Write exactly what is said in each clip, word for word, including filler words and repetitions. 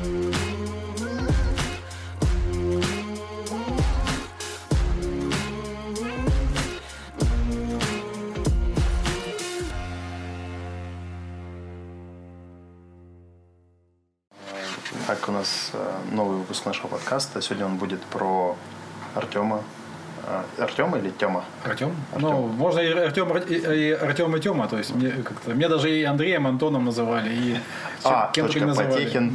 Так, у нас новый выпуск нашего подкаста. Сегодня он будет про Артема. Артема или Тема? Артем? Артем. Ну, можно и Артем, и, и Артем, и Тема. То есть мне как-то меня даже и Андреем, Антоном называли, и а, кем-то называли. Потехин.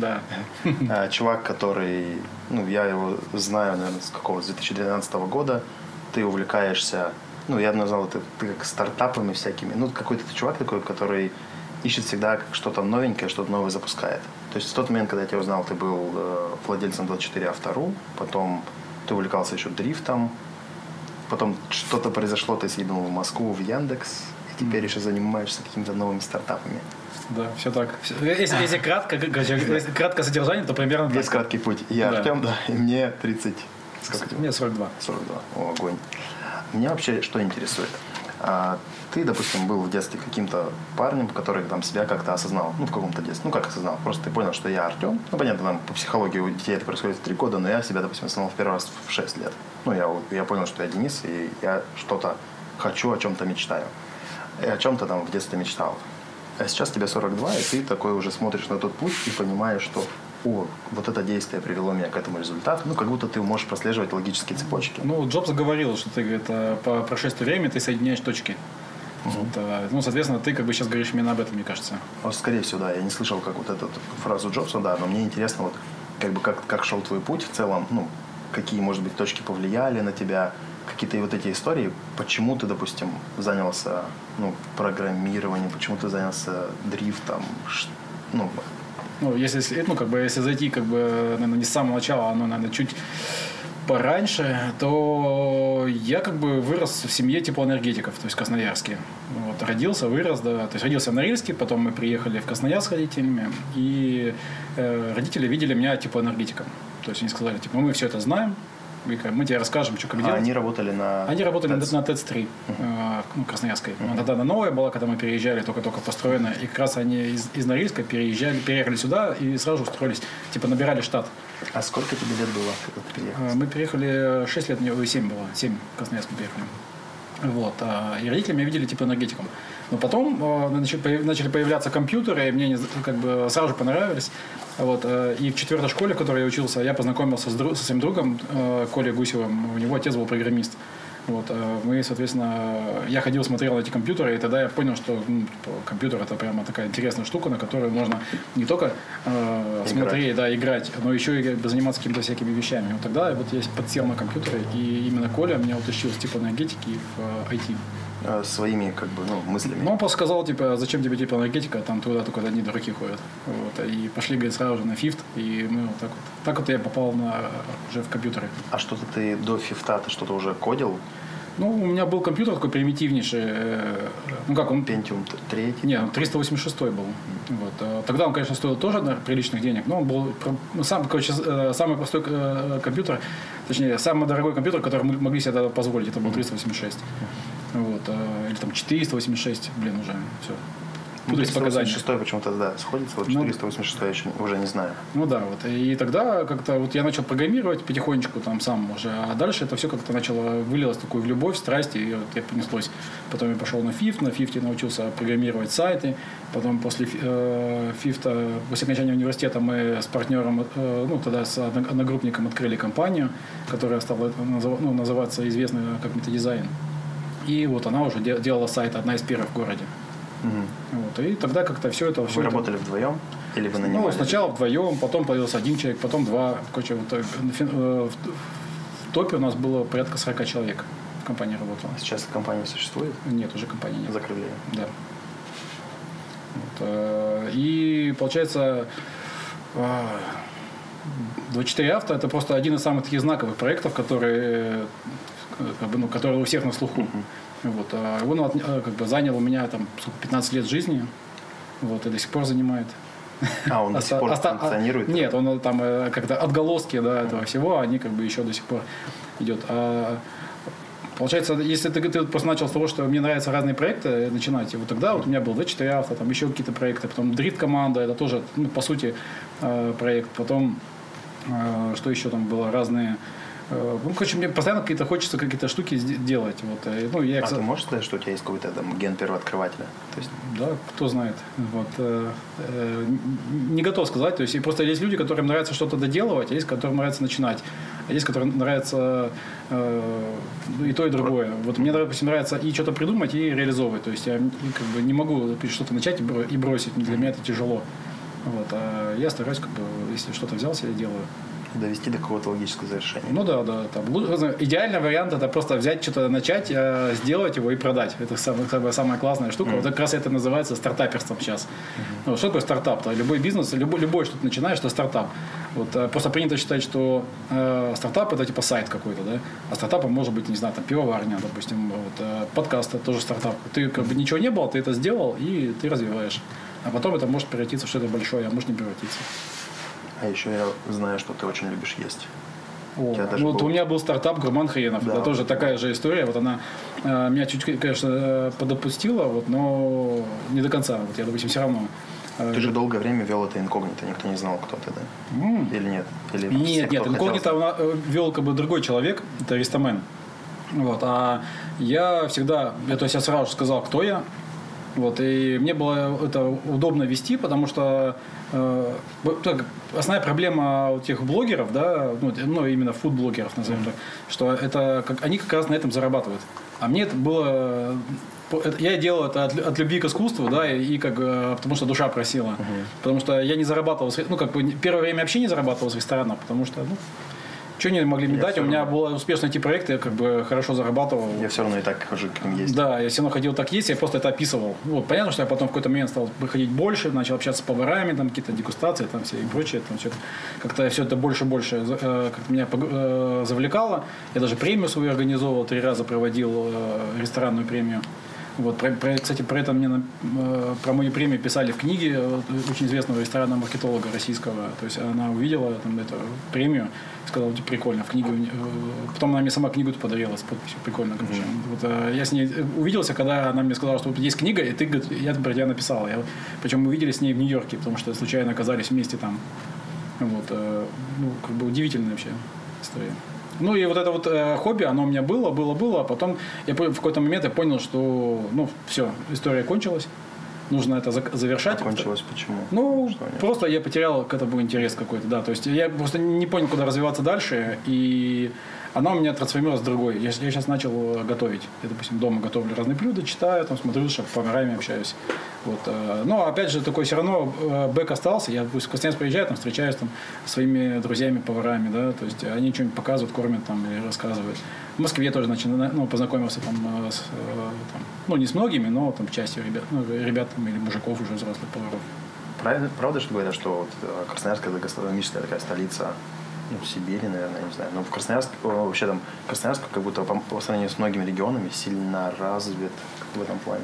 Да. Чувак, который, ну, я его знаю, наверное, с какого, с две тысячи двенадцатого года. Ты увлекаешься, ну, я бы назвал это ты как стартапами всякими. Ну, какой-то ты чувак такой, который ищет всегда что-то новенькое, что-то новое запускает. То есть в тот момент, когда я тебя узнал, ты был э, владельцем двадцать четыре авто, потом ты увлекался еще дрифтом, потом что-то произошло, ты съездил в Москву, в Яндекс, и теперь еще занимаешься какими-то новыми стартапами. Да, все так. Если, если, кратко, если кратко содержание, то примерно Весь так. Краткий путь. Я да. Артем, да, и мне тридцать... Сколько тебе? Мне сорок два. сорок два. О, огонь. Меня вообще что интересует? А, ты, допустим, был в детстве каким-то парнем, который там себя как-то осознал, ну, в каком-то детстве. Ну, как осознал? Просто ты понял, что я Артем. Ну, понятно, там по психологии у детей это происходит в три года, но я себя, допустим, осознал в первый раз в шесть лет. Ну, я, я понял, что я Денис, и я что-то хочу, о чем-то мечтаю. И о чем-то там в детстве мечтал. А сейчас тебе сорок два, и ты такой уже смотришь на тот путь и понимаешь, что о, вот это действие привело меня к этому результату. Ну, как будто ты можешь прослеживать логические цепочки. Ну, Джобс говорил, что ты, говорит, по прошествии времени ты соединяешь точки. Uh-huh. Вот, ну, соответственно, ты как бы сейчас говоришь именно об этом, мне кажется. Ну, скорее всего, да. Я не слышал как вот эту фразу Джобса, да, но мне интересно, вот, как бы, как, как шел твой путь в целом, ну, какие, может быть, точки повлияли на тебя, какие-то вот эти истории, почему ты, допустим, занялся, ну, программированием, почему ты занялся дрифтом, ну, Ну, если, ну, как бы, если зайти, как бы, наверное, не с самого начала, но, наверное, чуть пораньше, то я как бы вырос в семье теплоэнергетиков, то есть в Красноярске. Вот, родился, вырос, да. То есть родился в Норильске, потом мы приехали в Красноярск с родителями, и э, родители видели меня теплоэнергетиком. То есть они сказали, типа, мы все это знаем, мы тебе расскажем, что как а делать. Они работали на... Они работали ТЭЦ. на ТЭЦ-три, uh-huh. ну, Красноярской. Uh-huh. Тогда она новая была, когда мы переезжали, только-только построенная. И как раз они из, из Норильска переезжали, переехали сюда и сразу устроились. Типа набирали штат. А сколько тебе лет было, когда ты переехал? Мы переехали шесть лет, мне семь было. семь в Красноярск мы переехали. Вот. И родители меня видели типа энергетиком. Но потом начали появляться компьютеры, и мне как бы сразу же понравились. Вот. И в четвертой школе, в которой я учился, я познакомился с, друг, со своим другом Колей Гусевым. У него отец был программист. Вот. Мы, соответственно, я ходил, смотрел на эти компьютеры, и тогда я понял, что ну, компьютер это прямо такая интересная штука, на которой можно не только э, смотреть, да, играть, но еще и заниматься какими-то всякими вещами. Вот тогда вот я подсел на компьютеры, и именно Коля меня утащил с типа энергетики в ай ти. Своими как бы, ну, мыслями. Ну, он просто сказал, типа, зачем тебе типа энергетика, там туда только одни дураки ходят. Вот. И пошли, говорит, сразу же на фифт, и мы вот так вот. Так вот я попал на, уже в компьютеры. А что-то ты до фифта, ты что-то уже кодил? Ну, у меня был компьютер такой примитивнейший. Ну, как он? Пентиум три? Нет, триста восемьдесят шесть был. Вот. Тогда он, конечно, стоил тоже наверное, приличных денег, но он был ну, сам, короче, самый простой компьютер, точнее, самый дорогой компьютер, который мы могли себе тогда позволить, это был триста восемьдесят шесть. Вот. Или там четыреста восемьдесят шесть, блин, уже все. триста восемьдесят шесть почему-то, да, сходится, вот четыреста восемьдесят шесть я еще уже не знаю. Ну да, вот. И тогда как-то вот я начал программировать потихонечку там сам уже, а дальше это все как-то начало, вылилось такую в любовь, страсть, и вот я понеслось. Потом я пошел на фифт, на фифте научился программировать сайты, потом после э, фифта, после окончания университета мы с партнером, э, ну тогда с одногруппником открыли компанию, которая стала ну, называться известной как Метадизайн. И вот она уже делала сайт, одна из первых в городе. Угу. Вот, и тогда как-то все это... Вы все работали это... вдвоем? Или вы нанимали? Ну, сначала вдвоем, потом появился один человек, потом два. Короче, вот, в, в топе у нас было порядка сорок человек. Компания работала. Сейчас компания существует? Нет, уже компании нет. Закрыли ее? Да. Вот, и получается... двадцать четыре авто это просто один из самых таких знаковых проектов, которые, как бы, ну, которые у всех на слуху. Uh-huh. Вот. А он как бы занял у меня там пятнадцать лет жизни, вот, и до сих пор занимает. А, он до сих пор Оста... функционирует? Нет, он там как-то отголоски да, этого всего, они как бы еще до сих пор идет. А Получается, если ты, ты просто начал с того, что мне нравятся разные проекты начинать, и вот тогда вот у меня был ви четыре авто, там еще какие-то проекты, потом Дрит-команда, это тоже, ну, по сути, проект, потом, что еще там было, разные... Ну, короче, мне постоянно какие-то хочется какие-то штуки делать. Вот. Ну, я, а кстати... ты можешь сказать, что у тебя есть какой-то там ген первооткрывателя? То есть... Да, кто знает. Вот. Не готов сказать. То есть, просто есть люди, которым нравится что-то доделывать, а есть, которым нравится начинать. А есть, которым нравится э, и то, и другое. Вот мне, допустим, нравится и что-то придумать, и реализовывать. То есть я как бы не могу что-то начать и бросить. Для меня это тяжело. Вот. А я стараюсь, как бы, если что-то взялся, я делаю. Довести до какого-то логического завершения. Ну да, да. Там, идеальный вариант это просто взять что-то, начать, сделать его и продать. Это самая, самая классная штука. Mm-hmm. Вот как раз это называется стартаперством сейчас. Mm-hmm. Ну, что такое стартап? -то? Любой бизнес, любой, любой что ты начинаешь, это стартап. Вот, просто принято считать, что э, стартап это типа сайт какой-то, да? А стартапом может быть, не знаю, там пивоварня, допустим, вот, э, подкаст это тоже стартап. Ты как бы ничего не было, ты это сделал и ты развиваешь. А потом это может превратиться в что-то большое, а может не превратиться. А еще я знаю, что ты очень любишь есть. О, ну, вот был... У меня был стартап «Гурман Хренов». Да, это вот тоже вот такая же история. Вот она э, меня чуть, конечно, подопустила, вот, но не до конца. Вот я, допустим, все равно... Э, ты же долгое время вел это инкогнито, никто не знал, кто ты, да? Mm. Или нет? Или нет, нет, инкогнито вел как бы другой человек, это Ристомен. Вот, а я всегда, я, то есть я сразу сказал, кто я. Вот, и мне было это удобно вести, потому что э, основная проблема у тех блогеров, да, ну, ну именно фуд-блогеров, назовем так, что это, как, они как раз на этом зарабатывают. А мне это было... Я делал это от, от любви к искусству, да, и, и как, потому что душа просила. Uh-huh. Потому что я не зарабатывал, ну, как бы, первое время вообще не зарабатывал с ресторана, потому что, ну, что не могли мне я дать? У меня было успешно эти проекты, я как бы хорошо зарабатывал. Я все равно и так хожу, как есть. Да, я все равно ходил так есть, я просто это описывал. Вот, понятно, что я потом в какой-то момент стал приходить больше, начал общаться с поварами, там какие-то дегустации, там все и прочее. Там все это, как-то все это больше и больше э, как-то меня э, завлекало. Я даже премию свою организовывал, три раза проводил э, ресторанную премию. Вот, про, про, кстати, про это мне э, про мою премию писали в книге э, очень известного ресторанного маркетолога российского. То есть она увидела там эту премию и сказала, типа, прикольно, в книге. Э, потом она мне сама книгу подарила с подписью, прикольно, короче. Mm-hmm. Вот, э, я с ней увиделся, когда она мне сказала, что вот есть книга, и ты, говорит, я про тебя написал. Я, причем мы увиделись с ней в Нью-Йорке, потому что случайно оказались вместе там. Вот, э, ну, как бы удивительная вообще история. Ну и вот это вот э, хобби, оно у меня было, было, было, а потом я в какой-то момент я понял, что, ну, все, история кончилась, нужно это завершать. А кончилось почему? Ну, просто я потерял к этому интерес какой-то, да, то есть я просто не понял, куда развиваться дальше, и она у меня трансформировалась в другой. Я, я сейчас начал готовить. Я, допустим, дома готовлю разные блюда, читаю, там, смотрю, с поварами общаюсь. Вот. Но, опять же, такой все равно бэк остался. Я в Красноярск приезжаю, там, встречаюсь там, с своими друзьями-поварами, да, то есть они что-нибудь показывают, кормят там, или рассказывают. В Москве я тоже начал, ну, познакомился там, с, там, ну, не с многими, но там частью ребят, ну, ребят там, или мужиков уже взрослых поваров. Правильно, правда, что говорят, что вот Красноярск – это гастрономическая такая столица, ну, в Сибири, наверное, не знаю. Но в Красноярск, вообще там, Красноярск как будто по, по сравнению с многими регионами сильно развит в этом плане.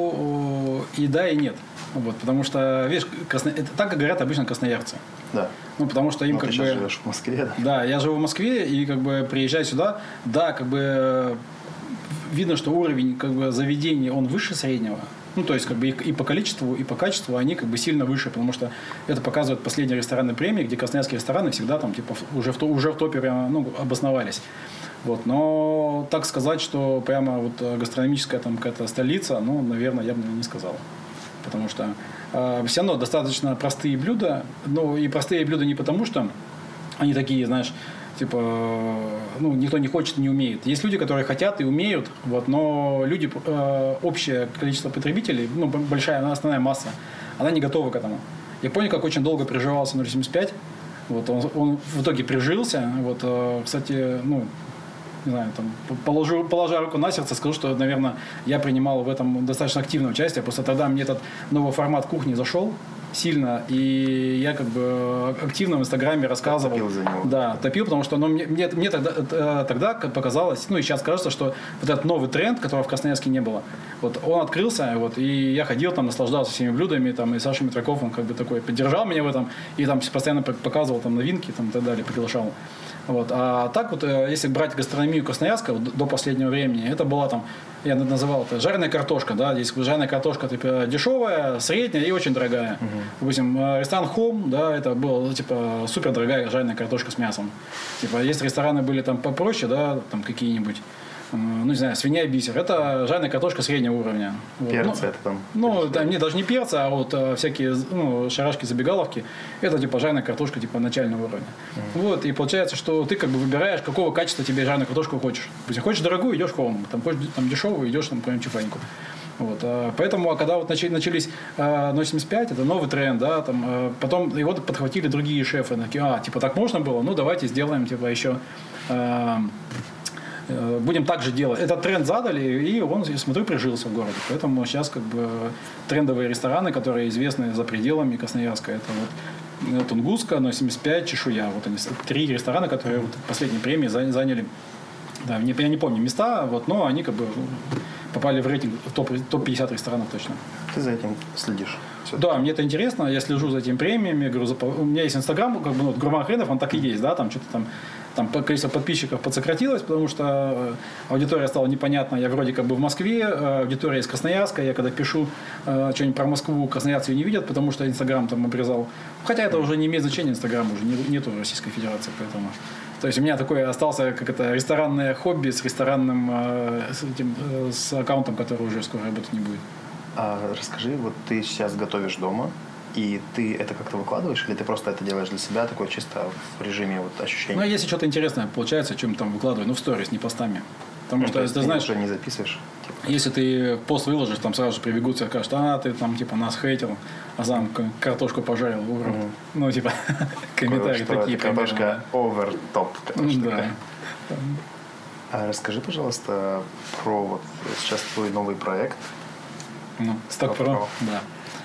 Ну, и да, и нет. Вот, потому что, видишь, Красно... это так, как говорят обычно красноярцы. Да. Ну, потому что им Но как ты бы... сейчас живешь в Москве, да? Да, я живу в Москве, и как бы приезжаю сюда, да, как бы видно, что уровень как бы заведений, он выше среднего. Ну, то есть, как бы и по количеству, и по качеству они как бы сильно выше, потому что это показывают последние ресторанные премии, где красноярские рестораны всегда там, типа, уже в, уже в топе прямо, ну, обосновались. Вот. Но так сказать, что прямо вот гастрономическая там какая-то столица, ну, наверное, я бы не сказал. Потому что э, все равно достаточно простые блюда, ну, и простые блюда не потому, что они такие, знаешь, типа, ну, никто не хочет, не умеет. Есть люди, которые хотят и умеют, вот, но люди, э, общее количество потребителей, ну, большая, основная масса, она не готова к этому. Я понял, как очень долго приживался ноль семьдесят пять, вот, он, он в итоге прижился, вот, э, кстати, ну, не знаю, там, положу, положа руку на сердце, скажу, что, наверное, я принимал в этом достаточно активное участие, просто тогда мне этот новый формат кухни зашел, сильно, и я как бы активно в Инстаграме рассказывал. Топил за него. Да, топил, потому что ну, мне, мне, мне тогда, тогда показалось, ну и сейчас кажется, что вот этот новый тренд, которого в Красноярске не было, вот он открылся, вот, и я ходил там, наслаждался всеми блюдами, там, и Саша Митраков, он как бы такой поддержал меня в этом, и там постоянно показывал там новинки там, и так далее, приглашал. Вот. А так вот, если брать гастрономию Красноярска вот, до последнего времени, это была там, я называл это жареная картошка, да, здесь жареная картошка типа дешевая, средняя и очень дорогая. Uh-huh. Допустим, ресторан Home, да, это была типа супер дорогая жареная картошка с мясом. Типа, если рестораны были там попроще, да, там какие-нибудь, ну, не знаю, свинья бисер, это жареная картошка среднего уровня. Перцы вот. ну, это там? Ну, да, не, даже не перцы, а вот а, всякие ну, шарашки, забегаловки, это типа жареная картошка типа начального уровня. Mm-hmm. Вот, и получается, что ты как бы выбираешь, какого качества тебе жареную картошку хочешь. Если хочешь дорогую, идешь в Home, там хочешь там, дешевую, идешь там прям чифаньку. Вот, а, поэтому, а когда вот начались а, ноль семьдесят пять, это новый тренд, да, там, а, потом его подхватили другие шефы, такие, а, типа, так можно было? Ну, давайте сделаем, типа, еще... А, будем так же делать. Этот тренд задали, и он, я смотрю, прижился в городе. Поэтому сейчас как бы трендовые рестораны, которые известны за пределами Красноярска, это вот Тунгуска, ноль семьдесят пять, Чешуя. Вот они, три ресторана, которые вот в последней премии заняли, да, не, я не помню места, вот, но они как бы попали в рейтинг в топ, топ пятьдесят ресторанов точно. Ты за этим следишь? Да, мне это интересно, я слежу за этими премиями, говорю, за, у меня есть Инстаграм, как бы, ну, Гурман Хренов, он так и есть, да, там что-то там, там количество подписчиков подсократилось, потому что аудитория стала непонятна, я вроде как бы в Москве, аудитория из Красноярска, я когда пишу э, что-нибудь про Москву, красноярцы ее не видят, потому что Инстаграм там обрезал, хотя это уже не имеет значения, Инстаграм уже не, нету в Российской Федерации, поэтому... То есть у меня такое остался как это ресторанное хобби с ресторанным э, с, этим, э, с аккаунтом, который уже скоро работать не будет. А расскажи, вот ты сейчас готовишь дома, и ты это как-то выкладываешь, или ты просто это делаешь для себя, такое чисто в режиме вот ощущений? Ну, если что-то интересное получается, чем там выкладываю, ну, в сторис, не постами. Потому ну, что, если ты знаешь, уже не записываешь. Типа. Если ты пост выложишь, там сразу же прибегут и скажут, а, ты там, типа, нас хейтил, а сам картошку пожарил, угроб. Mm-hmm. Ну, типа, комментарии что такие. Картошка овер-топ. Да. А расскажи, пожалуйста, про вот сейчас твой новый проект. Ну, Stock Pro, да.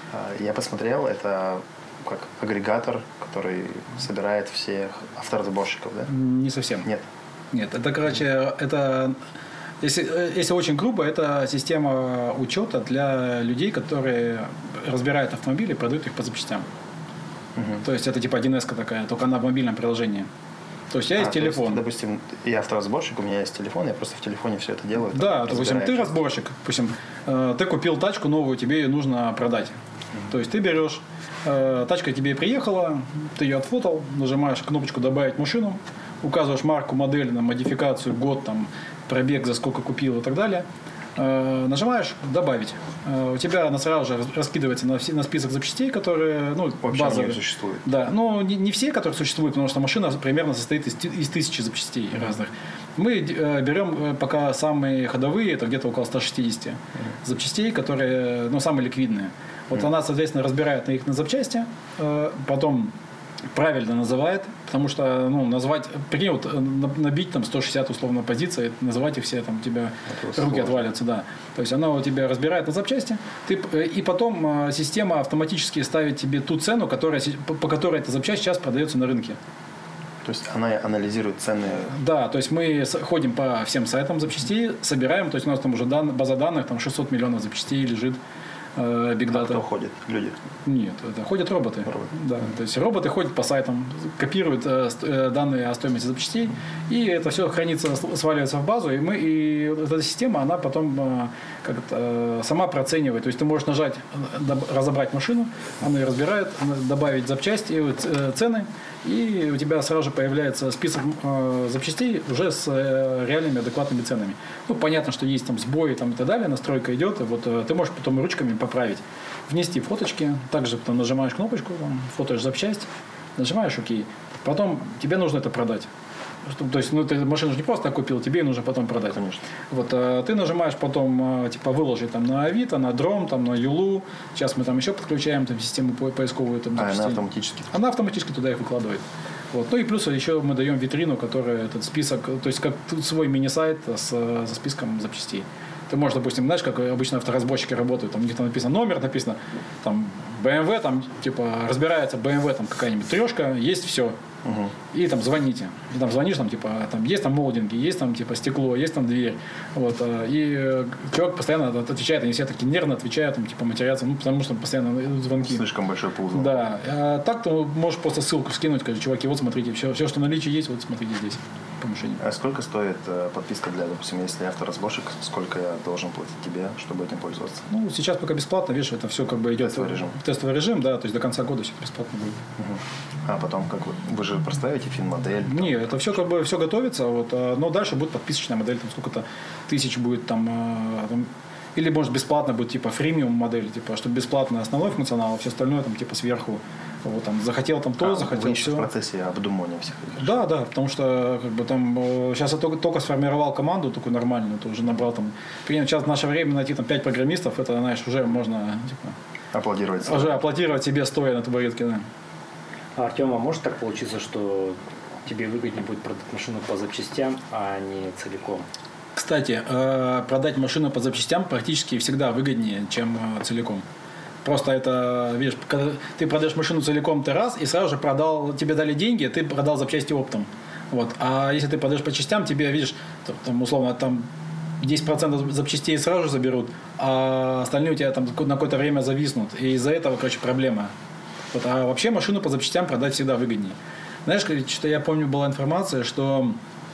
Я посмотрел, это как агрегатор, который собирает всех авторазборщиков, да? Не совсем. Нет. Нет, это, короче, это, если, если очень грубо, это система учета для людей, которые разбирают автомобили и продают их по запчастям. Угу. То есть это типа один эс такая, только она в мобильном приложении. То есть я есть а, телефон. Есть, допустим, я авторазборщик, у меня есть телефон, я просто в телефоне все это делаю. Да, там, допустим, ты разборщик, допустим, э, ты купил тачку новую, тебе ее нужно продать. Mm-hmm. То есть ты берешь, э, тачка тебе приехала, ты ее отфотал, нажимаешь кнопочку «Добавить машину», указываешь марку, модель, на модификацию, год, там, пробег, за сколько купил и так далее. Э, нажимаешь «Добавить». Э, у тебя она сразу же раскидывается на, все, на список запчастей, которые ну, вообще базовые. Не существуют. Да, но не, не все, которые существуют, потому что машина примерно состоит из, из тысячи запчастей mm-hmm. разных. Мы э, берем пока самые ходовые, это где-то около ста шестидесяти mm-hmm. запчастей, которые ну, самые ликвидные. Вот mm-hmm. она, соответственно, разбирает на их на запчасти, э, потом правильно называет, потому что, ну, назвать, прикинь, вот набить там сто шестьдесят условно позиций, называть их все, там, у тебя это руки сложно. Отвалятся, да. То есть она у тебя разбирает на запчасти, ты, и потом система автоматически ставит тебе ту цену, которая, по которой эта запчасть сейчас продается на рынке. То есть она анализирует цены? Да, то есть мы ходим по всем сайтам запчастей, собираем, то есть у нас там уже дан, база данных, там шестьсот миллионов запчастей лежит. Big Data. А кто ходит? Люди? Нет, это ходят роботы. роботы. Да, то есть роботы ходят по сайтам, копируют э, данные о стоимости запчастей, и это все хранится, сваливается в базу, и мы и эта система, она потом э, как это, сама проценивает. То есть ты можешь нажать, разобрать машину, она ее разбирает, добавить запчасти, э, цены, и у тебя сразу же появляется список э, запчастей уже с э, реальными адекватными ценами. Ну, понятно, что есть там сбои там, и так далее, настройка идет, и вот э, ты можешь потом ручками поправить, внести фоточки, также потом нажимаешь кнопочку, там, фотоешь запчасть, нажимаешь ОК, потом тебе нужно это продать. То есть, ну, ты машину же не просто так купил, тебе нужно потом продать. Конечно. Вот, а, ты нажимаешь потом, а, типа, выложить там на Авито, на Дром, там, на Юлу. Сейчас мы там еще подключаем там, систему по- поисковую. Там, а, она автоматически? Она автоматически туда их выкладывает. Вот. Ну и плюс еще мы даем витрину, которая этот список, то есть как свой мини-сайт с, со списком запчастей. Ты можешь, допустим, знаешь, как обычно авторазборщики работают, там у них там написано номер, написано там бэ эм вэ, там типа разбирается бэ эм вэ, там какая-нибудь трешка, есть все. Угу. И там звоните. И там звонишь, там, типа, там есть там молдинги, есть там типа стекло, есть там дверь. Вот, и человек постоянно отвечает, они все такие нервно отвечают, там, типа, матерятся, ну, потому что постоянно идут звонки. Слишком большой пул. Да. А так ты можешь просто ссылку скинуть, скажи, чуваки, вот смотрите, все, все, что в наличии есть, вот смотрите здесь. Помещение. А сколько стоит э, подписка для, допустим, если я авторазборщик, сколько я должен платить тебе, чтобы этим пользоваться? Ну, сейчас пока бесплатно, видишь, это все как бы идет тестовый режим. Тестовый режим, да, то есть до конца года все бесплатно будет. Угу. А потом, как вы, вы же проставите фин-модель? Не, это все как бы все готовится, вот, но дальше будет подписочная модель, там сколько-то тысяч будет там, там или может бесплатно будет типа фримиум модель, типа, чтобы бесплатно основной функционал, а все остальное там типа сверху. Вот, там, захотел там то, а, захотел вы все. в процессе обдумывания всех этих. Да, да, потому что как бы там сейчас я только, только сформировал команду такую нормальную, то уже набрал там. Сейчас в наше время найти там пять программистов, это, знаешь, уже можно типа, аплодировать. Уже себе. аплодировать себе стоя на табуретке, да. А, Артем, а может так получиться, что тебе выгоднее будет продать машину по запчастям, а не целиком? Кстати, продать машину по запчастям практически всегда выгоднее, чем целиком. Просто это, видишь, когда ты продаешь машину целиком, ты раз, и сразу же продал, тебе дали деньги, ты продал запчасти оптом. Вот. А если ты продаешь по частям, тебе, видишь, там, условно, там десять процентов запчастей сразу же заберут, а остальные у тебя там на какое-то время зависнут. И из-за этого, короче, проблема. Вот. А вообще машину по запчастям продать всегда выгоднее. Знаешь, что я помню, была информация, что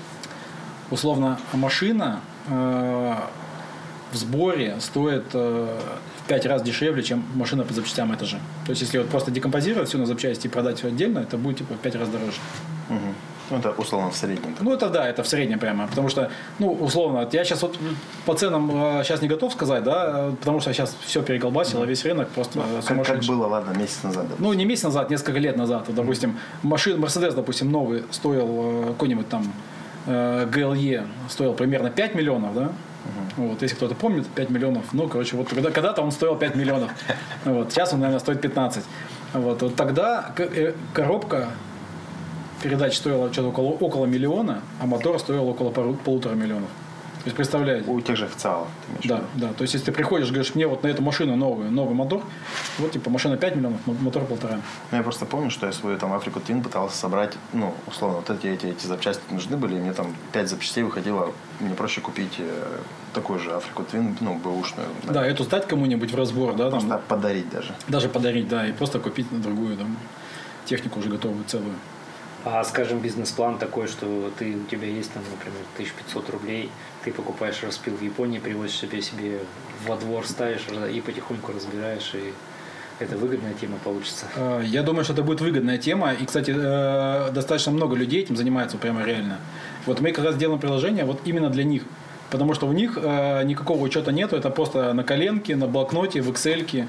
условно машина э, в сборе стоит э, в пять раз дешевле, чем машина по запчастям это же. То есть, если вот просто декомпозировать все на запчасти и продать все отдельно, это будет типа в пять раз дороже. Угу. Ну, это условно в среднем. Ну, это да, это в среднем прямо. Потому что, ну, условно, я сейчас вот по ценам э, сейчас не готов сказать, да, потому что сейчас все переколбасило, угу. Весь рынок просто ну, как, как было, ладно, месяц назад. Допустим. Ну, не месяц назад, несколько лет назад. Вот, допустим, машин, Мерседес, допустим, новый стоил э, какой-нибудь там э, джи эл и стоил примерно пять миллионов, да? Uh-huh. Вот, если кто-то помнит, пять миллионов. Ну, короче, вот когда, когда-то он стоил пять миллионов. Вот, сейчас он, наверное, стоит пятнадцать. Вот, вот тогда коробка передач стоила что-то около, около миллиона, а мотор стоил около полу, полутора миллионов. То есть, представляете? У тех же официалов. Да, да. То есть, если ты приходишь, говоришь, мне вот на эту машину новую, новый мотор, вот, типа, машина пять миллионов, мотор полтора. Ну, я просто помню, что я свою там Африку Твин пытался собрать, ну, условно, вот эти, эти, эти запчасти нужны были, и мне там пять запчастей выходило, мне проще купить э, такую же Африку Твин, ну, бэушную. Да, да, эту сдать кому-нибудь в разбор, да. Просто там, подарить даже. Даже подарить, да, и просто купить на другую, там, технику уже готовую, целую. А, скажем, бизнес-план такой, что ты, у тебя есть, там, например, тысяча пятьсот рублей, ты покупаешь распил в Японии, привозишь себе, себе во двор, ставишь и потихоньку разбираешь, и это выгодная тема получится. Я думаю, что это будет выгодная тема, и, кстати, достаточно много людей этим занимается прямо реально. Вот мы как раз делаем приложение вот именно для них, потому что у них никакого учета нету, это просто на коленке, на блокноте, в Excel,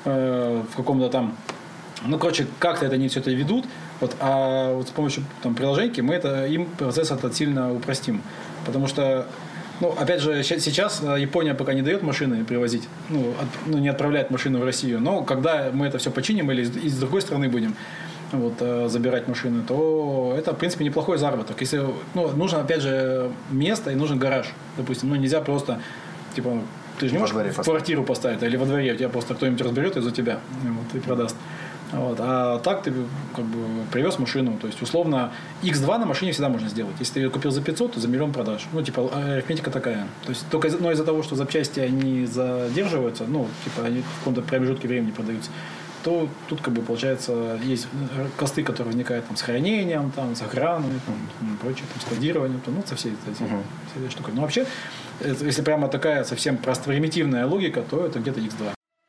в каком-то там... Ну, короче, как-то это они все это ведут, вот, а вот с помощью там, приложеньки мы это, им процесс этот сильно упростим. Потому что, ну, опять же, сейчас Япония пока не дает машины привозить, ну, от, ну не отправляет машину в Россию, но когда мы это все починим или из, из другой страны будем вот, забирать машины, то это, в принципе, неплохой заработок. Если, ну, нужно, опять же, место и нужен гараж, допустим, ну, нельзя просто, типа, ты же не можешь в квартиру поставить, или во дворе, у тебя просто кто-нибудь разберет и за тебя вот, и продаст. Вот. А так ты как бы привез машину, то есть условно икс два на машине всегда можно сделать. Если ты ее купил за пятьсот, то за миллион продашь. Ну, типа, арифметика такая. То есть только из- но из-за того, что запчасти они задерживаются, ну, типа, они в каком-то промежутке времени продаются, то тут как бы получается есть косты, которые возникают там, с хранением, там, с охраной, там, прочее, там, складированием, там, ну, со всей этой uh-huh. всей этой штукой. Но вообще, если прямо такая совсем просто примитивная логика, то это где-то икс два.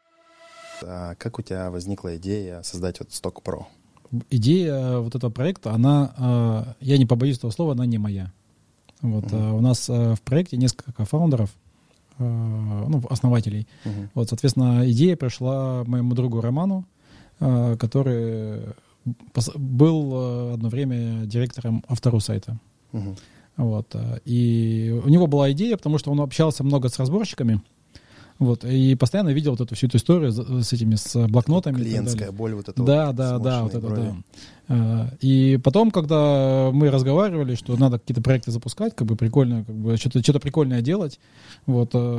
А как у тебя возникла идея создать вот Stock Pro? Идея вот этого проекта, она, я не побоюсь этого слова, она не моя. Вот, uh-huh. У нас в проекте несколько фаундеров, ну, основателей. Uh-huh. Вот, соответственно, идея пришла моему другу Роману, который был одно время директором Авторусайта. Uh-huh. Вот, и у него была идея, потому что он общался много с разборщиками. Вот, и постоянно видел вот эту всю эту историю с этими, с блокнотами. Клиентская боль вот эта. Да, вот, да, да, вот это, брови. да. И потом, когда мы разговаривали, что надо какие-то проекты запускать, как бы прикольно, как бы что-то, что-то прикольное делать, вот,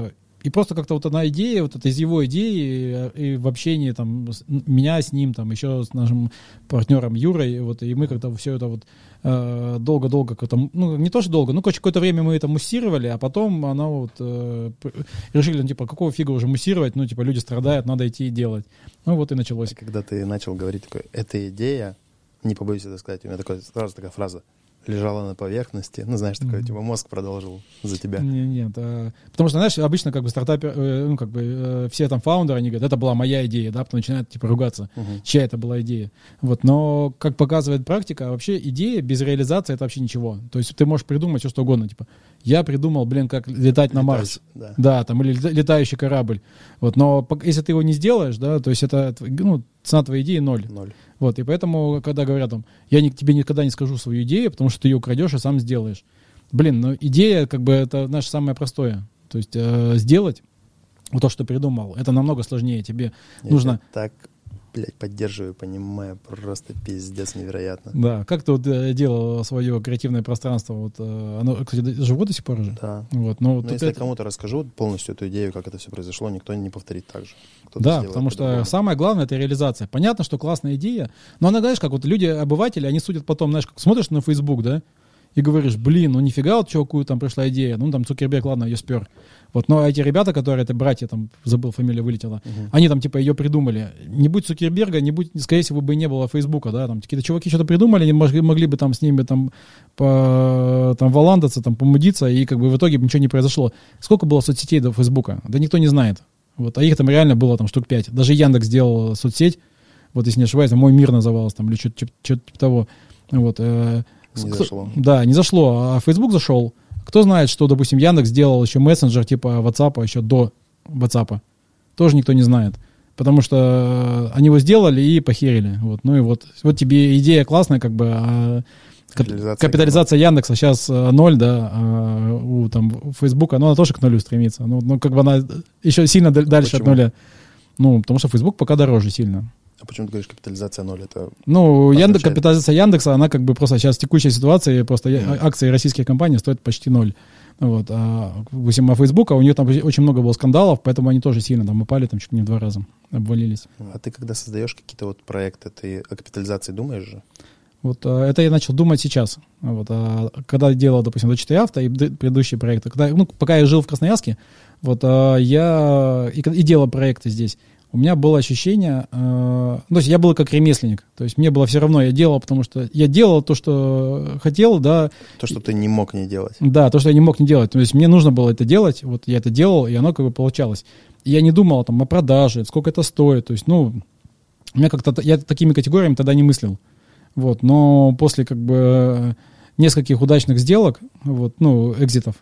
И просто как-то вот одна идея, вот это из его идеи и в общении там с, меня с ним, там еще с нашим партнером Юрой, вот, и мы как-то все это вот э, долго-долго, как-то, ну, не то, что долго, ну, короче, какое-то время мы это муссировали, а потом она вот э, решили, ну, типа, какого фига уже муссировать, ну, типа, люди страдают, надо идти и делать. Ну, вот и началось. А когда ты начал говорить такое, эта идея, не побоюсь это сказать, у меня такая, сразу такая фраза, лежала на поверхности, ну, знаешь, такое, mm-hmm. типа, мозг продолжил за тебя. Нет, нет, а, потому что, знаешь, обычно, как бы, стартапер, э, ну, как бы, э, все там фаундеры, они говорят, это была моя идея, да, потом начинают, типа, ругаться, uh-huh. чья это была идея. Вот, но, как показывает практика, вообще идея без реализации — это вообще ничего. То есть ты можешь придумать все, что угодно, типа, я придумал, блин, как летать на Летать, Марс, да. да, там, или летающий корабль, вот, но если ты его не сделаешь, да, то есть это, ну, цена твоей идеи ноль. Ноль. Вот, и поэтому, когда говорят там, я не, тебе никогда не скажу свою идею, потому что ты ее украдешь и сам сделаешь. Блин, ну идея, как бы, это наше самое простое. То есть э, сделать вот то, что придумал, это намного сложнее. Тебе я нужно... так, блядь, поддерживаю, понимаю, просто пиздец невероятно. Да, как ты вот э, делал свое креативное пространство, вот, э, оно, кстати, живо до сих пор же? Да. Вот, но но если это... я кому-то расскажу полностью эту идею, как это все произошло, никто не повторит так же. Кто-то да, потому что по-другому. Самое главное — это реализация. Понятно, что классная идея, но она, знаешь, как вот люди, обыватели, они судят потом, знаешь, как смотришь на Facebook, да, и говоришь, блин, ну нифига, вот чуваку там пришла идея, ну там Цукерберг, ладно, ее спер. Вот, но эти ребята, которые, это братья, там, забыл, фамилия вылетела, uh-huh. они там, типа, ее придумали. Не будь Цукерберга, не будь, скорее всего, бы и не было Фейсбука, да, там, какие-то чуваки что-то придумали, они могли, могли бы там с ними, там, по, там, валандаться, там, помудиться, и, как бы, в итоге ничего не произошло. Сколько было соцсетей до Фейсбука? Да никто не знает. Вот, а их там реально было, там, штук пять. Даже Яндекс сделал соцсеть, вот, если не ошибаюсь, «Мой мир» называлось, там, или что-то, что-то типа того. Вот, э, не кто, зашло. Да, не зашло, а Facebook зашел. Кто знает, что, допустим, Яндекс сделал еще мессенджер типа WhatsApp еще до WhatsApp. Тоже никто не знает. Потому что они его сделали и похерили. Вот. Ну и вот, вот тебе идея классная, как бы, а капитализация, капитализация Яндекса сейчас ноль, да, а у там, Фейсбука, но она тоже к нулю стремится. Ну, ну как бы она еще сильно д- дальше Почему? от нуля. Ну, потому что Facebook пока дороже сильно. А почему ты говоришь капитализация ноль? Это ну, Яндекс, капитализация Яндекса, она как бы просто сейчас в текущей ситуации, просто mm. акции российских компаний стоят почти ноль. Вот. А, допустим, а Фейсбука, у нее там очень много было скандалов, поэтому они тоже сильно там упали, там чуть не в два раза обвалились. А ты когда создаешь какие-то вот проекты, ты о капитализации думаешь же? Вот а, это я начал думать сейчас. Вот, а, когда я делал, допустим, дочь четыре авто и предыдущие проекты, когда, ну, пока я жил в Красноярске, вот, а, я и, и делал проекты здесь. У меня было ощущение, э, ну, то есть я был как ремесленник, то есть мне было все равно, я делал, потому что я делал то, что хотел, да. То, что ты не мог не делать. Да, то, что я не мог не делать, то есть мне нужно было это делать, вот я это делал, и оно как бы получалось. И я не думал там о продаже, сколько это стоит, то есть, ну, у меня как-то, я такими категориями тогда не мыслил, вот, но после как бы нескольких удачных сделок, вот, ну, экзитов,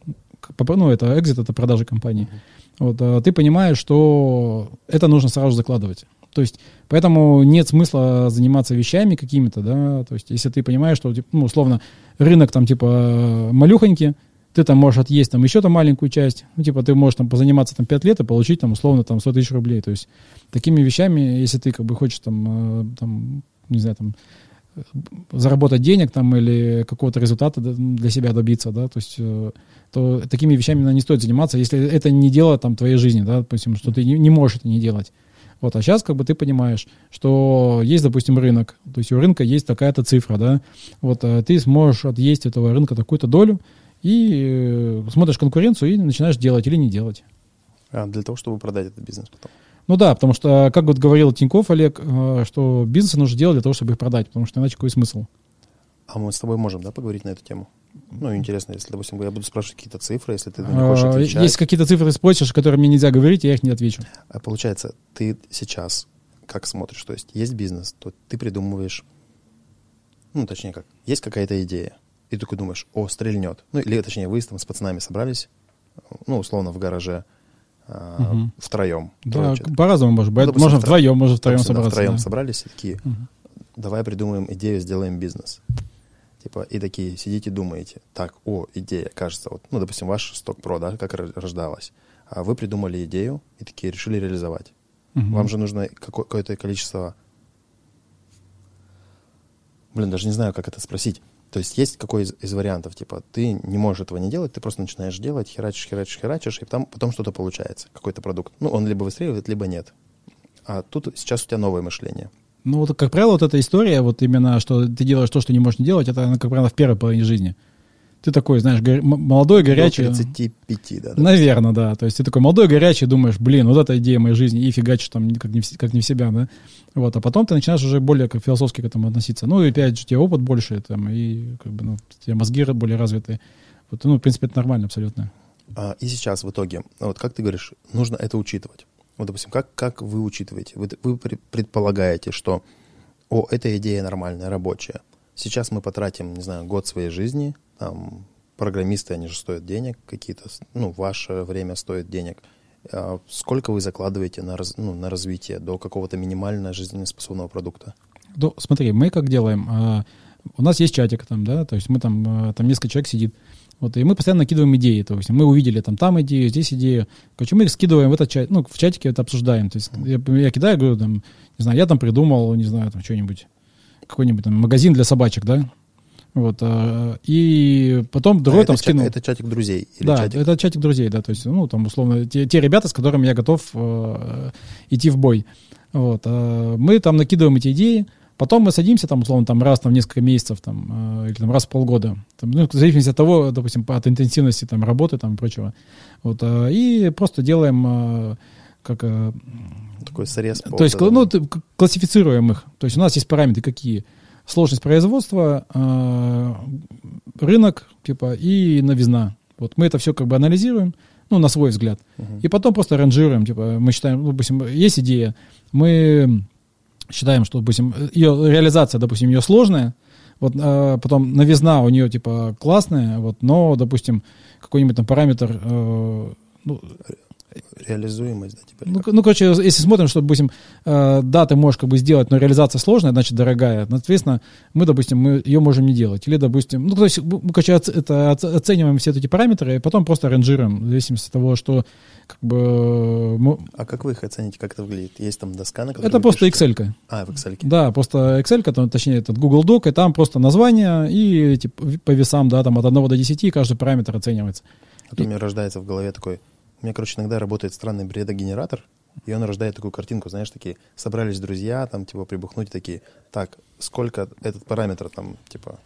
ну, это экзит, это продажа компании, вот, а ты понимаешь, что это нужно сразу же закладывать. То есть, поэтому нет смысла заниматься вещами какими-то, да, то есть, если ты понимаешь, что, ну, условно, рынок там, типа, малюхонький, ты там можешь отъесть там еще там маленькую часть, ну, типа, ты можешь там позаниматься там пять лет и получить там, условно, там, сто тысяч рублей, то есть, такими вещами, если ты, как бы, хочешь там, там, не знаю, там, заработать денег там или какого-то результата для себя добиться, да, то есть, то такими вещами не стоит заниматься, если это не дело там твоей жизни, да, допустим, что ты не, не можешь это не делать. Вот, а сейчас как бы ты понимаешь, что есть, допустим, рынок, то есть у рынка есть такая-то цифра, да, вот, а ты сможешь отъесть этого рынка такую-то долю и смотришь конкуренцию и начинаешь делать или не делать. А, для того, чтобы продать этот бизнес потом. Ну да, потому что, как вот говорил Тиньков Олег, что бизнесы нужно делать для того, чтобы их продать, потому что иначе какой смысл? А мы с тобой можем, да, поговорить на эту тему? Ну, интересно, если, допустим, я буду спрашивать какие-то цифры, если ты не хочешь отвечать. Если какие-то цифры спросишь, которые мне нельзя говорить, я их не отвечу. А получается, ты сейчас как смотришь? То есть есть бизнес, то ты придумываешь, ну, точнее как, есть какая-то идея, и ты такой думаешь, о, стрельнет. Ну, или, точнее, вы там с пацанами собрались, ну, условно, в гараже, угу. втроем. Да, по-разному может быть. Ну, можно вдвоем, можно втроем допустим, собраться. Втроем да. собрались и такие, угу. давай придумаем идею, сделаем бизнес. Типа, и такие сидите, думаете, так, о, идея, кажется, вот, ну, допустим, ваш StockPro, да, как рождалась. А вы придумали идею и такие решили реализовать. Угу. Вам же нужно какое-то количество блин, даже не знаю, как это спросить. То есть есть какой из, из вариантов, типа, ты не можешь этого не делать, ты просто начинаешь делать, херачишь, херачишь, херачишь, и потом, потом что-то получается, какой-то продукт. Ну, он либо выстреливает, либо нет. А тут сейчас у тебя новое мышление. Ну, вот, как правило, вот эта история, вот именно, что ты делаешь то, что не можешь не делать, это, как правило, в первой половине жизни. Ты такой, знаешь, го- молодой, горячий. До тридцати пяти, да. Наверное, да. То есть ты такой молодой, горячий, думаешь, блин, вот эта идея моей жизни, и фигачишь там как не, в, как не в себя, да. Вот, а потом ты начинаешь уже более как философски к этому относиться. Ну, и опять же, у тебя опыт больше, там, и как бы, ну, у тебя мозги более развитые. Вот, ну, в принципе, это нормально абсолютно. А, и сейчас в итоге, вот как ты говоришь, нужно это учитывать. Вот, допустим, как, как вы учитываете? Вы, вы предполагаете, что, о, эта идея нормальная, рабочая. Сейчас мы потратим, не знаю, год своей жизни, там, программисты, они же стоят денег какие-то, ну, ваше время стоит денег. А сколько вы закладываете на, раз, ну, на развитие до какого-то минимально жизнеспособного продукта? Ну, смотри, мы как делаем? А, у нас есть чатик там, да, то есть мы там, там несколько человек сидит. Вот, и мы постоянно накидываем идеи. То есть мы увидели там, там идею, здесь идею. Короче, мы их скидываем в этот чат, ну, в чатике это обсуждаем. То есть я, я кидаю, говорю, там, не знаю, я там придумал, не знаю, там что-нибудь, какой-нибудь там магазин для собачек, да. Вот, а, и потом другой а там это скинул. Чат, это чатик друзей? Или да, чатик? это чатик друзей, да. То есть, ну, там, условно, те, те ребята, с которыми я готов э, идти в бой. Вот, а мы там накидываем эти идеи. Потом мы садимся, там, условно, там, раз там, в несколько месяцев, там, э, или там, раз в полгода, там, ну, в зависимости от того, допустим, от интенсивности там, работы там, и прочего. Вот, э, и просто делаем э, как... Э, такой срез. То есть, ну, классифицируем их. То есть у нас есть параметры какие? Сложность производства, э, рынок, типа, и новизна. Вот мы это все как бы анализируем, ну, на свой взгляд. Uh-huh. И потом просто ранжируем, типа, мы считаем, ну, допустим, есть идея, мы... считаем, что, допустим, ее реализация, допустим, ее сложная, вот, а потом новизна у нее, типа, классная, вот, но, допустим, какой-нибудь там параметр, э, ну, реализуемость, да, теперь. Ну, ну, короче, если смотрим, что, допустим, э, да, ты можешь как бы сделать, но реализация сложная, значит, дорогая, соответственно, мы, допустим, мы ее можем не делать. Или, допустим, ну, то есть, мы, короче, это, оцениваем все эти параметры, и потом просто ранжируем, в зависимости от того, что, как бы... Мы... А как вы их оцените, как это выглядит? Есть там доска, на которой Это просто пишете? Excel-ка. А, в Excel-ке. Да, просто Excel-ка, там, точнее, этот Google Doc, и там просто название, и типа, по весам, да, там от одного до десяти каждый параметр оценивается. А то и... у меня рождается в голове такой... У меня, короче, иногда работает странный бредогенератор, и он рождает такую картинку, знаешь, такие, собрались друзья, там, типа, прибухнуть, такие, так, сколько этот параметр, там, типа,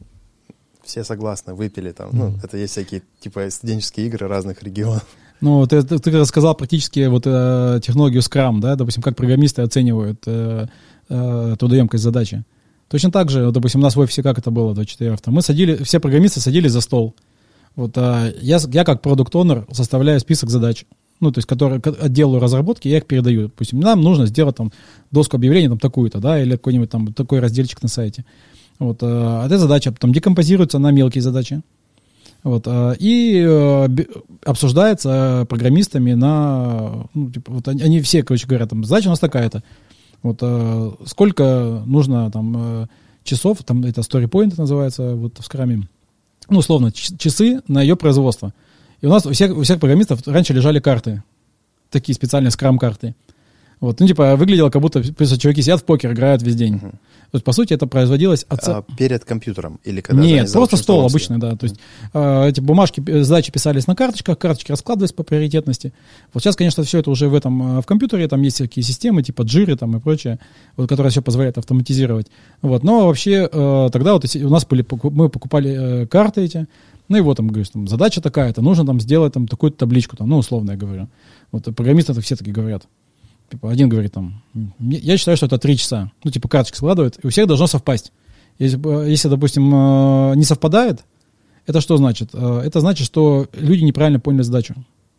все согласны, выпили, там, ну, это есть всякие, типа, студенческие игры разных регионов. Ну, ты, ты, ты рассказал практически вот э, технологию Scrum, да, допустим, как программисты оценивают э, э, трудоемкость задачи. Точно так же, допустим, у нас в офисе как это было, двадцать четыре авто, мы садили, все программисты садились за стол. Вот, а я, я как продукт-онер составляю список задач, ну, то есть, которые делаю разработки, я их передаю. Допустим, нам нужно сделать там доску объявлений там такую-то, да, или какой-нибудь там такой разделчик на сайте. Вот, а эта задача потом декомпозируется на мелкие задачи. Вот, а, и а, обсуждается программистами на, ну, типа, вот они, они все, короче говоря, там, задача у нас такая-то. Вот, а, сколько нужно там часов, там это story point называется, вот в скраме. Ну, условно, часы на ее производство. И у нас у всех, у всех программистов раньше лежали карты. Такие специальные скрам-карты. Вот, ну, типа, выглядело, как будто просто чуваки сидят в покер, играют весь день. Uh-huh. То есть, по сути, это производилось... От... А перед компьютером? Или когда Нет, просто стол обычный, да. То есть, uh-huh. э, эти бумажки, задачи писались на карточках, карточки раскладывались по приоритетности. Вот сейчас, конечно, все это уже в этом, в компьютере, там есть всякие системы, типа Jira там и прочее, вот, которые все позволяют автоматизировать. Вот, но вообще, э, тогда вот у нас были, мы покупали э, карты эти, ну и вот там, говоришь, там, задача такая-то, нужно там сделать там такую-то табличку, там, ну, условно я говорю. Вот программисты это все таки говорят. Типа, один говорит там, я считаю, что это три часа. Ну, типа, карточки складывают, и у всех должно совпасть. Если, если, допустим, не совпадает, это что значит? Это значит, что люди неправильно поняли задачу.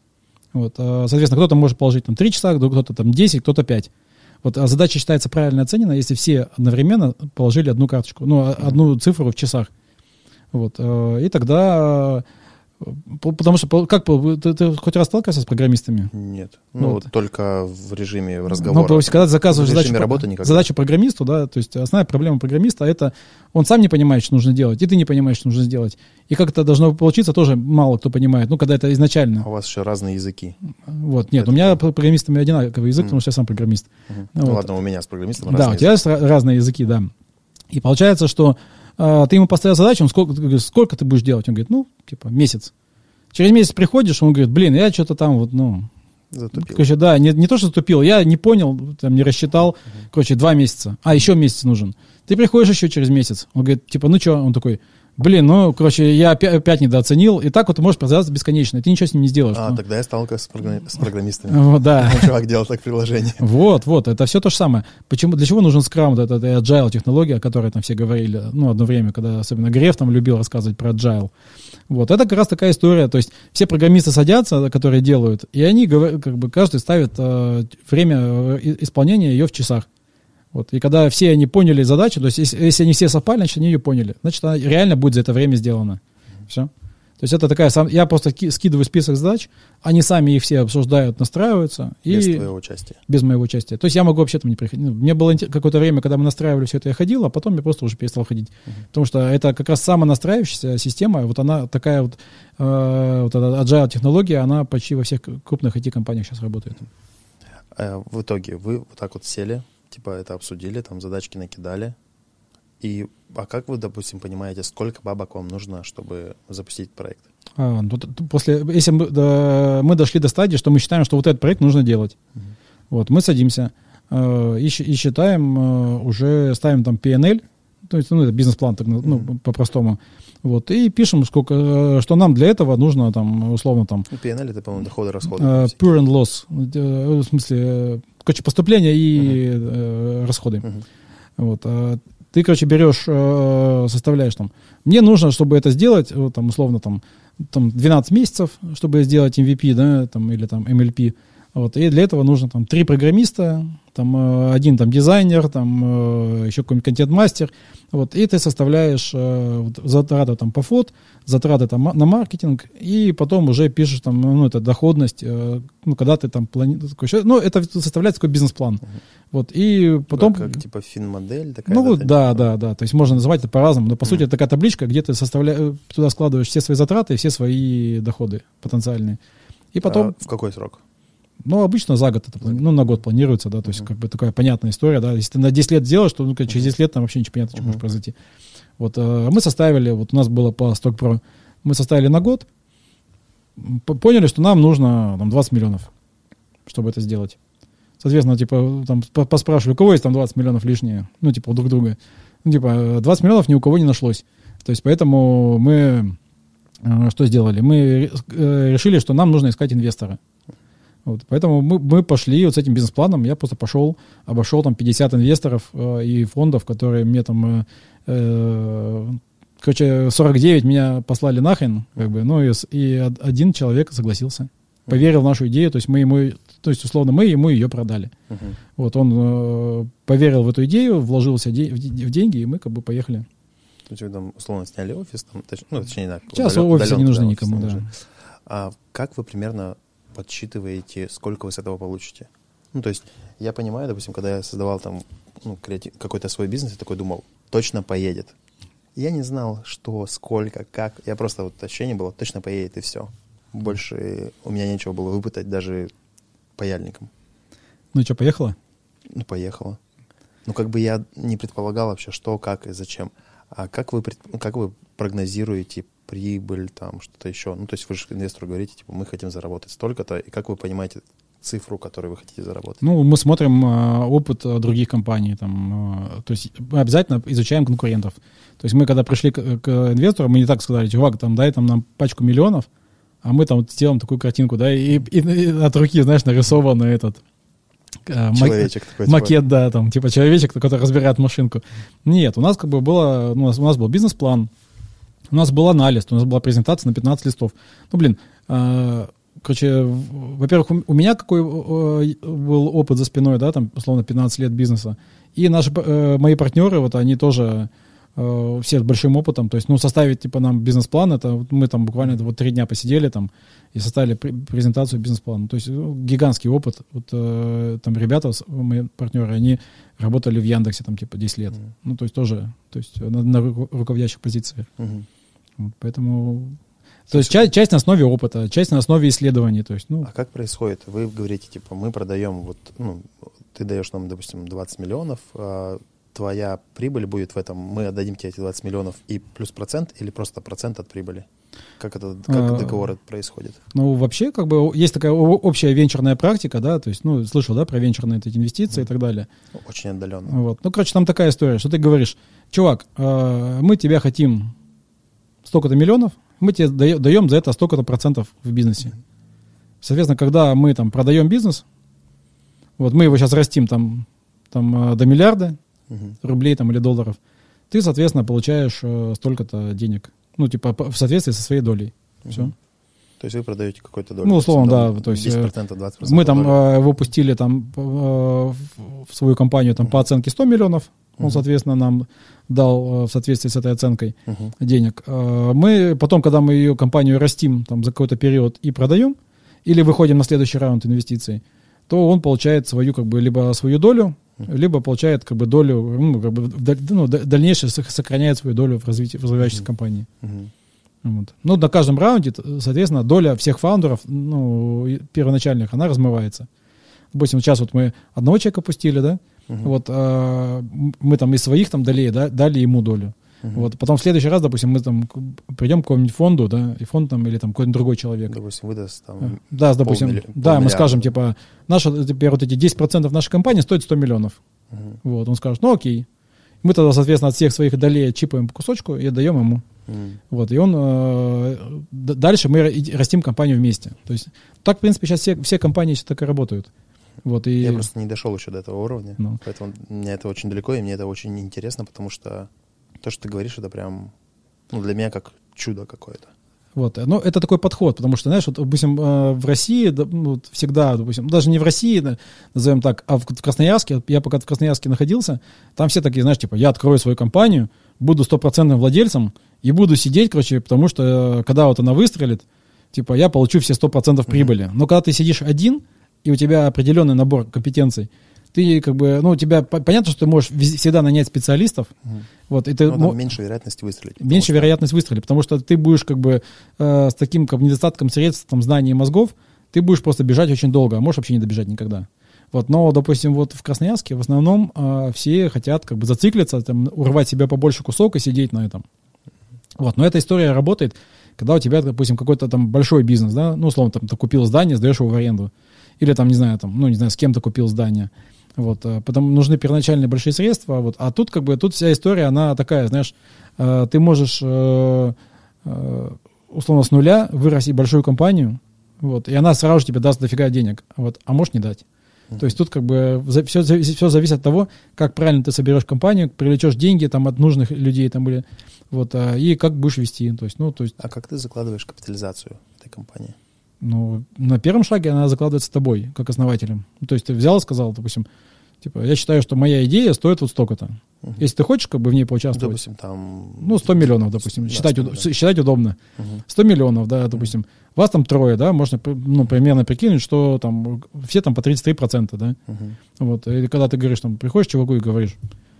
Вот. Соответственно, кто-то может положить там три часа, кто-то там десять, кто-то пять. Вот. А задача считается правильно оценена, если все одновременно положили одну карточку, ну, одну цифру в часах. Вот. И тогда... Потому что, как, ты, ты хоть раз сталкивался с программистами? Нет. Ну, вот. Только в режиме разговора. Ну, то есть, когда ты заказываешь задачу, работы задачу программисту, да, то есть, основная проблема программиста — это он сам не понимает, что нужно делать, и ты не понимаешь, что нужно сделать. И как это должно получиться, тоже мало кто понимает, ну, когда это изначально. А у вас еще разные языки. Вот, нет, это у меня с программистами одинаковый язык, mm. потому что я сам программист. Mm-hmm. Вот. Ну, ладно, у меня с программистом да, разные языки. Да, у тебя разные языки, да. И получается, что э, ты ему поставил задачу, он сколько, ты говоришь, сколько ты будешь делать? Он говорит, ну, типа, месяц. Через месяц приходишь, он говорит, блин, я что-то там вот, ну... Затупил. Короче, да, не, не то, что затупил, я не понял, там, не рассчитал. Uh-huh. Короче, два месяца. А, еще месяц нужен. Ты приходишь еще через месяц. Он говорит, типа, ну что? Он такой, блин, ну, короче, я опять недооценил. И так вот ты можешь продолжаться бесконечно. И ты ничего с ним не сделаешь. А, ну. тогда я сталкивался с, программи- с программистами. Вот, да. Чувак делал так приложение. Вот, вот, это все то же самое. Почему, для чего нужен Scrum, вот эта agile технология, о которой там все говорили, ну, одно время, когда особенно Греф там любил рассказывать про agile. Вот, это как раз такая история, то есть все программисты садятся, которые делают, и они, как бы, каждый ставит э, время исполнения ее в часах. Вот, и когда все они поняли задачу, то есть если, если они все совпали, значит, они ее поняли. Значит, она реально будет за это время сделана. Все. То есть это такая, я просто скидываю список задач, они сами их все обсуждают, настраиваются. Без и твоего участия. Без моего участия. То есть я могу вообще там не приходить. Ну, мне было какое-то время, когда мы настраивали все это, я ходил, а потом я просто уже перестал ходить. Uh-huh. Потому что это как раз самонастраивающаяся система, вот она такая вот, э, вот эта agile технология, она почти во всех крупных ай ти-компаниях сейчас работает. Uh-huh. В итоге вы вот так вот сели, типа это обсудили, там задачки накидали. И, а как вы, допустим, понимаете, сколько бабок вам нужно, чтобы запустить проект? А, ну, после, если мы, да, мы дошли до стадии, что мы считаем, что вот этот проект нужно делать. Uh-huh. Вот, мы садимся э, и, и считаем, э, уже ставим там пи эн эл, то есть ну, это бизнес-план так, ну, uh-huh. по-простому. Вот, и пишем, сколько, э, что нам для этого нужно, там, условно, там... Ну, пи эн эл это, по-моему, доходы, расходы. Э, pure and loss, э, в смысле, э, короче, поступления и uh-huh. э, расходы. Uh-huh. Вот, э, ты, короче, берешь, э, составляешь там, мне нужно, чтобы это сделать, вот, там, условно, там, там, двенадцать месяцев, чтобы сделать эм ви пи, да, там, или там эм эл пи. Вот, и для этого нужно там три программиста, там, э, один там дизайнер, там, э, еще какой-нибудь контент-мастер. Вот, и ты составляешь э, вот, затраты там, по фот, затраты там, на маркетинг, и потом уже пишешь там, ну, это доходность, э, ну, когда ты там планируешь. Ну, это составляется такой бизнес-план. Uh-huh. Вот, и потом... Да, как типа фин-модель такая? Ну, да, да, да, да. То есть можно называть это по-разному, но по uh-huh. сути это такая табличка, где ты составляешь, туда складываешь все свои затраты и все свои доходы потенциальные. И потом... А в какой срок? Ну, обычно за год это, ну, на год планируется, да, то есть, uh-huh. как бы такая понятная история, да, если ты на десять лет делаешь, то, ну, через десять лет там вообще ничего понятно, что uh-huh. может произойти. Вот, э, мы составили, вот у нас было по StockPro, мы составили на год, поняли, что нам нужно, там, двадцать миллионов, чтобы это сделать. Соответственно, типа, там, поспрашивали, у кого есть там двадцать миллионов лишние, ну, типа, у друг друга. Ну, типа, двадцать миллионов ни у кого не нашлось. То есть, поэтому мы, э, что сделали? Мы э, решили, что нам нужно искать инвестора. Вот, поэтому мы, мы пошли вот с этим бизнес-планом, я просто пошел, обошел там пятьдесят инвесторов э, и фондов, которые мне там, э, э, короче, сорок девять меня послали нахрен, как бы, ну и, и один человек согласился, поверил в нашу идею, то есть мы ему, то есть условно мы ему ее продали. Uh-huh. Вот он э, поверил в эту идею, вложился де- в, в деньги, и мы как бы поехали. То есть вы там условно сняли офис, там, точ, ну точнее, да. Сейчас удален, офисы не нужны никому, да. А как вы примерно подсчитываете, сколько вы с этого получите? Ну, то есть, я понимаю, допустим, когда я создавал там ну, креатив, какой-то свой бизнес, я такой думал, точно поедет. Я не знал, что, сколько, как. Я просто вот ощущение было, точно поедет и все. Больше у меня нечего было выпытать даже паяльником. Ну что, поехала? Ну, поехала. Ну, как бы я не предполагал вообще, что, как и зачем. А как вы, как вы прогнозируете прибыль, там, что-то еще? Ну, то есть вы же инвестору говорите, типа, мы хотим заработать столько-то, и как вы понимаете цифру, которую вы хотите заработать? Ну, мы смотрим э, опыт других компаний, там, э, то есть мы обязательно изучаем конкурентов. То есть мы, когда пришли к, к инвестору, мы не так сказали, чувак, там, дай там нам пачку миллионов, а мы там вот сделаем такую картинку, да, и, и, и от руки, знаешь, нарисован этот э, человечек мак, такой, макет, типа. Да, там, типа человечек, который разбирает машинку. Нет, у нас как бы было, ну, у нас, у нас был бизнес-план, у нас был анализ, у нас была презентация на пятнадцать листов. Ну, блин, э, короче, во-первых, у, у меня какой э, был опыт за спиной, да, там, условно, пятнадцать лет бизнеса. И наши, э, мои партнеры, вот они тоже э, все с большим опытом. То есть, ну, составить, типа, нам бизнес-план, это вот мы там буквально вот три дня посидели там и составили презентацию бизнес-плана. То есть, ну, гигантский опыт. Вот э, там ребята, мои партнеры, они работали в Яндексе там, типа, десять лет. Mm-hmm. Ну, то есть, тоже, то есть, на, на руководящих позициях. Mm-hmm. Вот, поэтому, то есть часть, часть на основе опыта, часть на основе исследований. То есть, ну. А как происходит? Вы говорите, типа, мы продаем, вот, ну, ты даешь нам, допустим, двадцать миллионов, а твоя прибыль будет в этом, мы отдадим тебе эти двадцать миллионов и плюс процент, или просто процент от прибыли? Как это, как а, договор это происходит? Ну, вообще, как бы, есть такая общая венчурная практика, да, то есть, ну, слышал, да, про венчурные эти инвестиции mm. и так далее. Очень отдаленно. Вот. Ну, короче, там такая история, что ты говоришь, чувак, э, мы тебя хотим столько-то миллионов, мы тебе даем за это столько-то процентов в бизнесе. Mm. Соответственно, когда мы там продаем бизнес, вот мы его сейчас растим там, там до миллиарда mm-hmm. рублей там, или долларов, ты, соответственно, получаешь э, столько-то денег. Ну, типа, в соответствии со своей долей. Угу. Все. То есть вы продаете какую-то долю? Ну, условно, да. То есть десять процентов, двадцать процентов мы там э, его пустили там, э, в свою компанию там, угу. по оценке сто миллионов. Он, угу. соответственно, нам дал э, в соответствии с этой оценкой угу. денег. Э, мы потом, когда мы ее компанию растим там, за какой-то период и продаем, или выходим на следующий раунд инвестиций, то он получает свою, как бы, либо свою долю, либо получает как бы долю, ну, как бы, ну, дальнейшее сохраняет свою долю в развитии, в развивающейся mm-hmm. компании. Mm-hmm. Вот. Ну, на каждом раунде, соответственно, доля всех фаундеров, ну, первоначальных, она размывается. Допустим, сейчас вот мы одного человека пустили, да, mm-hmm. вот, а, мы там из своих там долей, да, дали ему долю. Uh-huh. Вот. Потом в следующий раз, допустим, мы там придем к какому-нибудь фонду, да, и фонд там, или там какой-нибудь другой человек. Допустим, выдаст там да, допустим, полмилли... да, мы скажем, типа, наша, теперь вот эти десять процентов нашей компании стоит сто миллионов. Uh-huh. Вот, он скажет, ну окей. Мы тогда, соответственно, от всех своих долей чипаем по кусочку и отдаем ему. Uh-huh. Вот, и он, э, дальше мы растим компанию вместе. То есть, так, в принципе, сейчас все, все компании сейчас так и работают. Вот, и... Я просто не дошел еще до этого уровня, ну. поэтому мне это очень далеко, и мне это очень интересно, потому что то, что ты говоришь, это прям, ну, для меня как чудо какое-то. Вот, ну, это такой подход, потому что, знаешь, вот, допустим, в России, ну, всегда, допустим, даже не в России, назовем так, а в Красноярске, я пока в Красноярске находился, там все такие, знаешь, типа, я открою свою компанию, буду стопроцентным владельцем и буду сидеть, короче, потому что, когда вот она выстрелит, типа, я получу все сто процентов прибыли. Mm-hmm. Но когда ты сидишь один, и у тебя определенный набор компетенций, ты как бы, ну, у тебя понятно, что ты можешь всегда нанять специалистов. Mm. Вот, и ты, ну, меньше вероятность выстрелить. Меньше что... вероятность выстрелить, потому что ты будешь как бы э, с таким как недостатком средств, там, знаний и мозгов, ты будешь просто бежать очень долго, а можешь вообще не добежать никогда. Вот, но, допустим, вот в Красноярске в основном э, все хотят как бы зациклиться, там, урвать себе побольше кусок и сидеть на этом. Вот, но эта история работает, когда у тебя, допустим, какой-то там большой бизнес, да, ну, условно, там, ты купил здание, сдаешь его в аренду, или там, не знаю, там, ну, не знаю, с кем-то купил здание. Вот, потому нужны первоначальные большие средства, вот, а тут как бы тут вся история, она такая, знаешь, э, ты можешь э, э, условно с нуля вырастить большую компанию, вот, и она сразу же тебе даст дофига денег, вот, а можешь не дать. Mm-hmm. То есть тут как бы все, все зависит от того, как правильно ты соберешь компанию, привлечешь деньги там от нужных людей там были, вот, и как будешь вести. То есть, ну, то есть... А как ты закладываешь капитализацию этой компании? Ну, на первом шаге она закладывается тобой, как основателем. Ну, то есть ты взял и сказал, допустим, типа, я считаю, что моя идея стоит вот столько-то. Uh-huh. Если ты хочешь как бы в ней поучаствовать, допустим, там... ну, сто миллионов, допустим, да, считать, уд- да. считать удобно. Uh-huh. сто миллионов, да, допустим. Uh-huh. Вас там трое, да, можно, ну, примерно прикинуть, что там все там по тридцать три процента, да. Uh-huh. Вот, и когда ты говоришь, там, приходишь к чуваку и говоришь,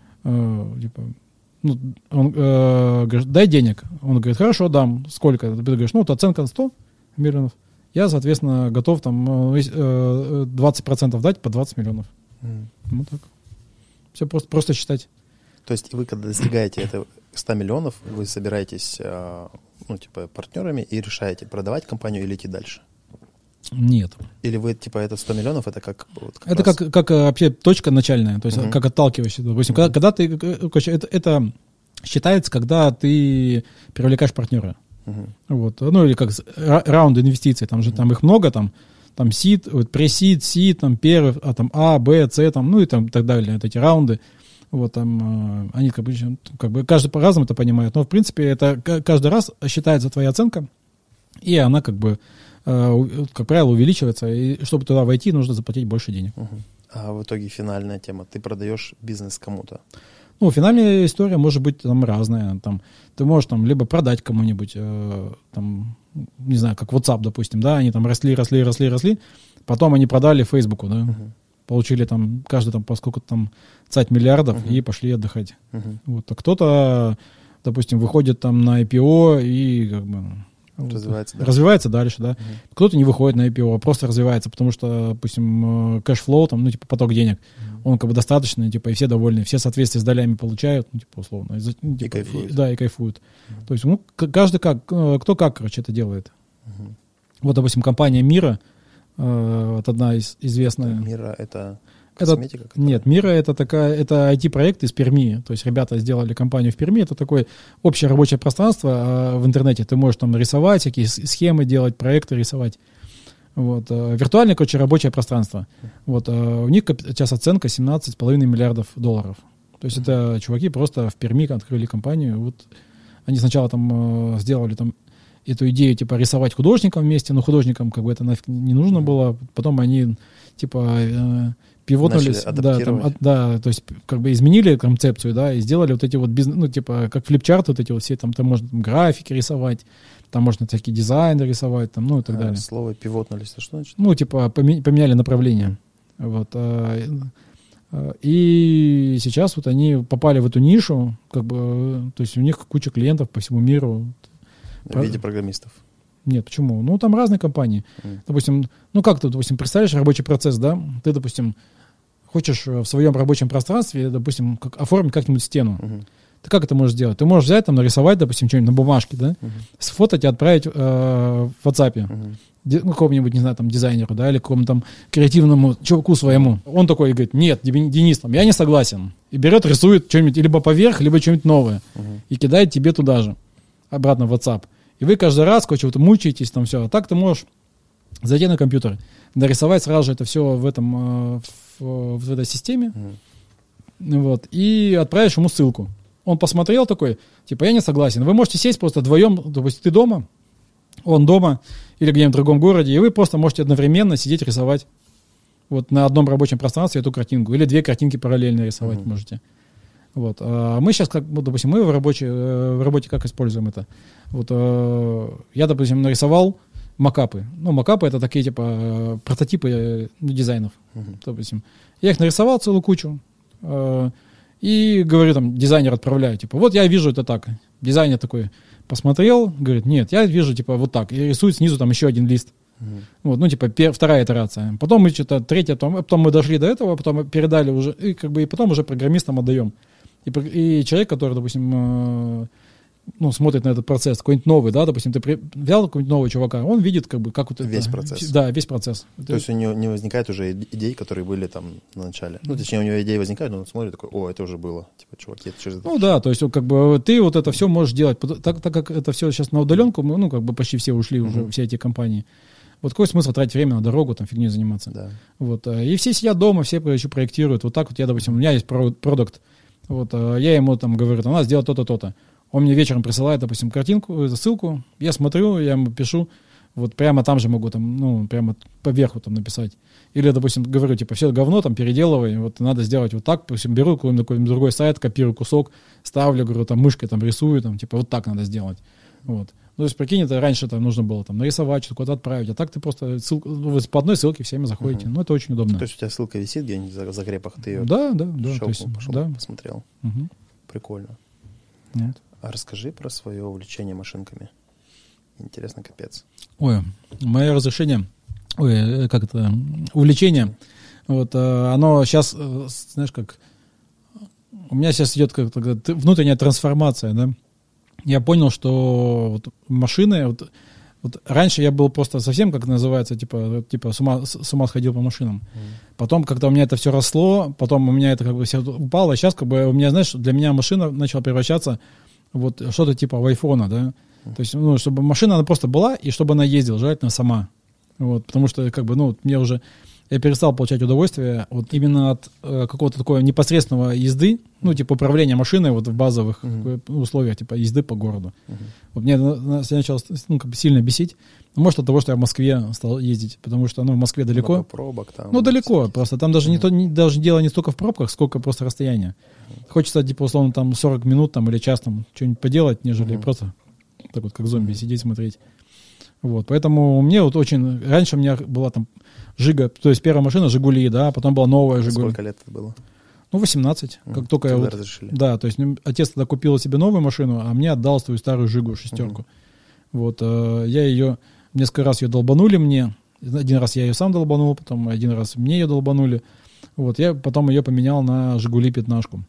э, типа, ну, он э, говорит, дай денег. Он говорит, хорошо, дам. Сколько? Ты говоришь, ну, вот оценка сто миллионов. Я, соответственно, готов там двадцать процентов дать по двадцать миллионов. Mm. Ну так. Все просто, просто считать. То есть вы, когда достигаете это сто миллионов, вы собираетесь, ну, типа, партнерами и решаете, продавать компанию или идти дальше? Нет. Или вы, типа, это сто миллионов, это как... Вот, как это раз... как, как вообще точка начальная, то есть uh-huh. как отталкиваешься. Допустим, uh-huh. когда, когда ты... Это, это считается, когда ты привлекаешь партнера. Uh-huh. Вот. Ну, или как раунды инвестиций, там же uh-huh. там их много, там, там сид, вот, пресид, сид, там первый, а там А, Б, С, там, ну и там так далее, вот эти раунды. Вот там, они как бы, как бы каждый по-разному это понимает, но в принципе это каждый раз считается твоя оценка, и она как бы, как правило, увеличивается, и чтобы туда войти, нужно заплатить больше денег. Uh-huh. А в итоге финальная тема, ты продаешь бизнес кому-то? Ну, финальная история может быть там разная. Там, ты можешь там либо продать кому-нибудь, э, там, не знаю, как WhatsApp, допустим, да, они там росли, росли, росли, росли, потом они продали Фейсбуку, да, uh-huh. получили там, каждый там по сколько-то там цать миллиардов uh-huh. и пошли отдыхать. Uh-huh. Вот, а кто-то, допустим, выходит там на ай пи о и как бы Развивается вот, дальше. Развивается дальше, да. Угу. Кто-то не выходит на ай пи о, а просто развивается, потому что, допустим, кэшфлоу, там, ну, типа, поток денег, угу. он как бы достаточный, типа, и все довольны, все соответствие с долями получают, ну, типа, условно. И, ну, типа, и кайфуют. И, да, и кайфуют. Угу. То есть, ну, каждый как, кто как, короче, это делает. Угу. Вот, допустим, компания Мира, э, вот одна из известная. Мира — это... Это, которая... нет, Мира это такая, это ай ти-проект из Перми. То есть ребята сделали компанию в Перми. Это такое общее рабочее пространство а в интернете. Ты можешь там рисовать, всякие схемы делать, проекты рисовать. Вот. А, виртуальное, короче, рабочее пространство. Вот. А у них сейчас оценка семнадцать с половиной миллиардов долларов. То есть это чуваки просто в Перми открыли компанию. Вот. Они сначала там э, сделали там эту идею, типа, рисовать художникам вместе, но художникам как бы это нафиг не нужно было. Потом они, типа, э, пивотнулись, да, там, от, да, то есть как бы изменили концепцию, да, и сделали вот эти вот бизнес, ну, типа, как флипчарты вот эти вот все, там, там можно там, графики рисовать, там можно всякие дизайны рисовать, там, ну, и так а, далее. Слово пивотнулись, это что значит? Ну, типа, поменяли направление. Вот. И сейчас вот они попали в эту нишу, как бы, то есть у них куча клиентов по всему миру. В виде программистов. Нет, почему? Ну, там разные компании. Mm. Допустим, ну как ты, допустим, представляешь рабочий процесс, да? Ты, допустим, хочешь в своем рабочем пространстве, допустим, как, оформить как-нибудь стену. Mm-hmm. Ты как это можешь сделать? Ты можешь взять, там, нарисовать, допустим, что-нибудь на бумажке, да? Mm-hmm. Сфотать и отправить э, в WhatsApp. Mm-hmm. Ди, ну, какому-нибудь, не знаю, там, дизайнеру, да, или какому-то там креативному чуваку своему. Он такой говорит: нет, Денис, там, я не согласен. И берет, рисует что-нибудь либо поверх, либо что-нибудь новое. Mm-hmm. И кидает тебе туда же, обратно в WhatsApp. И вы каждый раз, короче, вот мучаетесь там все. А так ты можешь зайти на компьютер, нарисовать сразу же это все в этом, в, в этой системе, mm. вот, и отправишь ему ссылку. Он посмотрел такой, типа, я не согласен. Вы можете сесть просто вдвоем, допустим, ты дома, он дома, или где-нибудь в другом городе, и вы просто можете одновременно сидеть рисовать вот на одном рабочем пространстве эту картинку. Или две картинки параллельно рисовать mm. можете. Вот. А мы сейчас, как, ну, допустим, мы в работе, в работе как используем это? Вот, э, я, допустим, нарисовал макапы. Ну, макапы — это такие, типа, прототипы ну, дизайнов. Uh-huh. Допустим. Я их нарисовал целую кучу. Э, и говорю, там, дизайнер отправляю, типа, вот я вижу это так. Дизайнер такой посмотрел, говорит, нет, я вижу, типа, вот так. И рисует снизу там еще один лист. Uh-huh. Вот, ну, типа, пер, вторая итерация. Потом мы что-то, третья, потом, потом мы дошли до этого, потом передали уже, и, как бы, и потом уже программистам отдаем. И, и человек, который, допустим, э, ну, смотрит на этот процесс, какой-нибудь новый, да, допустим, ты при, взял какого-нибудь нового чувака, он видит, как бы, как вот весь это, процесс. Да, весь процесс. То это, есть у него не возникает уже идей, которые были там на начале. Ну, точнее, у него идеи возникают, но он смотрит такой: о, это уже было. Типа, чуваки, это через это. Ну, да, то есть, как бы, ты вот это все можешь делать. Так, так как это все сейчас на удаленку, мы, ну, как бы, почти все ушли uh-huh. уже, все эти компании. Вот какой смысл тратить время на дорогу, там, фигней заниматься? Да. Вот, и все сидят дома, все еще проектируют. Вот так вот я, допустим, у меня есть продукт. Вот, я ему там говорю, у нас сделать то-то, то-то. Он мне вечером присылает, допустим, картинку, ссылку, я смотрю, я ему пишу, вот прямо там же могу там, ну, прямо поверху там написать. Или, допустим, говорю, типа, все говно там переделывай, вот надо сделать вот так, допустим, беру какой-нибудь, какой-нибудь другой сайт, копирую кусок, ставлю, говорю, там мышкой там рисую, там, типа, вот так надо сделать. Вот. Ну, то есть, прикинь, это раньше там нужно было там нарисовать, что-то куда-то отправить, а так ты просто ссылку, вы по одной ссылке всеми заходите. Uh-huh. Ну, это очень удобно. То есть у тебя ссылка висит где-нибудь за закрепах, ты ее да, да, да, щелкнул, то есть, пошел, да. посмотрел. Uh-huh. Прикольно. Нет. А расскажи про свое увлечение машинками. Интересно, капец. Ой, мое разрешение, ой, как это, увлечение, вот, оно сейчас, знаешь, как, у меня сейчас идет как-то внутренняя трансформация, да. Я понял, что вот машины, вот, вот раньше я был просто совсем, как называется, типа, типа с ума, с ума сходил по машинам. Mm. Потом, когда у меня это все росло, потом у меня это как бы все упало, сейчас как бы у меня, знаешь, для меня машина начала превращаться вот что-то типа в айфона, да. Mm. То есть, ну, чтобы машина, она просто была, и чтобы она ездила, желательно сама. Вот, потому что, как бы, ну, мне уже... Я перестал получать удовольствие вот именно от э, какого-то такого непосредственного езды, ну, типа управления машиной вот в базовых uh-huh. условиях, типа езды по городу. Uh-huh. Вот мне начало ну, как бы сильно бесить. Может, от того, что я в Москве стал ездить, потому что, ну, в Москве далеко. Много пробок там. Ну, далеко, всякие. Просто там даже, uh-huh. не то, не, даже дело не столько в пробках, сколько просто расстояние. Uh-huh. Хочется, типа, условно, там сорок минут там, или час там что-нибудь поделать, нежели uh-huh. просто так вот, как зомби, uh-huh. сидеть, смотреть. Вот, поэтому мне вот очень... Раньше у меня была там Жига, то есть первая машина «Жигули», да, потом была новая «Жигули». Сколько лет это было? Ну, восемнадцать. Mm. Как только я вот, разрешили. да, то есть отец тогда купил себе новую машину, а мне отдал свою старую «Жигу» шестерку. Mm. Вот, э, я ее, несколько раз ее долбанули мне. Один раз я ее сам долбанул, потом один раз мне ее долбанули. Вот, я потом ее поменял на «Жигули» пятнашку.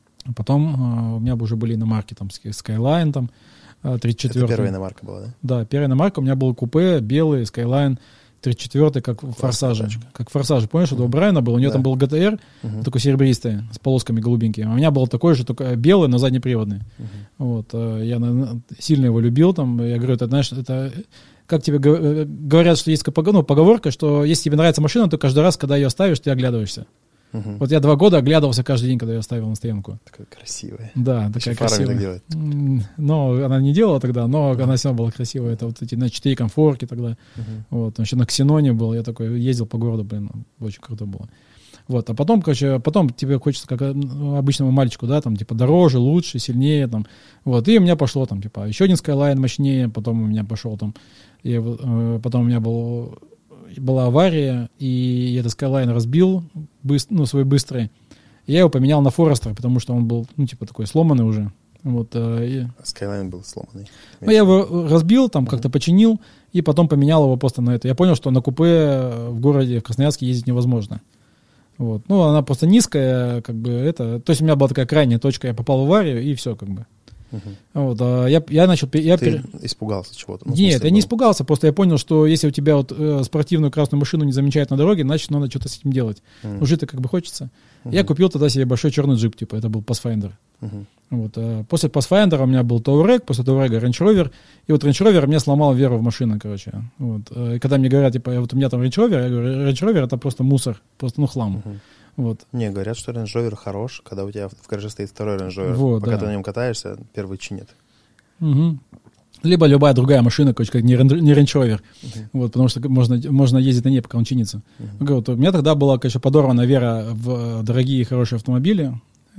Потом э, у меня уже были иномарки, там, Skyline, там, тридцать четыре. Это первая иномарка была, да? Да, первая иномарка. У меня был купе, белый, Skyline, тридцать четыре, как в «Форсаже». Тачка. Как в «Форсаже». Помнишь, это у Брайана был? У него Да. там был джи ти ар, Угу. такой серебристый, с полосками голубенькими. А у меня был такой же, только белый, но заднеприводный. Угу. Вот, э, я на- сильно его любил. Там, я говорю, это, знаешь, это... Как тебе го- говорят, что есть пог- ну, поговорка, что если тебе нравится машина, то каждый раз, когда ее ставишь, ты оглядываешься. Угу. Вот я два года оглядывался каждый день, когда ее ставил на стоянку. Такая красивая. Да, Еще такая фарами красивая. так делает. М, Ну, она не делала тогда, но она все равно была красивая. Это вот эти на четыре комфорки тогда. Мгм. Вот, он еще на Ксеноне был. Я такой ездил по городу, блин, очень круто было. Вот, а потом, короче, потом тебе хочется, как ну, обычному мальчику, да, там, типа, дороже, лучше, сильнее, там. Вот, и у меня пошло, там, типа, еще один Skyline мощнее, потом у меня пошел, там, и, э, потом у меня был, была авария, и этот Skyline разбил, быс- ну, свой быстрый. Я его поменял на Forester, потому что он был, ну, типа, такой сломанный уже. Вот, э, и- Skyline был сломанный. ну, я его разбил, там, как-то починил, и потом поменял его просто на это. Я понял, что на купе в городе, в Красноярске ездить невозможно. Вот. Ну, она просто низкая, как бы, это... То есть у меня была такая крайняя точка, я попал в аварию, и все, как бы. Мгм. Вот, а я, я начал... пе- Я Ты пер- испугался чего-то? Ну, в Нет, смысле, я не был- испугался, просто я понял, что если у тебя вот э, спортивную красную машину не замечают на дороге, значит, надо что-то с этим делать. Мгм. Ну, жить-то как бы хочется. Я купил тогда себе большой черный джип, типа, это был Pathfinder. Мгм. Вот, а после Pathfinder у меня был Touareg, после Touareg Range Rover, и вот Range Rover мне сломал веру в машину, короче. Вот. э, И когда мне говорят, типа, вот у меня там Range Rover, я говорю, Range Rover это просто мусор, просто, ну, хлам. Мгм. Вот. Не, говорят, что Range Rover хорош, когда у тебя в гараже стоит второй Range Rover. Вот, Пока да. ты на нем катаешься, первый чинит. Мгм. Либо любая другая машина, короче, как не Ren- не Range Rover. Мгм. Вот, потому что можно, можно ездить на ней, пока он чинится. Мгм. Я говорю, вот у меня тогда была, конечно, подорвана вера в дорогие и хорошие автомобили.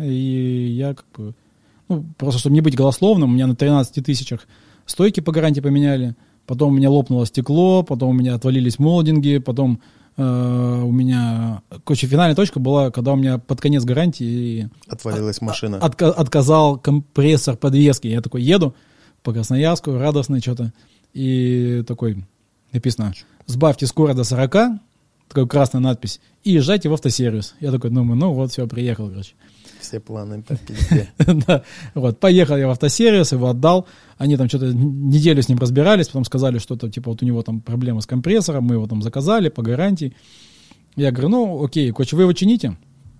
И я как бы... Ну, просто, чтобы не быть голословным, у меня на тринадцати тысячах стойки по гарантии поменяли. Потом у меня лопнуло стекло, потом у меня отвалились молдинги, потом э, у меня... Короче, финальная точка была, когда у меня под конец гарантии Отвалилась машина. отка- отказал компрессор подвески. Я такой еду по Красноярску, радостный что-то. И такой написано, сбавьте скорость до сорока, такая красная надпись, и езжайте в автосервис. Я такой думаю, ну вот, все, приехал, короче. Все планы по пизде. Да, вот, поехал я в автосервис, его отдал. Они там что-то неделю с ним разбирались, потом сказали, что это, типа, вот у него там проблема с компрессором, мы его там заказали по гарантии. Я говорю, ну, окей, короче, вы его чините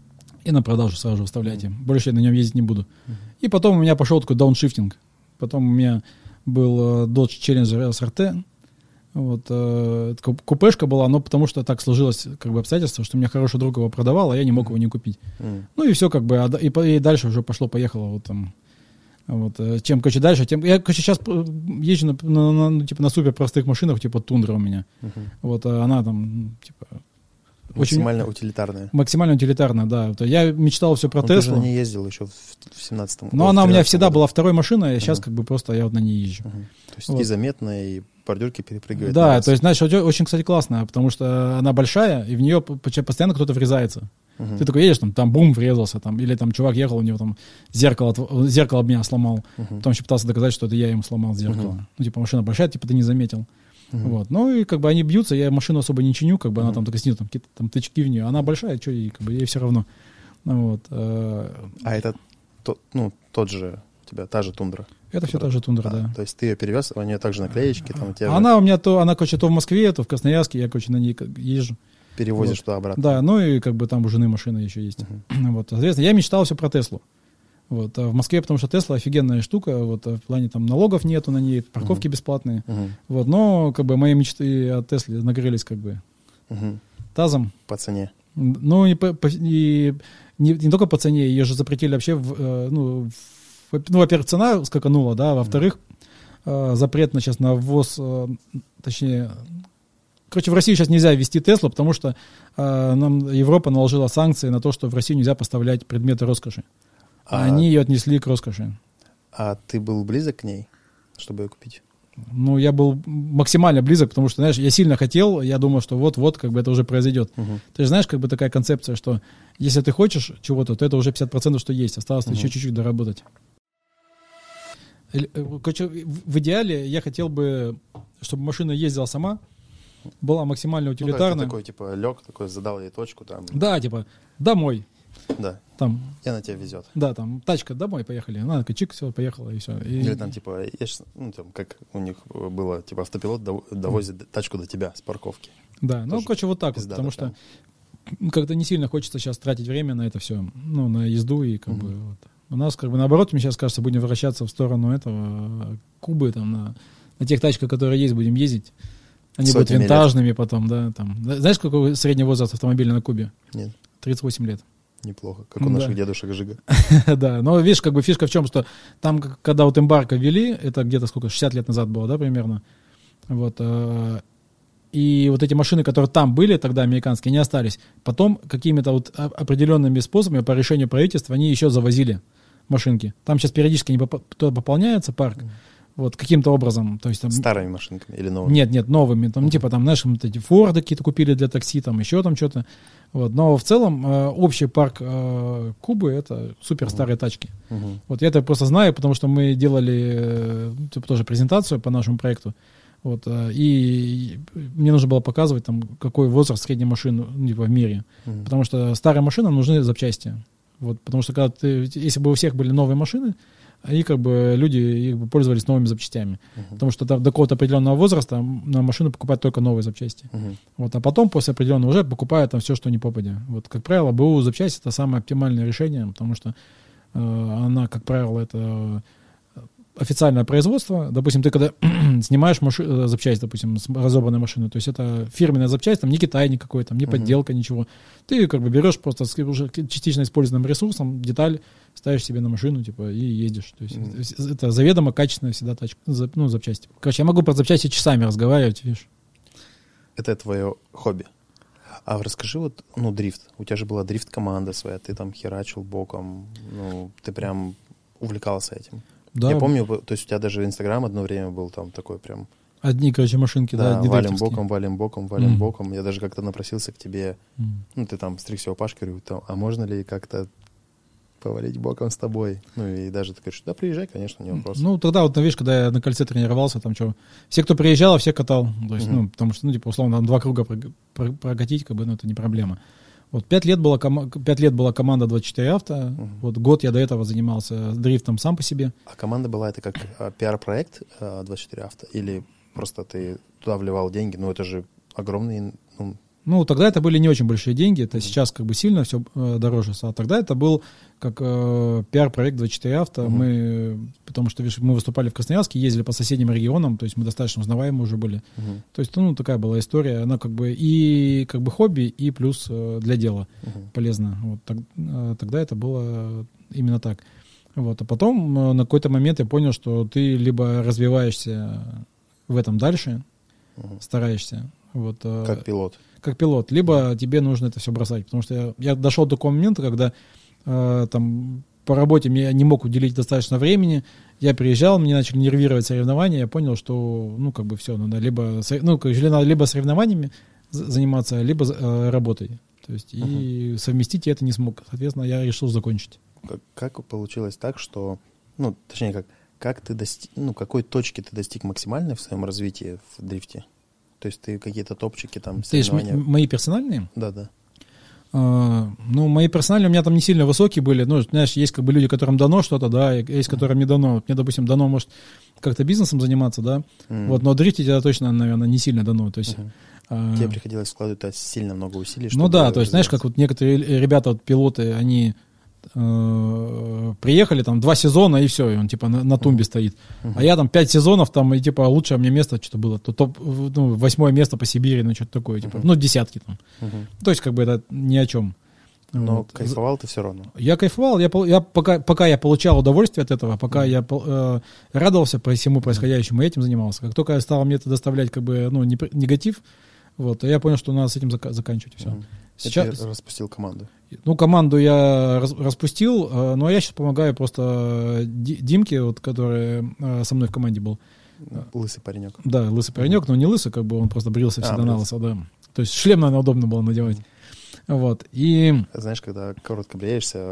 и на продажу сразу же выставляйте. Больше я на нем ездить не буду. И потом у меня пошел такой дауншифтинг. Потом у меня был э, Dodge Challenger эс эр ти. Вот, э, это ку- купешка была, но потому что так сложилось как бы обстоятельство, что у меня хороший друг его продавал, а я не мог его не купить. М. Ну и все как бы, а да- и, по- и дальше уже пошло-поехало вот там. Вот, э, чем, короче, дальше, тем... Я, короче, сейчас э, езжу на, на, на, ну, типа, на супер простых машинах, типа Тундра у меня. Мгм. Вот, а она там, типа, очень Максимально утилитарная. максимально утилитарная, да. Вот, я мечтал все про Ну, ты же Теслу, на ней ездил еще в в семнадцатом но ой, она в у меня тринадцатом всегда году. была второй машиной, а сейчас Мгм. как бы просто я вот на ней езжу. Мгм. То есть Вот. и заметная, и бордюрки перепрыгивает. Да, нравится. то есть, знаешь, очень, очень, кстати, классно, потому что она большая, и в нее по- по- постоянно кто-то врезается. Мгм. Ты такой едешь, там, там бум, врезался, там, или там чувак ехал, у него там зеркало, отв- зеркало об меня сломал. Мгм. Потом еще пытался доказать, что это я ему сломал зеркало. Мгм. Ну, типа, машина большая, типа, ты не заметил. Мгм. Вот. Ну, и как бы они бьются, я машину особо не чиню, как бы она Мгм. там только снизу, там какие-то там тычки в нее. Она большая, что ей, как бы, ей все равно. Ну, вот. э, А это тот, ну, тот же, у тебя та же тундра. Это все та же тундра, А, да. То есть ты ее перевез, у нее также наклеечки, там у тебя же Она у меня то, она, короче, то в Москве, то в Красноярске, я, короче, на ней как езжу. перевозишь вот. туда-обратно. Да, ну и как бы там у жены машина еще есть. Вот, соответственно, я мечтал все про Теслу. Вот, а в Москве, потому что Тесла офигенная штука, вот, а в плане там налогов нету на ней, парковки бесплатные. Мгм. Вот, но как бы мои мечты о Тесле накрылись как бы Мгм. тазом. По цене. Ну, и, по- по- и не, не только по цене, ее же запретили вообще, в, э, ну, в- ну, во-первых, цена скаканула, да, во-вторых, э, запрет на, сейчас на ввоз, э, точнее, короче, в Россию сейчас нельзя ввести Теслу, потому что э, нам Европа наложила санкции на то, что в Россию нельзя поставлять предметы роскоши. А А- они ее отнесли к роскоши. А ты был близок к ней, чтобы ее купить? Ну, я был максимально близок, потому что, знаешь, я сильно хотел, я думал, что вот-вот, как бы это уже произойдет. Мгм. Ты же знаешь, как бы такая концепция, что если ты хочешь чего-то, то это уже пятьдесят процентов, что есть. Осталось Мгм. еще чуть-чуть доработать. Короче, в идеале я хотел бы, чтобы машина ездила сама, была максимально утилитарная. Ну, такой, типа, лег, такой, задал ей точку там. Да, типа, домой. Да. Там. И она тебя везет. Да, там, тачка, домой, поехали. Она такая, чик, все, поехала, и все. И... Или там, типа, я сейчас, ну, там, как у них было, типа, автопилот довозит mm. тачку до тебя с парковки. Да, ну, короче, вот так вот, потому что как-то не сильно хочется сейчас тратить время на это все, ну, на езду и как mm-hmm. бы вот. У нас, как бы, наоборот, мне сейчас кажется, будем вращаться в сторону этого Кубы, там, на, на тех тачках, которые есть, будем ездить. Они Сотнями будут винтажными лет. Потом, да, там. Знаешь, какой средний возраст автомобиля на Кубе? Нет. тридцать восемь лет. Неплохо, как у да. наших дедушек Жига. Да, но видишь, как бы фишка в чем, что там, когда вот Эмбарко ввели, это где-то сколько, шестьдесят лет назад было, да, примерно, вот, и вот эти машины, которые там были тогда, американские, не остались. Потом какими-то вот определенными способами по решению правительства они еще завозили машинки. Там сейчас периодически туда пополняется парк, вот, каким-то образом. То есть, там, старыми машинками или новыми? Нет, нет, новыми. Там, uh-huh. типа, там, знаешь, вот эти Форды какие-то купили для такси, там еще там что-то. Вот. Но в целом э, общий парк э, Кубы — это супер старые uh-huh. тачки. Uh-huh. Вот я это просто знаю, потому что мы делали э, типа, тоже презентацию по нашему проекту. Вот, э, и мне нужно было показывать, там, какой возраст средней машины типа, в мире. Uh-huh. Потому что старым машинам нужны запчасти. Вот, потому что когда ты, если бы у всех были новые машины, они как бы люди их бы пользовались новыми запчастями. Uh-huh. Потому что до, до какого-то определенного возраста на машину покупают только новые запчасти. Uh-huh. Вот, а потом, после определенного, уже покупают там все, что не попадя. Вот, как правило, БУ запчасти — это самое оптимальное решение, потому что э, она, как правило, это официальное производство. Допустим, ты когда снимаешь маши- запчасть, допустим, с разобранной машины, то есть это фирменная запчасть, там не Китай никакой, там не uh-huh. подделка, ничего. Ты как бы берешь просто с уже частично использованным ресурсом деталь, ставишь себе на машину, типа, и ездишь. То есть mm. это заведомо качественная всегда тачка, ну, запчасти. Короче, я могу про запчасти часами разговаривать, видишь. Это твое хобби. А расскажи вот, ну, дрифт. У тебя же была дрифт-команда своя, ты там херачил боком, ну, ты прям увлекался этим. Да. Я помню, то есть у тебя даже Инстаграм одно время был там такой прям... Одни, короче, машинки, да, да валим боком, валим боком, валим mm. боком. Я даже как-то напросился к тебе, mm. ну, ты там стригся у Пашки, говорю, там, а можно ли как-то повалить боком с тобой? Ну, и даже ты говоришь, да, приезжай, конечно, не вопрос. Ну, тогда вот, видишь, когда я на кольце тренировался, там что, все, кто приезжал, все катал. То есть, mm-hmm. ну, потому что, ну, типа, условно, там два круга прокатить, как бы, ну, это не проблема. Вот пять лет была, ком- пять лет была команда двадцать четыре авто, uh-huh. вот год я до этого занимался дрифтом сам по себе. А команда была это как а, пиар-проект а, двадцать четыре авто или просто ты туда вливал деньги? Ну это же огромный... Ну, ну тогда это были не очень большие деньги, это uh-huh. сейчас как бы сильно все э, дороже. А тогда это был как э, пиар-проект двадцать четыре авто. Uh-huh. Мы, потому что видишь, мы выступали в Красноярске, ездили по соседним регионам, то есть мы достаточно узнаваемы уже были. Uh-huh. То есть ну такая была история, она как бы и как бы хобби, и плюс э, для дела uh-huh. полезно. Вот так, э, тогда это было именно так. Вот. А потом э, на какой-то момент я понял, что ты либо развиваешься в этом дальше, uh-huh. стараешься. Вот, э, как пилот. Как пилот, либо тебе нужно это все бросать. Потому что я, я дошел до такого момента, когда э, там, по работе мне не мог уделить достаточно времени, я приезжал, мне начали нервировать соревнования, я понял, что, ну, как бы все, надо либо, ну, надо либо соревнованиями заниматься, либо э, работой. То есть, uh-huh. и совместить я это не смог. Соответственно, я решил закончить. Как, как получилось так, что, ну, точнее, как, как ты достиг, ну, какой точки ты достиг максимальной в своем развитии в дрифте? То есть ты какие-то топчики там... Ты м- мои персональные? Да, да. А, ну, мои персональные у меня там не сильно высокие были. Ну, знаешь, есть как бы люди, которым дано что-то, да, есть которым не дано. Мне, допустим, дано, может, как-то бизнесом заниматься, да. Mm. Вот, но дрифтить это точно, наверное, не сильно дано. То есть... Uh-huh. А... Тебе приходилось вкладывать сильно много усилий, чтобы... Ну да, то есть, знаешь, как вот некоторые ребята, вот, пилоты, они... приехали, там, два сезона, и все, и он, типа, на, на тумбе uh-huh. стоит. Uh-huh. А я там пять сезонов, там, и, типа, лучшее мне место что-то было, то топ, ну, восьмое место по Сибири, ну, что-то такое, типа, uh-huh. ну, десятки там. Uh-huh. То есть, как бы, это ни о чем. Но вот. Кайфовал ты все равно? Я кайфовал, я, я, пока, пока я получал удовольствие от этого, пока uh-huh. я э, радовался по всему происходящему, uh-huh. и этим занимался. Как только я стал мне это доставлять, как бы, ну, негатив, вот, я понял, что надо с этим зак- заканчивать, все. Uh-huh. Сейчас... Ты распустил команду? Ну, команду я рас, распустил, э, но я сейчас помогаю просто Димке, вот, который э, со мной в команде был. Лысый паренек. Да, лысый паренек, но не лысый, как бы он просто брился всегда а, на лысо, да. То есть шлем, наверное, удобно было надевать. Вот, и... Знаешь, когда коротко бреешься,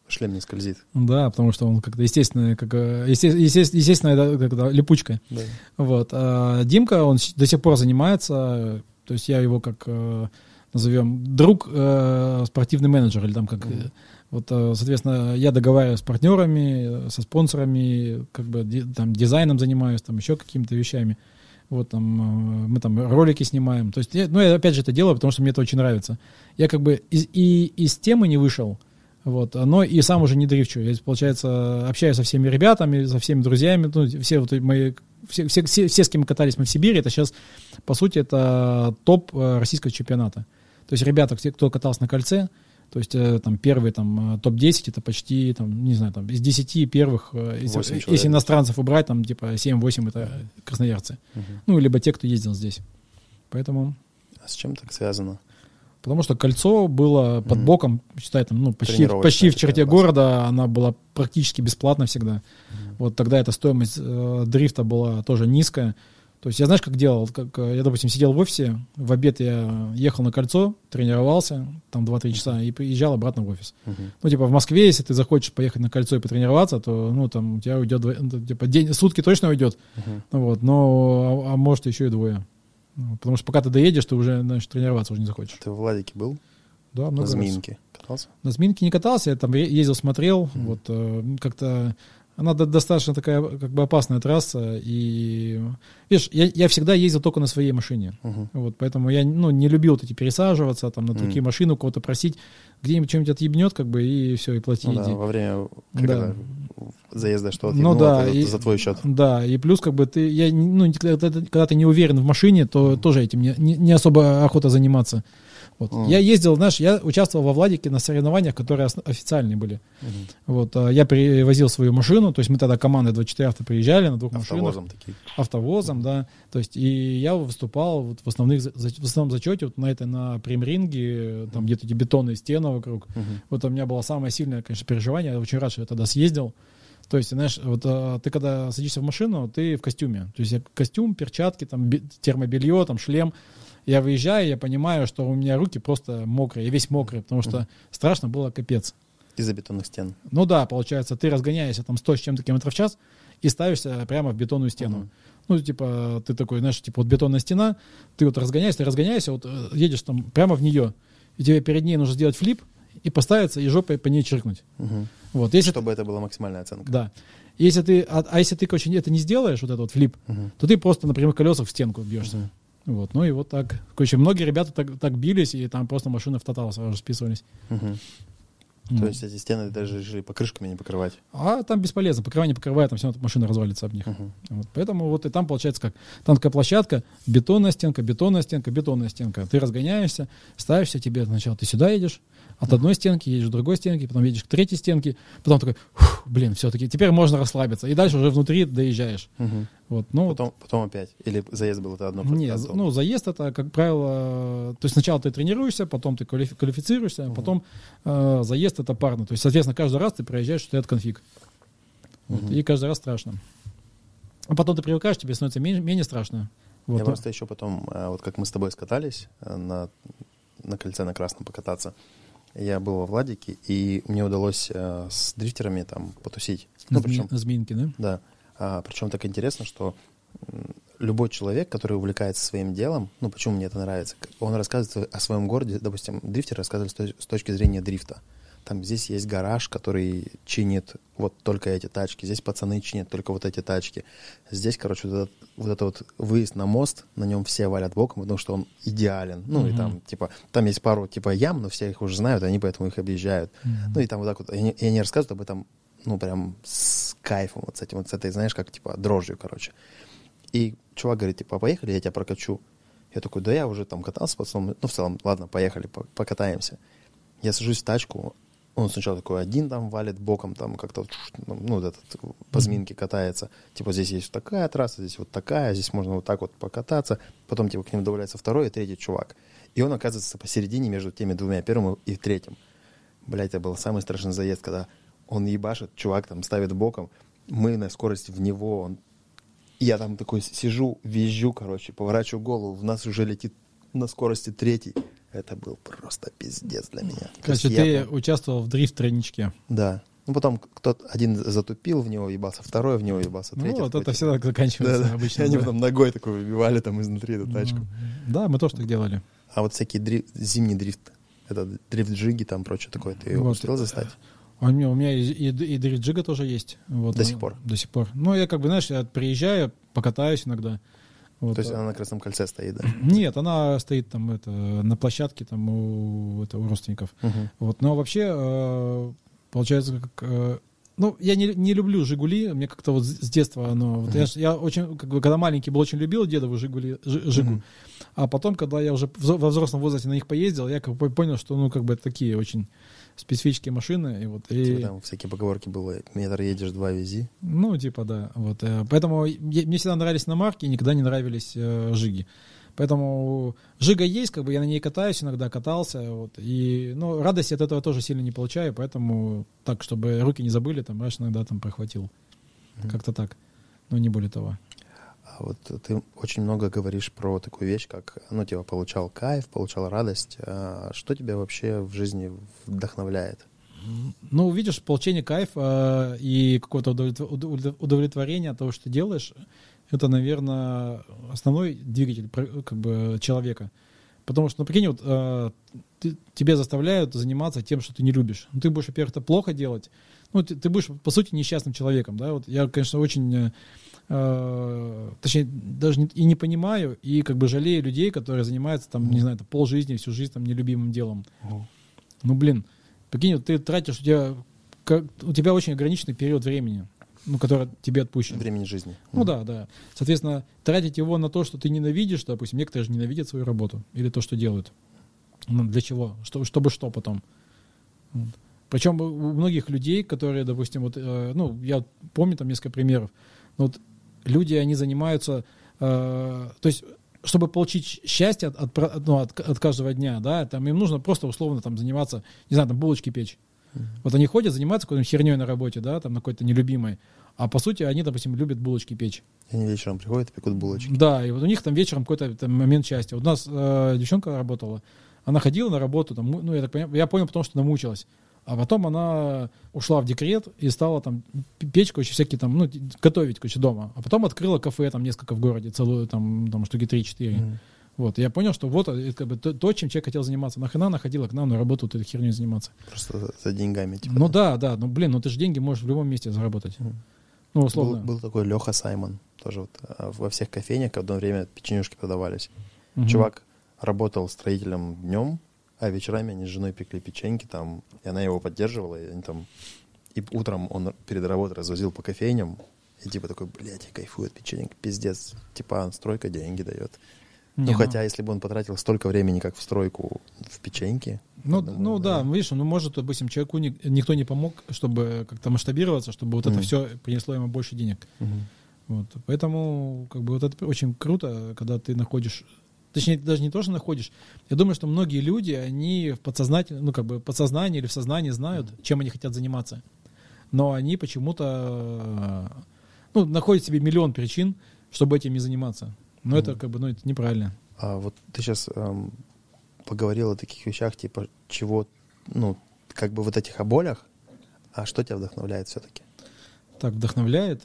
шлем не скользит. Да, потому что он как-то естественно, как, естественно, естественно это как-то липучка. Да. Вот. А Димка, он до сих пор занимается, то есть я его как назовем друг, спортивный менеджер или там как... Mm-hmm. Вот, соответственно, я договариваюсь с партнерами, со спонсорами, как бы там дизайном занимаюсь, там еще какими-то вещами. Вот там мы там ролики снимаем. То есть, я, ну, я опять же это делаю, потому что мне это очень нравится. Я как бы из, и из темы не вышел, вот, но и сам уже не дрифчу. Я, получается, общаюсь со всеми ребятами, со всеми друзьями. Ну, все вот мои, все, все, все, все, с кем мы катались мы в Сибири, это сейчас, по сути, это топ российского чемпионата. То есть ребята, кто катался на кольце, то есть там первые там топ десять это почти там, не знаю, там из десяти первых, если, если иностранцев убрать, там типа семь-восемь это красноярцы. Uh-huh. Ну, либо те, кто ездил здесь. Поэтому... А с чем так связано? Потому что кольцо было под uh-huh. боком, считай, там, ну, почти, почти в черте класс. Города, она была практически бесплатна всегда. Uh-huh. Вот тогда эта стоимость э, дрифта была тоже низкая. То есть я, знаешь, как делал? Как, я, допустим, сидел в офисе, в обед я ехал на кольцо, тренировался, там два-три часа, и приезжал обратно в офис. Uh-huh. Ну, типа, в Москве, если ты захочешь поехать на кольцо и потренироваться, то, ну, там, у тебя уйдет, типа, день, сутки точно уйдет, uh-huh. вот, но, а, а может, еще и двое. Потому что пока ты доедешь, ты уже, знаешь, тренироваться уже не захочешь. Ты в Владике был? Да, много На Змеинке раз. Катался? На Змеинке не катался, я там ездил, смотрел, uh-huh. вот, э, как-то... Она достаточно такая как бы опасная трасса, и видишь, я, я всегда ездил только на своей машине, uh-huh. вот, поэтому я ну, не любил вот эти пересаживаться, там, на uh-huh. такие машины, у кого-то просить, где-нибудь что-нибудь отъебнет, как бы, и все, и плати. Ну, да, во время когда да. заезда что-то ну, да, это и, за твой счет. Да, и плюс, как бы, ты, я, ну, когда, когда ты не уверен в машине, то uh-huh. тоже этим не, не, не особо охота заниматься. Вот. Mm. Я ездил, знаешь, я участвовал во Владике на соревнованиях, которые официальные были. Mm-hmm. Вот, я привозил свою машину, то есть мы тогда командой двадцать четыре авто приезжали на двух Автовозом машинах. Такие. Автовозом, mm-hmm. да. То есть и я выступал вот в, основных, в основном зачете вот на этой, на прем-ринге, там mm-hmm. где-то эти бетонные стены вокруг. Mm-hmm. Вот у меня было самое сильное, конечно, переживание. Я очень рад, что я тогда съездил. То есть, знаешь, вот ты когда садишься в машину, ты в костюме. То есть костюм, перчатки, там термобелье, там шлем. Я выезжаю, я понимаю, что у меня руки просто мокрые, я весь мокрый, потому что uh-huh. страшно было капец. Из-за бетонных стен. Ну да, получается, ты разгоняешься там сто с чем-то километров в час и ставишься прямо в бетонную стену. Uh-huh. Ну, типа, ты такой, знаешь, типа, вот бетонная стена, ты вот разгоняешься, ты разгоняешься, вот едешь там прямо в нее, и тебе перед ней нужно сделать флип и поставиться, и жопой по ней чиркнуть. Uh-huh. Вот, если Чтобы это была максимальная оценка. Да. Если ты, а, а если ты, короче, это не сделаешь, вот этот вот флип, uh-huh. то ты просто на прямых колесах в стенку бьешься. Uh-huh. Вот, ну и вот так. Короче, многие ребята так, так бились, и там просто машины в тотал сразу же списывались. Угу. Mm. То есть эти стены даже решили покрышками не покрывать? А там бесполезно. Покрывай, не покрывай, там все равно машина развалится об них. Uh-huh. Вот, поэтому вот и там получается как? Там такая площадка, бетонная стенка, бетонная стенка, бетонная стенка. Ты разгоняешься, ставишься, тебе сначала ты сюда едешь, от одной стенки едешь к другой стенке, потом едешь к третьей стенке, потом такой, блин, все-таки теперь можно расслабиться. И дальше уже внутри доезжаешь. Uh-huh. Вот, ну, потом, потом опять? Или заезд был это одно? Нет, ну заезд это, как правило, то есть сначала ты тренируешься, потом ты квалифицируешься, uh-huh. потом э, заезд это парно. То есть, соответственно, каждый раз ты проезжаешь, что это конфиг. Uh-huh. Вот, и каждый раз страшно. А потом ты привыкаешь, тебе становится менее, менее страшно. Вот. Я просто еще потом, вот как мы с тобой скатались на, на кольце на красном покататься, я был во Владике, и мне удалось э, с дрифтерами там потусить. На, ну, причем, на Змеинке, да? Да. А, причем так интересно, что любой человек, который увлекается своим делом, ну, почему мне это нравится, он рассказывает о своем городе, допустим, дрифтер рассказывает с, той, с точки зрения дрифта. Там здесь есть гараж, который чинит вот только эти тачки, здесь пацаны чинят только вот эти тачки. Здесь, короче, вот этот вот, это вот выезд на мост, на нем все валят боком, потому что он идеален. Ну, mm-hmm. и там, типа, там есть пару, типа, ям, но все их уже знают, они поэтому их объезжают. Mm-hmm. Ну, и там вот так вот, и они, и они рассказывают об этом, ну, прям с кайфом, вот с этим, вот с этой, знаешь, как, типа, дрожью, короче. И чувак говорит, типа, поехали, я тебя прокачу. Я такой, да я уже там катался, пацаном, ну, в целом, ладно, поехали, покатаемся. Я сажусь в тачку, он сначала такой один там валит боком, там как-то, ну, этот, по Змеинке катается. Типа, здесь есть такая трасса, здесь вот такая, здесь можно вот так вот покататься. Потом, типа, к ним добавляется второй и третий чувак. И он оказывается посередине между теми двумя, первым и третьим. Блять, это был самый страшный заезд, когда он ебашит, чувак там ставит боком, мы на скорости в него, он... я там такой сижу, визжу, короче, поворачиваю голову, в нас уже летит на скорости третий. это был просто пиздец для меня. Короче, ты я... участвовал в дрифт-тройничке. Да. Ну, потом кто-то один затупил, в него въебался, второй в него въебался, третий. Ну, вот это всегда заканчивается да, обычно. И они да. потом ногой такой выбивали там изнутри эту тачку. Да, мы тоже так делали. А вот всякие дрифт, зимний дрифт, это дрифт-джиги, там прочее такое, ты вот. успел застать? У меня, у меня и, и, и дрифт-джига тоже есть. Вот, до сих пор? До сих пор. Ну, я как бы, знаешь, я приезжаю, покатаюсь иногда. Вот. То есть она на Красном кольце стоит, да? Нет, она стоит там это, на площадке там у, это, у родственников. Угу. Вот. Но вообще, получается, как... Ну, я не, не люблю «Жигули», мне как-то вот с детства оно... Вот uh-huh. я, я очень, как бы, когда маленький был, очень любил дедову «Жигули», «Жигу». Uh-huh. А потом, когда я уже во взрослом возрасте на них поездил, я как бы понял, что, ну, как бы, такие очень специфические машины. И вот, и... Там всякие поговорки было, метр едешь, два вези. Ну, типа, да. Вот. Поэтому я, мне всегда нравились иномарки, никогда не нравились э, «Жиги». Поэтому «Жига» есть, как бы я на ней катаюсь, иногда катался. Вот, и, ну, радости от этого тоже сильно не получаю, поэтому так, чтобы руки не забыли, там, раз иногда там прохватил. Mm-hmm. Как-то так, но не более того. А вот ты очень много говоришь про такую вещь, как, ну, типа, получал кайф, получал радость. А что тебя вообще в жизни вдохновляет? Ну, видишь, получение кайфа и какое-то удовлетворение от того, что ты делаешь, это, наверное, основной двигатель как бы, человека. Потому что, ну, прикинь, вот, э, ты, тебя заставляют заниматься тем, что ты не любишь. Ну, ты будешь, во-первых, это плохо делать. Ну, ты, ты будешь, по сути, несчастным человеком. Да? Вот я, конечно, очень, э, точнее, даже не, и не понимаю, и как бы жалею людей, которые занимаются, там, не знаю, полжизни, всю жизнь там, нелюбимым делом. Mm. Ну, блин, прикинь, вот ты тратишь, у тебя, как, у тебя очень ограниченный период времени, ну, который тебе отпущен. Времени жизни. Ну, mm. да, да. Соответственно, тратить его на то, что ты ненавидишь, допустим, некоторые же ненавидят свою работу или то, что делают. Ну, для чего? Чтобы, чтобы что потом? Вот. Причем у многих людей, которые, допустим, вот, э, ну, я помню там несколько примеров, но вот люди, они занимаются, э, то есть, чтобы получить счастье от, от, ну, от, от каждого дня, да, там им нужно просто условно там заниматься, не знаю, там булочки печь. Mm-hmm. Вот они ходят, занимаются какой-то херней на работе, да, там на какой-то нелюбимой, а по сути они, допустим, любят булочки печь. И они вечером приходят и пекут булочки. Да, и вот у них там вечером какой-то там момент счастья. Вот у нас э, девчонка работала, она ходила на работу, там, ну, я так понимаю, я понял, потому что она мучилась. А потом она ушла в декрет и стала там печь, короче, всякие там, ну, готовить, короче, дома. А потом открыла кафе там несколько в городе, целую там, там штуки три-четыре. Mm. Вот, и я понял, что вот это как бы то, то, чем человек хотел заниматься. Нахрена она ходила к нам на работу вот этой херней заниматься? Просто за деньгами, типа. Ну да, да, ну блин, ну ты же деньги можешь в любом месте заработать. Mm. Ну, условно. Был, был такой Леха Саймон, тоже вот во всех кофейнях в одно время печенюшки продавались. Mm-hmm. Чувак работал строителем днем, а вечерами они с женой пекли печеньки там, и она его поддерживала, и они там, и утром он перед работой развозил по кофейням, и типа такой, блядь, я кайфую от печенек, пиздец, типа стройка деньги дает. Не, ну, ну, хотя, если бы он потратил столько времени, как в стройку, в печеньки. Ну, думаю, ну да, да, видишь, ну, может, допустим, человеку ни, никто не помог, чтобы как-то масштабироваться, чтобы вот mm-hmm. это все принесло ему больше денег. Mm-hmm. Вот. Поэтому, как бы, вот это очень круто, когда ты находишь. Точнее, даже не то, что находишь. Я думаю, что многие люди, они в подсознательном, ну, как бы, подсознании или в сознании знают, чем они хотят заниматься. Но они почему-то, ну, находят себе миллион причин, чтобы этим не заниматься. Но mm-hmm. это, как бы, ну, это неправильно. А вот ты сейчас эм, поговорил о таких вещах, типа, чего, ну, как бы вот этих о болях, а что тебя вдохновляет все-таки? Так, вдохновляет?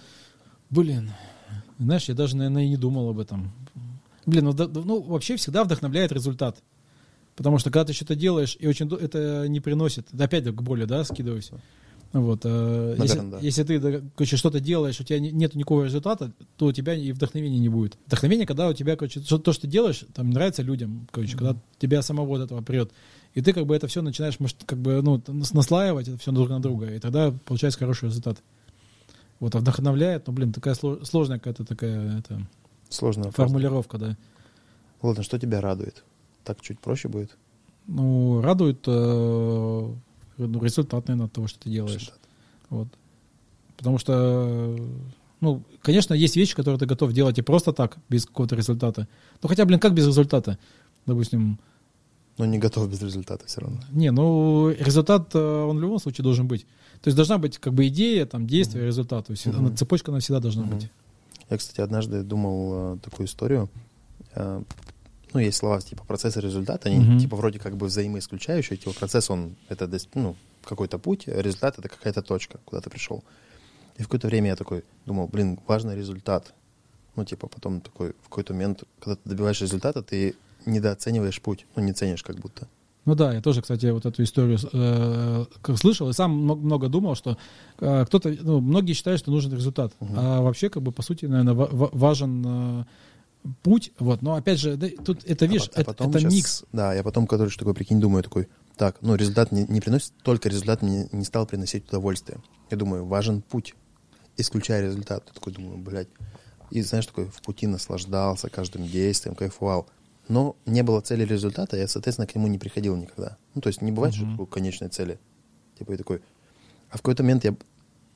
Блин, знаешь, я даже, наверное, и не думал об этом. Блин, ну, да, ну вообще всегда вдохновляет результат. Потому что когда ты что-то делаешь, и очень это не приносит, опять к боли, да, скидываюсь. Вот, э, Наверное, если, да. если ты, короче, что-то делаешь, у тебя нет никакого результата, то у тебя и вдохновения не будет. Вдохновение, когда у тебя, короче, то, что ты делаешь, там нравится людям, короче, mm-hmm. когда тебя самого от этого прет. И ты как бы это все начинаешь, может, как бы, ну, наслаивать это все друг на друга, и тогда получается хороший результат. Вот, а вдохновляет, ну, блин, такая сложная какая-то такая это, сложная формулировка, да. Ладно, что тебя радует? Так чуть проще будет? Ну, радует э, ну, результат, наверное, от того, что ты делаешь. Результат. Вот. Потому что, ну, конечно, есть вещи, которые ты готов делать и просто так, без какого-то результата. Ну, хотя, блин, как без результата? Допустим... Но не готов без результата все равно. Не, ну, результат, он в любом случае должен быть. То есть должна быть как бы идея, там, действие, mm-hmm. результат. То есть mm-hmm. цепочка, она всегда должна mm-hmm. быть. Я, кстати, однажды думал э, такую историю. Э, ну, есть слова типа процесс и результат, они Мгм. типа вроде как бы взаимоисключающие. Типа процесс, он это дос- ну, какой-то путь, а результат это какая-то точка, куда ты пришел. И в какое-то время я такой думал, блин, важный результат. Ну, типа потом такой, в какой-то момент, когда ты добиваешь результата, ты недооцениваешь путь, ну, не ценишь как будто. Ну да, я тоже, кстати, вот эту историю э, как слышал и сам много, много думал, что э, кто-то, ну, многие считают, что нужен результат, Мгм. а вообще, как бы, по сути, наверное, ва- ва- важен э, путь, вот, но опять же, да, тут это, видишь, а, это, потом это щас- микс. Да, я потом, который такой, прикинь, думаю, такой, так, ну, результат не, не приносит, только результат мне не стал приносить удовольствие. Я думаю, важен путь, исключая результат. Я такой думаю, блядь. И, знаешь, такой в пути наслаждался каждым действием, кайфовал. Но не было цели результата, я, соответственно, к нему не приходил никогда. Ну, то есть не бывает, Мгм. что такой конечной цели. Типа и такой. А в какой-то момент я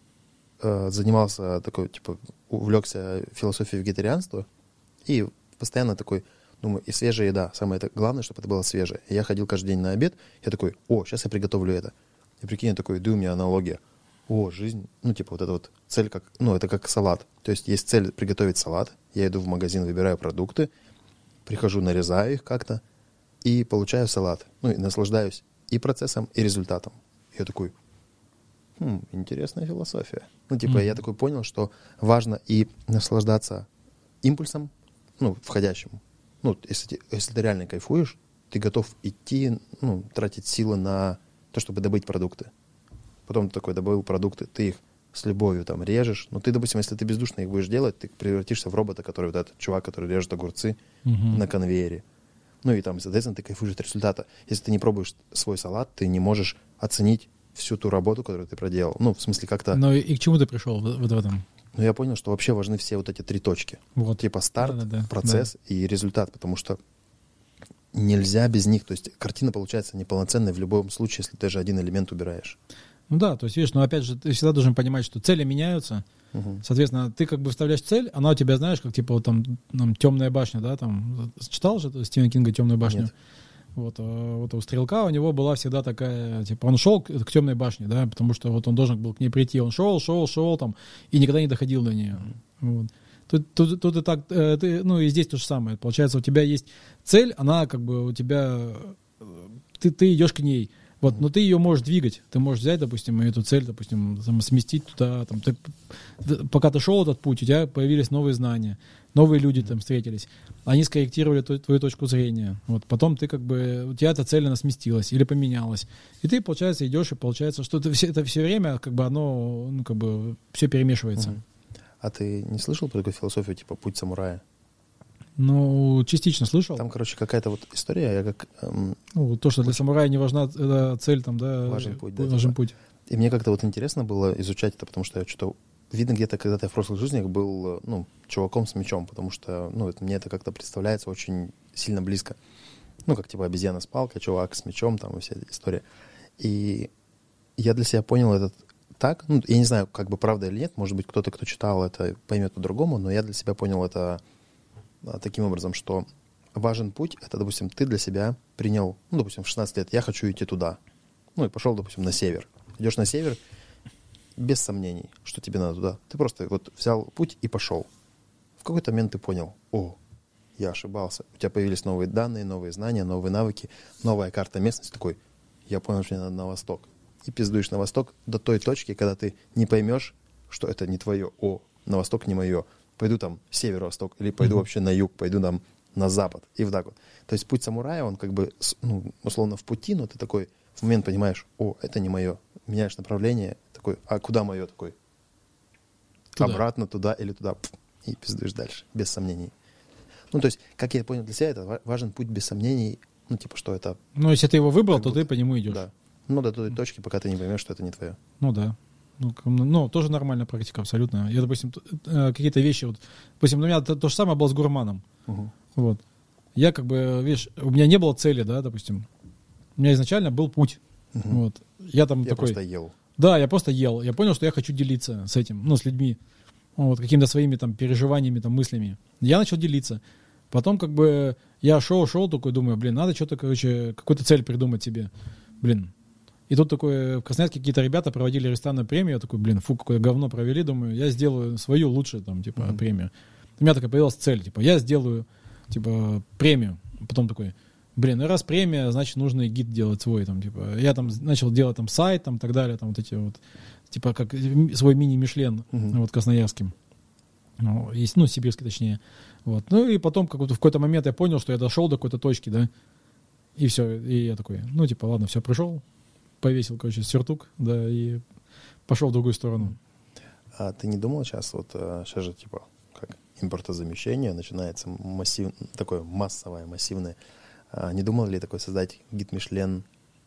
э, занимался такой, типа, увлекся философией вегетарианства и постоянно такой, думаю, и свежая еда. Самое это главное, чтобы это было свежее. И я ходил каждый день на обед, я такой, о, сейчас я приготовлю это. И прикинь, я такой, иду, у меня аналогия. О, жизнь, ну, типа, вот эта вот цель, как, ну, это как салат. То есть есть цель приготовить салат, я иду в магазин, выбираю продукты, прихожу, нарезаю их как-то и получаю салат. Ну, и наслаждаюсь и процессом, и результатом. Я такой, хм, интересная философия. Ну, типа, Мгм. я такой понял, что важно и наслаждаться импульсом, ну, входящим. Ну, если, ты- если ты реально кайфуешь, ты готов идти, ну, тратить силы на то, чтобы добыть продукты. Потом ты такой добыл продукты, ты их с любовью там режешь. Но ты, допустим, если ты бездушно их будешь делать, ты превратишься в робота, который вот этот чувак, который режет огурцы Мгм. на конвейере. Ну и там, соответственно, ты кайфуешь от результата. Если ты не пробуешь свой салат, ты не можешь оценить всю ту работу, которую ты проделал. Ну, в смысле, как-то... Ну и, и к чему ты пришел вот, вот в этом? Но я понял, что вообще важны все вот эти три точки. Вот. Типа старт, Да-да-да, процесс и результат, потому что нельзя без них. То есть картина получается неполноценной в любом случае, если ты же один элемент убираешь. Ну да, то есть, видишь, но опять же, ты всегда должен понимать, что цели меняются. Мгм. Соответственно, ты как бы вставляешь цель, она у тебя, знаешь, как типа вот там, там «Темная башня», да, там, читал же Стивена Кинга «Темную башню»? Нет. Вот, а вот у Стрелка у него была всегда такая, типа, он шел к, к «Темной башне», да, потому что вот он должен был к ней прийти, он шел, шел, шел там, и никогда не доходил до нее. Вот. Тут, тут, тут и так, э, ты, ну и здесь то же самое. Получается, у тебя есть цель, она как бы у тебя, э, ты, ты идешь к ней. Вот, но ты ее можешь двигать. Ты можешь взять, допустим, эту цель, допустим, там, сместить туда. Там, ты, пока ты шел этот путь, у тебя появились новые знания, новые люди там встретились. Они скорректировали твою, твою точку зрения. Вот, потом ты как бы, у тебя эта цель, она сместилась или поменялась. И ты, получается, идешь, и получается, что это все, это все время, как бы оно, ну, как бы, все перемешивается. Мгм. А ты не слышал про такую философию, типа «Путь самурая»? Ну, частично слышал. Там, короче, какая-то вот история, я как... эм, Ну, то, что для самурая не важна э, цель, там, да, Важен путь, да, важен типа. путь. И мне как-то вот интересно было изучать это, потому что я что-то... Видно, где-то когда-то я в прошлых жизнях был, э, ну, чуваком с мечом, потому что, ну, это, мне это как-то представляется очень сильно близко. Ну, как типа обезьяна с палкой, чувак с мечом, там, и вся эта история. И я для себя понял этот так, ну, я не знаю, как бы правда или нет, может быть, кто-то, кто читал это, поймет по-другому, но я для себя понял это а, таким образом, что важен путь, это, допустим, ты для себя принял, ну, допустим, в шестнадцать лет, я хочу идти туда, ну, и пошел, допустим, на север. Идешь на север без сомнений, что тебе надо туда. Ты просто вот взял путь и пошел. В какой-то момент ты понял, о, я ошибался. У тебя появились новые данные, новые знания, новые навыки, новая карта местности. Такой, я понял, что мне надо на восток. И пиздуешь на восток до той точки, когда ты не поймешь, что это не твое. О, на восток не мое. Пойду там северо-восток, или пойду Мгм. вообще на юг, пойду там на запад. И вот так вот. То есть путь самурая, он как бы, с- ну, условно, в пути, но ты такой в момент понимаешь, о, это не мое. Меняешь направление, такой, а куда мое? Такой, Туда. обратно туда или туда. Пф, и пиздуешь дальше, без сомнений. Ну, то есть, как я понял для себя, это ва- важен путь без сомнений. Ну, типа, что это... Ну, если ты его выбрал, Как то будто- ты по нему идешь. Да. Ну, до той точки, пока ты не поймешь, что это не твое. Ну да. Ну, к- ну, тоже нормальная практика, абсолютно. Я, допустим, т- э, какие-то вещи, вот, допустим, у меня то, то же самое было с гурманом. Вот. Я как бы, видишь, у меня не было цели, да, допустим. У меня изначально был путь. Мгм. Вот. Я там Я такой... просто ел. Да, я просто ел. Я понял, что я хочу делиться с этим, ну, с людьми. Вот, какими-то своими там переживаниями, там, мыслями. Я начал делиться. Потом как бы я шел-шел, такой думаю, блин, надо что-то, короче, какую-то цель придумать себе. Блин. И тут такой в Красноярске какие-то ребята проводили ресторанную премию. Я такой, блин, фу, какое говно провели. Думаю, я сделаю свою лучше, там, типа, Мгм. премию. У меня такая появилась цель, типа, я сделаю, типа, премию. Потом такой, блин, ну раз премия, значит, нужно и гид делать свой, там, типа, я там начал делать там сайт, там, и так далее, там, вот эти вот, типа, как свой мини-Мишлен, uh-huh. вот, красноярским, ну, есть, ну, сибирский, точнее, вот, ну, и потом, как вот в какой-то момент я понял, что я дошел до какой-то точки, да, и все, и я такой, ну, типа, ладно, все, пришел, повесил, короче, сюртук, да, и пошел в другую сторону. А ты не думал сейчас, вот, сейчас же, типа, как импортозамещение, начинается массив, такое массовое, массивное. А не думал ли такой создать гид Мишлен?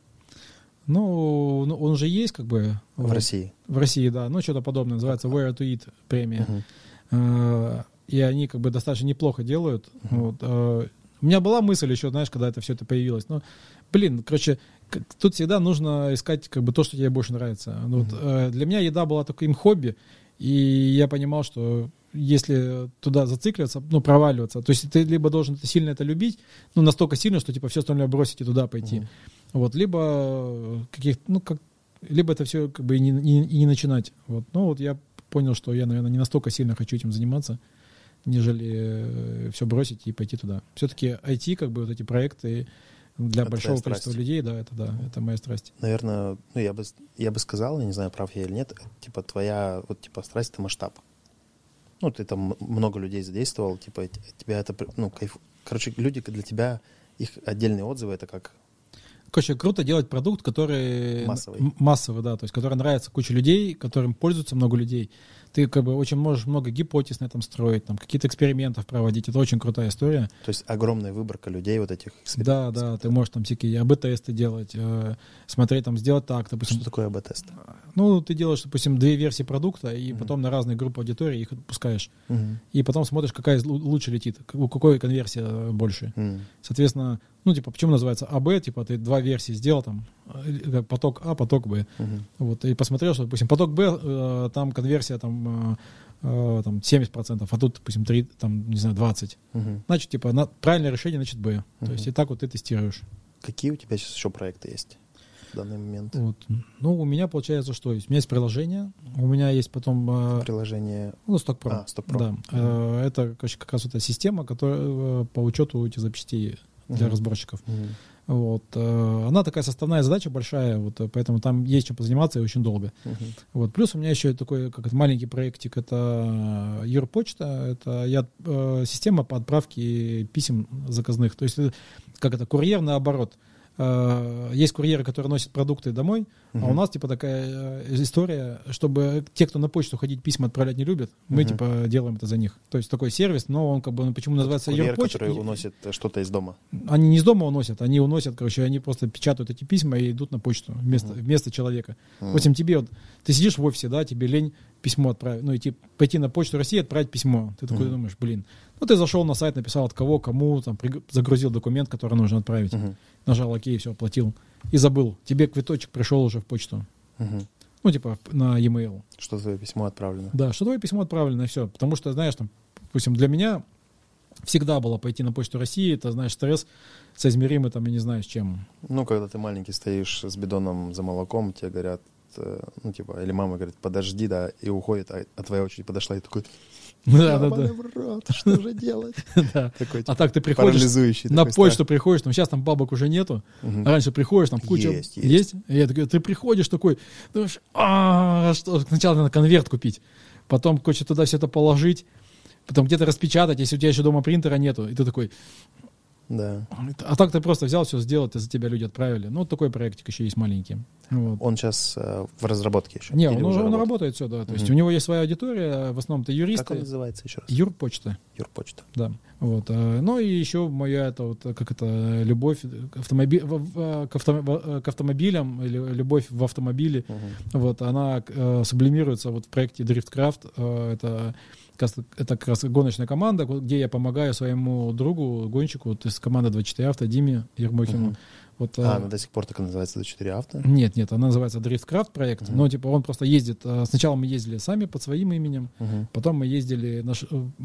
Ну, ну, он же есть, как бы. В вот, России? В России, да. Ну, что-то подобное. Называется Where to Eat премия. Uh-huh. Uh, и они, как бы, достаточно неплохо делают. Uh-huh. Вот, uh, у меня была мысль еще, знаешь, когда это все это появилось. Но, блин, короче, как, тут всегда нужно искать, как бы, то, что тебе больше нравится. Uh-huh. Вот, uh, для меня еда была таким хобби. И я понимал, что если туда зацикливаться, ну, проваливаться, то есть ты либо должен это сильно это любить, ну, настолько сильно, что, типа, все остальное бросить и туда пойти. Mm-hmm. Вот, либо каких, ну, как, либо это все, как бы, и не, и, и не начинать. Вот. Ну, вот я понял, что я, наверное, не настолько сильно хочу этим заниматься, нежели все бросить и пойти туда. Все-таки ай ти, как бы, вот эти проекты для это большого количества людей, да, это, да, это моя страсть. Наверное, ну, я бы, я бы сказал, я не знаю, прав я или нет, типа, твоя, вот, типа, страсть — это масштаб. Ну, ты там много людей задействовал, типа, тебя это, ну, кайф... Короче, люди для тебя, их отдельные отзывы — это как... Короче, круто делать продукт, который... Массовый. Массовый, да, то есть, который нравится куче людей, которым пользуются много людей. Ты, как бы, очень можешь много гипотез на этом строить, там, какие-то экспериментов проводить. Это очень крутая история. То есть огромная выборка людей вот этих экспериментов. Да, да, ты можешь там всякие эй би-тесты делать, э, смотреть, там, сделать так. Допустим, что такое эй би-тест? Ну, ты делаешь, допустим, две версии продукта, и mm-hmm. потом на разные группы аудитории их отпускаешь. Mm-hmm. И потом смотришь, какая лучше летит, у какой конверсия больше. Mm-hmm. Соответственно, ну, типа, почему называется эй би? Типа, ты два версии сделал, там, поток А, поток Б. Uh-huh. Вот, и посмотрел, что, допустим, поток Б, э, там конверсия, там, э, там, семьдесят процентов, а тут, допустим, три, там, не знаю, двадцать процентов. Uh-huh. Значит, типа, на, правильное решение, значит, Б. Uh-huh. То есть, и так вот ты тестируешь. Какие у тебя сейчас еще проекты есть в данный момент? Вот. Ну, у меня, получается, что есть? У меня есть приложение, у меня есть потом... Э, приложение... Ну, StockPro. А, StockPro. Да. Uh-huh. Э, это, короче, как раз эта система, которая по учету этих запчастей для uh-huh. разборщиков. Uh-huh. Вот. Она такая составная задача большая, вот, поэтому там есть чем позаниматься и очень долго. Uh-huh. Вот. Плюс у меня еще такой как это, маленький проектик, это Юрпочта, это я, э, система по отправке писем заказных, то есть как это, курьер наоборот. Есть курьеры, которые носят продукты домой, uh-huh. а у нас типа такая история, чтобы те, кто на почту ходить письма отправлять не любят, мы uh-huh. типа делаем это за них. То есть такой сервис, но он как бы, ну, почему называется Курьеры, Юрпочта? которые уносят что-то из дома. Они не из дома уносят, они уносят, короче, они просто печатают эти письма и идут на почту вместо, uh-huh. вместо человека. Uh-huh. В общем, тебе вот, ты сидишь в офисе, да, тебе лень письмо отправить, ну, идти, пойти на почту России, отправить письмо. Ты такой uh-huh. думаешь, блин, ну, ты зашел на сайт, написал от кого, кому, там, приг... загрузил документ, который нужно отправить, uh-huh. нажал ОК, все, оплатил, и забыл. Тебе квиточек пришел уже в почту. Uh-huh. Ну, типа, на e-mail. Что твое письмо отправлено. Да, что твое письмо отправлено, и все. Потому что, знаешь, там, допустим, для меня всегда было пойти на почту России, это, знаешь, стресс соизмеримый, там, я не знаю, с чем. Ну, когда ты маленький стоишь с бидоном за молоком, тебе говорят, ну, типа, или мама говорит, подожди, да, и уходит, а, а твоя очередь подошла, и такой, да, да, да. в рот, что же делать? А так ты приходишь, на почту приходишь, там сейчас там бабок уже нету, а раньше приходишь, там куча... Есть, есть. Ты приходишь такой, думаешь, а что, сначала надо конверт купить, потом, короче, туда все это положить, потом где-то распечатать, если у тебя еще дома принтера нету, и ты такой... Да. А так ты просто взял, все сделал, и за тебя люди отправили. Ну, вот такой проектик еще есть маленький. Вот. Он сейчас э, в разработке еще? Не, он уже он работает все, да. То есть mm-hmm. у него есть своя аудитория, в основном это юристы. Как он называется еще раз? Юрпочта. Юрпочта. Да. Вот. Ну и еще моя это вот, как это, любовь к, автомоби... к, авто... к автомобилям, или любовь в автомобиле. Mm-hmm. Вот, она э, сублимируется вот в проекте Driftcraft. Э, это Это как раз гоночная команда, где я помогаю своему другу, гонщику, вот из команды двадцать четыре авто, Диме Ермохину. Uh-huh. Вот, а, она до сих пор так и называется двадцать четыре авто? Нет, нет, она называется Driftcraft проект, uh-huh. но типа он просто ездит, сначала мы ездили сами под своим именем, uh-huh. потом мы ездили, наш,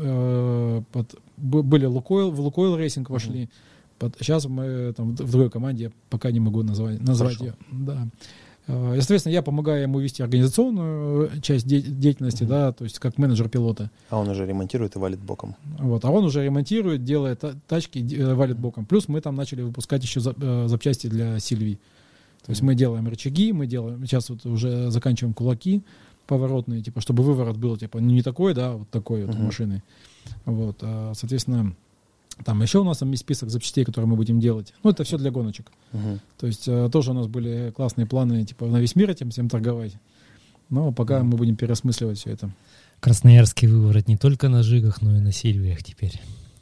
э, под, были Лукойл, в Лукойл Рейсинг вошли, uh-huh. под, сейчас мы там в другой команде, я пока не могу назвать, назвать ее. Да. И, соответственно, я помогаю ему вести организационную часть де- деятельности, uh-huh. да, то есть как менеджер пилота. А он уже ремонтирует и валит боком. Вот, а он уже ремонтирует, делает тачки, валит боком. Плюс мы там начали выпускать еще запчасти для Сильвии. То есть uh-huh. мы делаем рычаги, мы делаем, сейчас вот уже заканчиваем кулаки поворотные, типа, чтобы выворот был, типа, ну, не такой, да, вот такой uh-huh. вот машины. Вот, а, соответственно, там еще у нас там есть список запчастей, которые мы будем делать. Ну, это все для гоночек. Uh-huh. То есть а, тоже у нас были классные планы, типа, на весь мир этим всем торговать. Но пока uh-huh. мы будем переосмысливать все это. Красноярский выворот не только на жигах, но и на Сильвиях теперь.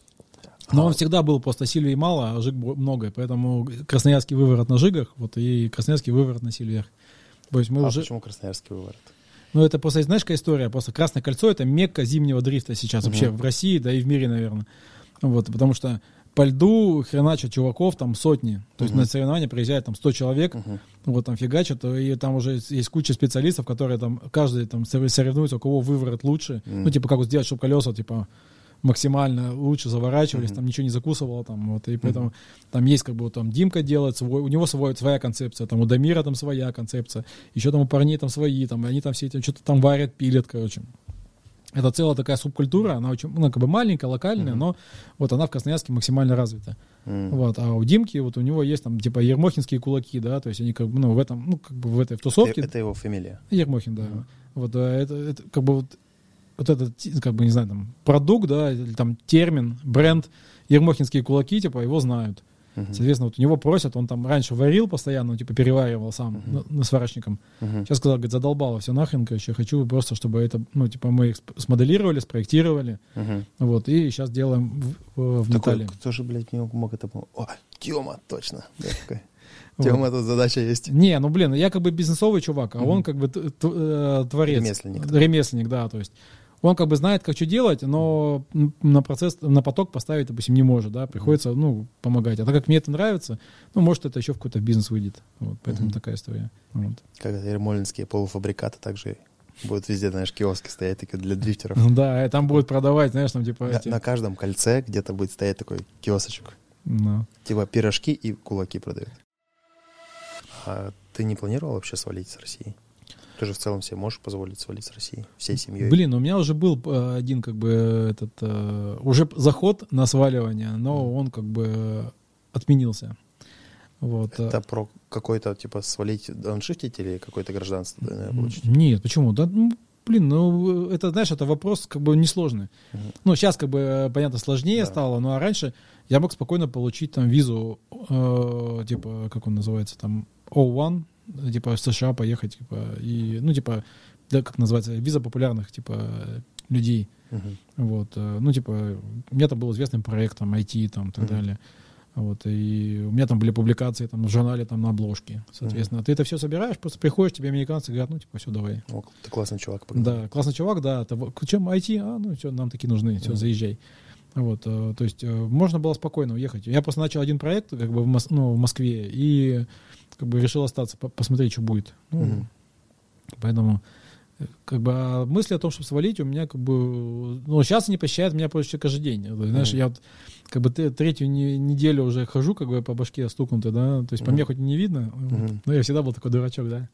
Но а. он всегда был, просто Сильвии мало, а жиг много. Поэтому красноярский выворот на жигах, вот, и красноярский выворот на Сильвиях. То есть мы а уже... почему красноярский выворот? Ну, это просто, знаешь, какая история? Просто Красное кольцо — это мекка зимнего дрифта сейчас uh-huh. вообще в России, да и в мире, наверное. Вот, потому что по льду хреначат чуваков там сотни. То uh-huh. есть на соревнования приезжает там сто человек, uh-huh. вот там фигачат, и там уже есть куча специалистов, которые там, каждый там соревнуется, у кого выворот лучше. Uh-huh. Ну, типа, как вот сделать, чтобы колеса, типа, максимально лучше заворачивались, uh-huh. там ничего не закусывало, там, вот, и поэтому uh-huh. там есть, как бы, вот, там, Димка делает свой, у него свой, своя концепция, там, у Дамира там своя концепция, еще там у парней там свои, там, они там все эти, что-то там варят, пилят, короче. Это целая такая субкультура, она очень, ну, как бы маленькая, локальная, uh-huh. но вот она в Красноярске максимально развита. Uh-huh. Вот, а у Димки, вот у него есть там, типа, ермохинские кулаки, да, то есть они, как бы, ну, в этом, ну, как бы в этой, в тусовке. Это его фамилия. Ермохин, да. Uh-huh. Вот, это, это, как бы, вот, вот этот, как бы, не знаю, там, продукт, да, или там термин, бренд, ермохинские кулаки, типа, его знают. Uh-huh. Соответственно, вот у него просят, он там раньше варил постоянно, ну, типа, переваривал сам uh-huh. на, на сварочником. Uh-huh. Сейчас сказал, говорит, задолбало все нахрен, короче, я хочу просто, чтобы это, ну, типа, мы их смоделировали, спроектировали, uh-huh. вот, и сейчас делаем в, в металле. Кто же, блядь, не мог это помнить? О, Тёма, точно. Тёма, тут задача есть. Не, ну, блин, я как бы бизнесовый чувак, а он как бы творец. Ремесленник. Ремесленник, да, то есть. Он как бы знает, как что делать, но на процесс, на поток поставить, допустим, не может, да, приходится, ну, помогать. А так как мне это нравится, ну, может, это еще в какой-то бизнес выйдет. Вот, поэтому mm-hmm. такая история. Вот. Как ермолинские полуфабрикаты также будут везде, знаешь, киоски стоять такие для дрифтеров. Да, и там будут продавать, знаешь, там типа... На, эти... на каждом кольце где-то будет стоять такой киосочек. No. Типа пирожки и кулаки продают. А ты не планировал вообще свалить с России? Ты же в целом себе можешь позволить свалить с России всей семьей? Блин, у меня уже был э, один как бы этот э, уже заход на сваливание, но mm. он как бы отменился. Вот. Это про какой-то типа свалить, дауншифтить или какое-то гражданство да, получить? Нет, почему? Да, ну, блин, ну это, знаешь, это вопрос как бы несложный. Mm-hmm. Ну сейчас как бы понятно сложнее да. стало, но а раньше я мог спокойно получить там визу, э, типа как он называется там о один. Типа в США поехать, типа, и, ну, типа, да, как называется, виза популярных, типа, людей. Uh-huh. Вот, ну, типа, у меня там был известный проект, там, ай ти, там, и так uh-huh. далее. Вот, и у меня там были публикации, там, в журнале, там, на обложке, соответственно. Uh-huh. Ты это все собираешь, просто приходишь, тебе американцы говорят, ну, типа, все, давай. О, ты классный чувак. Погнали. Да, классный чувак, да. Чем ай ти? А, ну, все, нам такие нужны, все, uh-huh. заезжай. Вот, то есть можно было спокойно уехать. Я просто начал один проект, как бы, в, Мос- ну, в Москве, и как бы решил остаться, посмотреть, что будет. Ну, uh-huh. Поэтому как бы мысли о том, чтобы свалить, у меня как бы... Ну, сейчас не посещает меня почти каждый день. Знаешь, uh-huh. я вот как бы третью не, неделю уже хожу, как бы по башке стукнутый, да, то есть uh-huh. по мне хоть не видно, uh-huh. но я всегда был такой дурачок, да.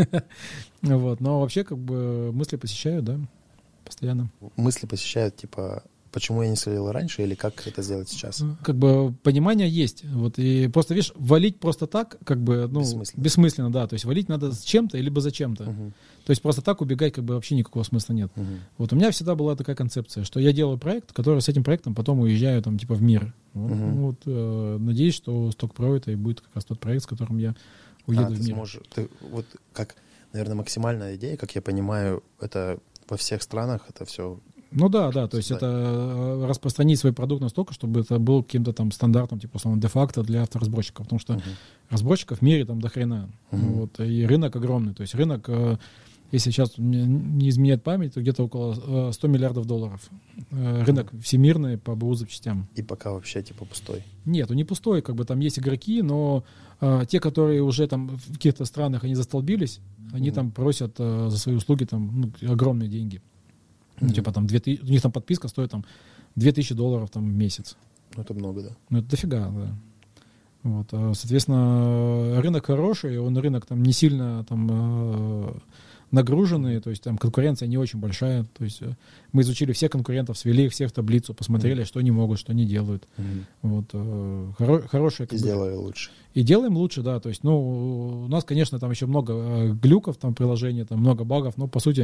Вот, но вообще как бы мысли посещают, да, постоянно. Мысли посещают, типа... Почему я не свалил раньше или как это сделать сейчас? Как бы понимание есть. Вот, и просто, видишь, валить просто так, как бы, ну, бессмысленно, бессмысленно да. То есть валить надо с чем-то, либо за чем-то. Uh-huh. То есть просто так убегать как бы вообще никакого смысла нет. Uh-huh. Вот у меня всегда была такая концепция, что я делаю проект, который с этим проектом потом уезжаю там типа в мир. Вот, uh-huh. вот, э, надеюсь, что StockPro это и будет как раз тот проект, с которым я уеду а, в ты мир. Сможешь, ты, вот как, наверное, максимальная идея, как я понимаю, это во всех странах это все... Ну да, да, то есть это распространить свой продукт настолько, чтобы это был каким-то там стандартом, типа, условно, де-факто для авторазборщиков, потому что uh-huh. разборщиков в мире там до хрена, uh-huh. вот, и рынок огромный, то есть рынок, если сейчас не изменяет память, то где-то около сто миллиардов долларов. Рынок uh-huh. всемирный по БУ запчастям. И пока вообще типа пустой? Нет, он не пустой, как бы там есть игроки, но а, те, которые уже там в каких-то странах они застолбились, они uh-huh. там просят а, за свои услуги там ну, огромные деньги. Ну, mm-hmm. типа там две тысячи, у них там подписка стоит там две тысячи долларов там в месяц. Ну, это много, да. Ну, это дофига, да. Вот, а, соответственно, рынок хороший, он рынок там не сильно там э, нагруженный, то есть там конкуренция не очень большая. То есть э, мы изучили всех конкурентов, свели их всех в таблицу, посмотрели, mm-hmm. что они могут, что они делают. Mm-hmm. Вот, э, хоро- хорошие. И сделали лучше. И делаем лучше, да. То есть, ну, у нас, конечно, там еще много э, глюков, там приложения, там много багов, но по сути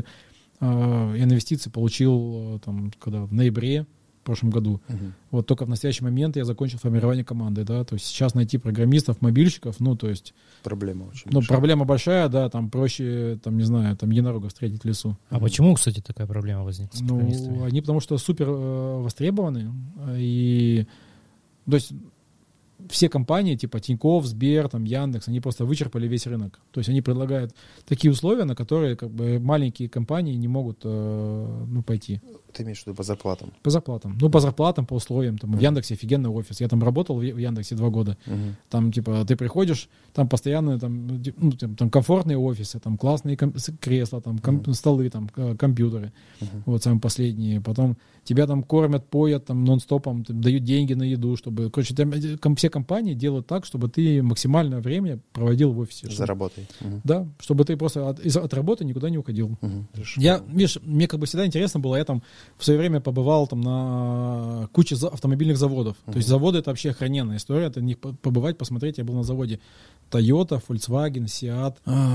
э, я инвестиции получил э, там, когда в ноябре в прошлом году. Uh-huh. Вот только в настоящий момент я закончил формирование команды, да, то есть сейчас найти программистов, мобильщиков, ну, то есть... Проблема очень Ну, большая. проблема большая, да, там проще, там, не знаю, там единорога встретить в лесу. А uh-huh. почему, кстати, такая проблема возникла с программистами? Ну, они потому что супер э, востребованы, и, то есть, все компании, типа Тинькофф, Сбер, там, Яндекс, они просто вычерпали весь рынок. То есть они предлагают такие условия, на которые как бы маленькие компании не могут э, ну, пойти. Ты имеешь в виду по зарплатам? По зарплатам. Ну, по зарплатам, по условиям. Там, в Яндексе офигенный офис. Я там работал в Яндексе два года. Uh-huh. Там, типа, ты приходишь, там постоянно там, ну, там комфортные офисы, там классные ком- кресла, там ком- uh-huh. столы, там компьютеры. Uh-huh. Вот самые последние. Потом тебя там кормят, поят, там нон-стопом, дают деньги на еду, чтобы... Короче, там, все компании делают так, чтобы ты максимальное время проводил в офисе. За работой. Uh-huh. Да, чтобы ты просто от, из, от работы никуда не уходил. Uh-huh. Я, видишь, мне как бы всегда интересно было, я там в свое время побывал там на куче за, автомобильных заводов. Uh-huh. То есть заводы — это вообще охрененная история, это не побывать, посмотреть. Я был на заводе Toyota, Volkswagen, Seat,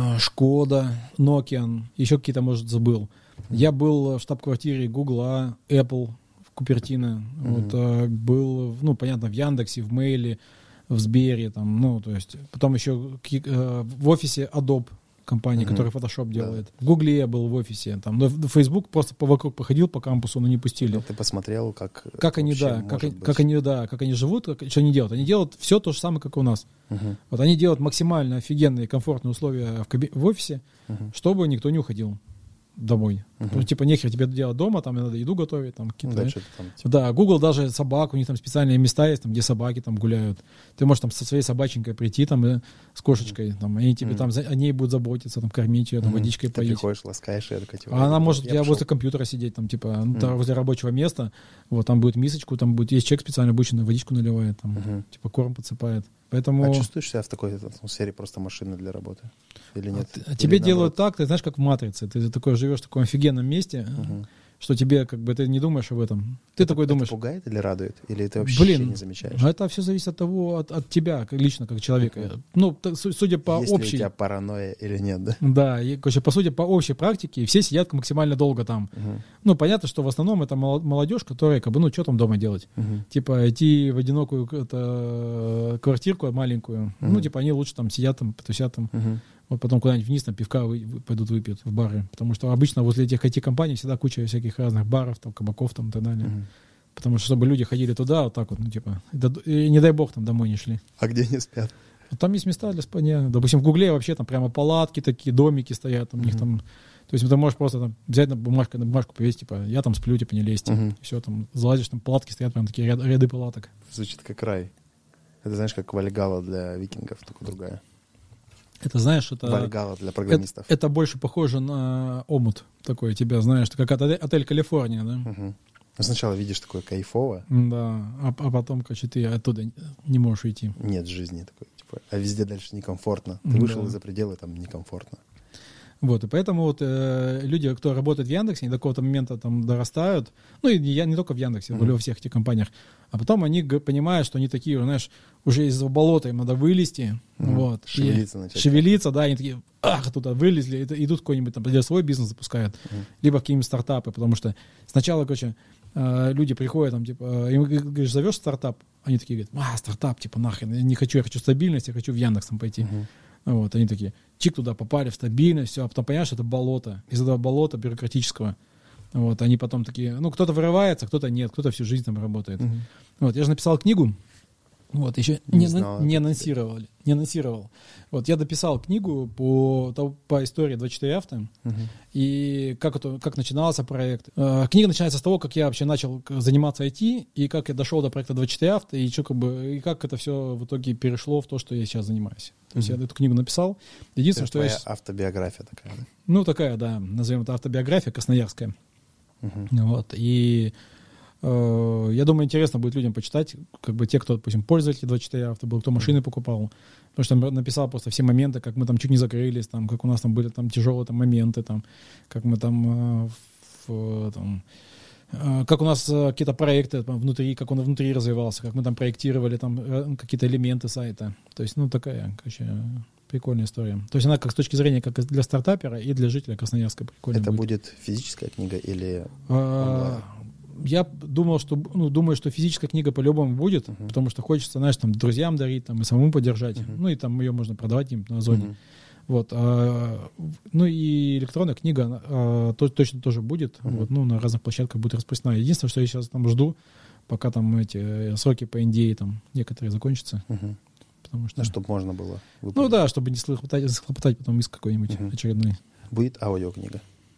Skoda, Nokian, еще какие-то, может, забыл. Я был в штаб-квартире Гугла, Apple в Купертино, mm-hmm. вот, а, был, ну, понятно, в Яндексе, в Мейле, в Сбере, там, ну, то есть, потом еще а, в офисе Adobe, компании, mm-hmm. которая Photoshop делает. Да. В Гугле я был в офисе, там, но в Facebook просто по вокруг походил по кампусу, но не пустили. Но ты посмотрел, как как они, да, как, как они, да, как они живут, как, что они делают. Они делают все то же самое, как у нас. Uh-huh. Вот они делают максимально офигенные, комфортные условия в, каби- в офисе, uh-huh. чтобы никто не уходил домой. Uh-huh. Ну, типа, нехер тебе делать дома, там надо еду готовить, там какие-то. Да, да, там, типа. Да, Google даже собак, у них там специальные места есть, там, где собаки там гуляют. Ты можешь там со своей собаченькой прийти, там, э, с кошечкой, uh-huh. там, они тебе uh-huh. там за, о ней будут заботиться, там, кормить ее, там, uh-huh. водичкой ты поить. Ты приходишь, ласкаешь ее, такая, типа, а она может у тебя пошел. возле компьютера сидеть, там, типа, uh-huh. там, возле рабочего места, вот, там будет мисочку, там будет, есть человек специально обученный, водичку наливает, там, uh-huh. типа, корм подсыпает. Поэтому... А чувствуешь себя в такой атмосфере просто машины для работы? Или нет? А Или тебе наоборот? делают так, ты знаешь, как в «Матрице». Ты такой живешь в таком офигенном месте, uh-huh. что тебе, как бы, ты не думаешь об этом. Ты это, такой думаешь... Это пугает или радует? Или ты вообще Блин, не замечаешь? Это все зависит от того, от, от тебя, как, лично, как человека. Uh-huh. Ну, так, судя по Есть общей... ли у тебя паранойя или нет, да? Да, и, короче, по сути, по общей практике все сидят максимально долго там. Uh-huh. Ну, понятно, что в основном это молодежь, которая, как бы, ну, что там дома делать? Uh-huh. Типа, идти в одинокую это, квартирку маленькую. Uh-huh. Ну, типа, они лучше там сидят, там, потусят там. Uh-huh. Вот потом куда-нибудь вниз, там, пивка вы, вы, пойдут выпьют в бары. Потому что обычно возле этих ай ти-компаний всегда куча всяких разных баров, там, кабаков там и так далее. Uh-huh. Потому что, чтобы люди ходили туда, вот так вот, ну, типа, и, и, не дай бог, там домой не шли. А где они спят? Вот там есть места для спания. Допустим, в Гугле вообще там прямо палатки такие, домики стоят, там, uh-huh. у них там... То есть ты можешь просто там взять на бумажку, на бумажку повесить, типа, я там сплю, типа, не лезьте. Uh-huh. Все, там, залазишь, там палатки стоят, прям такие ряд, ряды палаток. Звучит как рай. Это, знаешь, как Вальгалла для викингов, только другая. Это, знаешь, это... Вальгалла для программистов. Это, это больше похоже на омут такой, тебя, знаешь, как отель, отель Калифорния, да? Uh-huh. Сначала видишь такое кайфово. Да, а, а потом, короче, ты оттуда не можешь уйти. Нет жизни такой, типа, а везде дальше некомфортно. Ты вышел да. за пределы, там некомфортно. Вот, и поэтому вот э, люди, кто работает в Яндексе, они до какого-то момента там дорастают, ну, и я не только в Яндексе, mm-hmm. во всех этих компаниях, а потом они г- понимают, что они такие, знаешь, уже из болота им надо вылезти, mm-hmm. вот. Шевелиться начать. Шевелиться, да, они такие, ах, туда вылезли, и, идут какой-нибудь там, либо свой бизнес запускают, mm-hmm. либо какие-нибудь стартапы, потому что сначала, короче, э, люди приходят, там, типа, им говоришь, зовешь стартап, они такие говорят, а, стартап, типа, нахрен, я не хочу, я хочу стабильность, я хочу в Яндекс там пойти. Mm-hmm. Вот, они такие, чик туда попали, в стабильность, все, а потом понимаешь, это болото, из этого болота бюрократического. Вот, они потом такие, ну, кто-то вырывается, кто-то нет, кто-то всю жизнь там работает. Uh-huh. Вот, я же написал книгу, вот, еще не, не, знал, не анонсировали, не анонсировал. Вот, я дописал книгу по, по истории двадцать четыре авто, uh-huh. и как, это, как начинался проект. Э, книга начинается с того, как я вообще начал заниматься ай ти, и как я дошел до проекта двадцать четыре авто, и, что, как бы, и как это все в итоге перешло в то, что я сейчас занимаюсь. То есть uh-huh. я эту книгу написал. Единственное, это что твоя я... автобиография такая, да? Ну, такая, да, назовем это автобиография красноярская. Uh-huh. Вот, и э, я думаю, интересно будет людям почитать, как бы те, кто, допустим, пользователи двадцать четыре авто был, кто машины mm-hmm. покупал. Потому что он написал просто все моменты, как мы там чуть не закрылись, там, как у нас там были там тяжелые там, моменты, там, как мы там, э, в, там э, как у нас э, какие-то проекты там, внутри, как он внутри развивался, как мы там проектировали там э, какие-то элементы сайта. То есть, ну, такая, короче, прикольная история. То есть она как с точки зрения как для стартапера и для жителя Красноярска прикольная. Это будет, будет физическая книга или а, я думал, что, ну, думаю, что физическая книга по-любому будет, uh-huh. потому что хочется, знаешь, там, друзьям дарить, там, и самому поддержать. Uh-huh. Ну, и там ее можно продавать им на Озоне. Uh-huh. Вот. А, ну, и электронная книга а, то, точно тоже будет. Uh-huh. Вот, ну, на разных площадках будет распространена. Единственное, что я сейчас там жду, пока там эти сроки по эн ди эй там некоторые закончатся. Uh-huh. Потому что... А чтобы можно было выполнить. Ну, да, чтобы не схлопотать, схлопотать потом иск какой-нибудь uh-huh. очередной. Будет аудиокнига?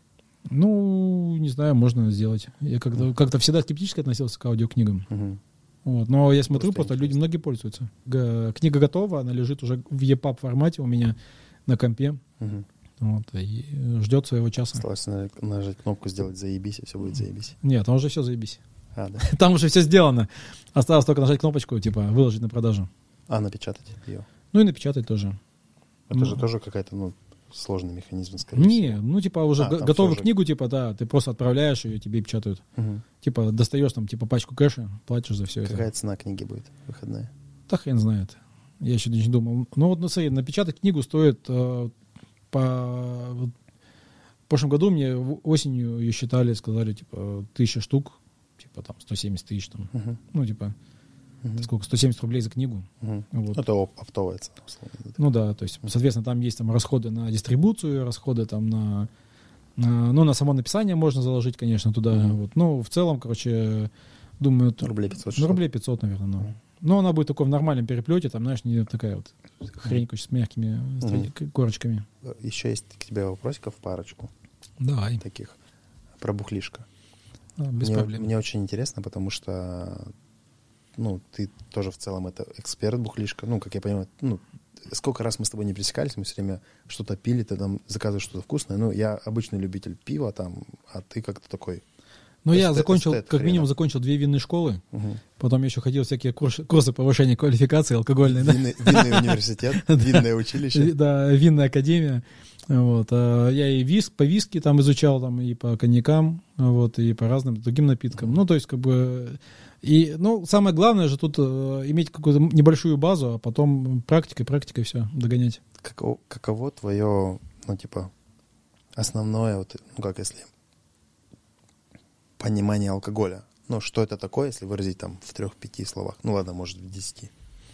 Ну, не знаю, можно сделать. Я как-то, mm. как-то всегда скептически относился к аудиокнигам. Mm-hmm. Вот. Но я смотрю, просто, просто люди многие пользуются. Г- книга готова, она лежит уже в и паб формате у меня на компе. Mm-hmm. Вот, и ждет своего часа. Осталось нажать кнопку «Сделать заебись», и все будет заебись. Нет, там уже все заебись. А, да. Там уже все сделано. Осталось только нажать кнопочку, типа, выложить на продажу. А, напечатать ее? Ну и напечатать тоже. Это ну. же тоже какая-то, ну, сложный механизм, скорее Не, всего. ну, типа, уже а, г- готовую уже... книгу, типа, да, ты просто отправляешь ее, тебе печатают. Угу. Типа, достаешь там, типа, пачку кэша, платишь за все Какая это. Какая цена книги будет выходная? Да хрен знает. Я еще не думал. Ну, вот, ну, смотри, напечатать книгу стоит э, по... Вот, в прошлом году мне осенью ее считали, сказали, типа, тысяча штук, типа, там, сто семьдесят тысяч, там, uh-huh. ну, типа, uh-huh. сколько, сто семьдесят рублей за книгу. Uh-huh. Вот. Это оптовая цена, условно. Ну, да, то есть, соответственно, там есть там расходы на дистрибуцию, расходы там на, на ну, на само написание можно заложить, конечно, туда. Uh-huh. Вот. Ну, в целом, короче, думаю... Рублей пятьсот. Ну, рублей пятьсот, наверное, ну. Uh-huh. Но она будет такой в нормальном переплете, там, знаешь, не такая вот хрень, uh-huh. с мягкими uh-huh. корочками. Еще есть к тебе вопросиков парочку. Давай. Таких. Про бухлишко. А, без мне, проблем. Мне очень интересно, потому что, ну, ты тоже в целом это эксперт бухлишка. Ну, как я понимаю, ну, сколько раз мы с тобой не пересекались, мы все время что-то пили, ты там заказываешь что-то вкусное. Ну, я обычный любитель пива там, а ты как-то такой... Ну, я эстет, закончил, эстет, как хрена. минимум, закончил две винные школы. Угу. Потом я еще ходил в всякие курсы, курсы повышения квалификации алкогольной. Винный, да? Винный университет, винное училище. Да, винная академия. Вот. Я и виск, по виски там изучал, там, и по коньякам, вот, и по разным другим напиткам. Ну, то есть, как бы... И, ну, самое главное же тут иметь какую-то небольшую базу, а потом практикой, практикой все догонять. Каково, каково твое, ну, типа, основное, вот, ну, как если... понимание алкоголя. Ну, что это такое, если выразить там в трех-пяти словах? Ну, ладно, может, в десяти.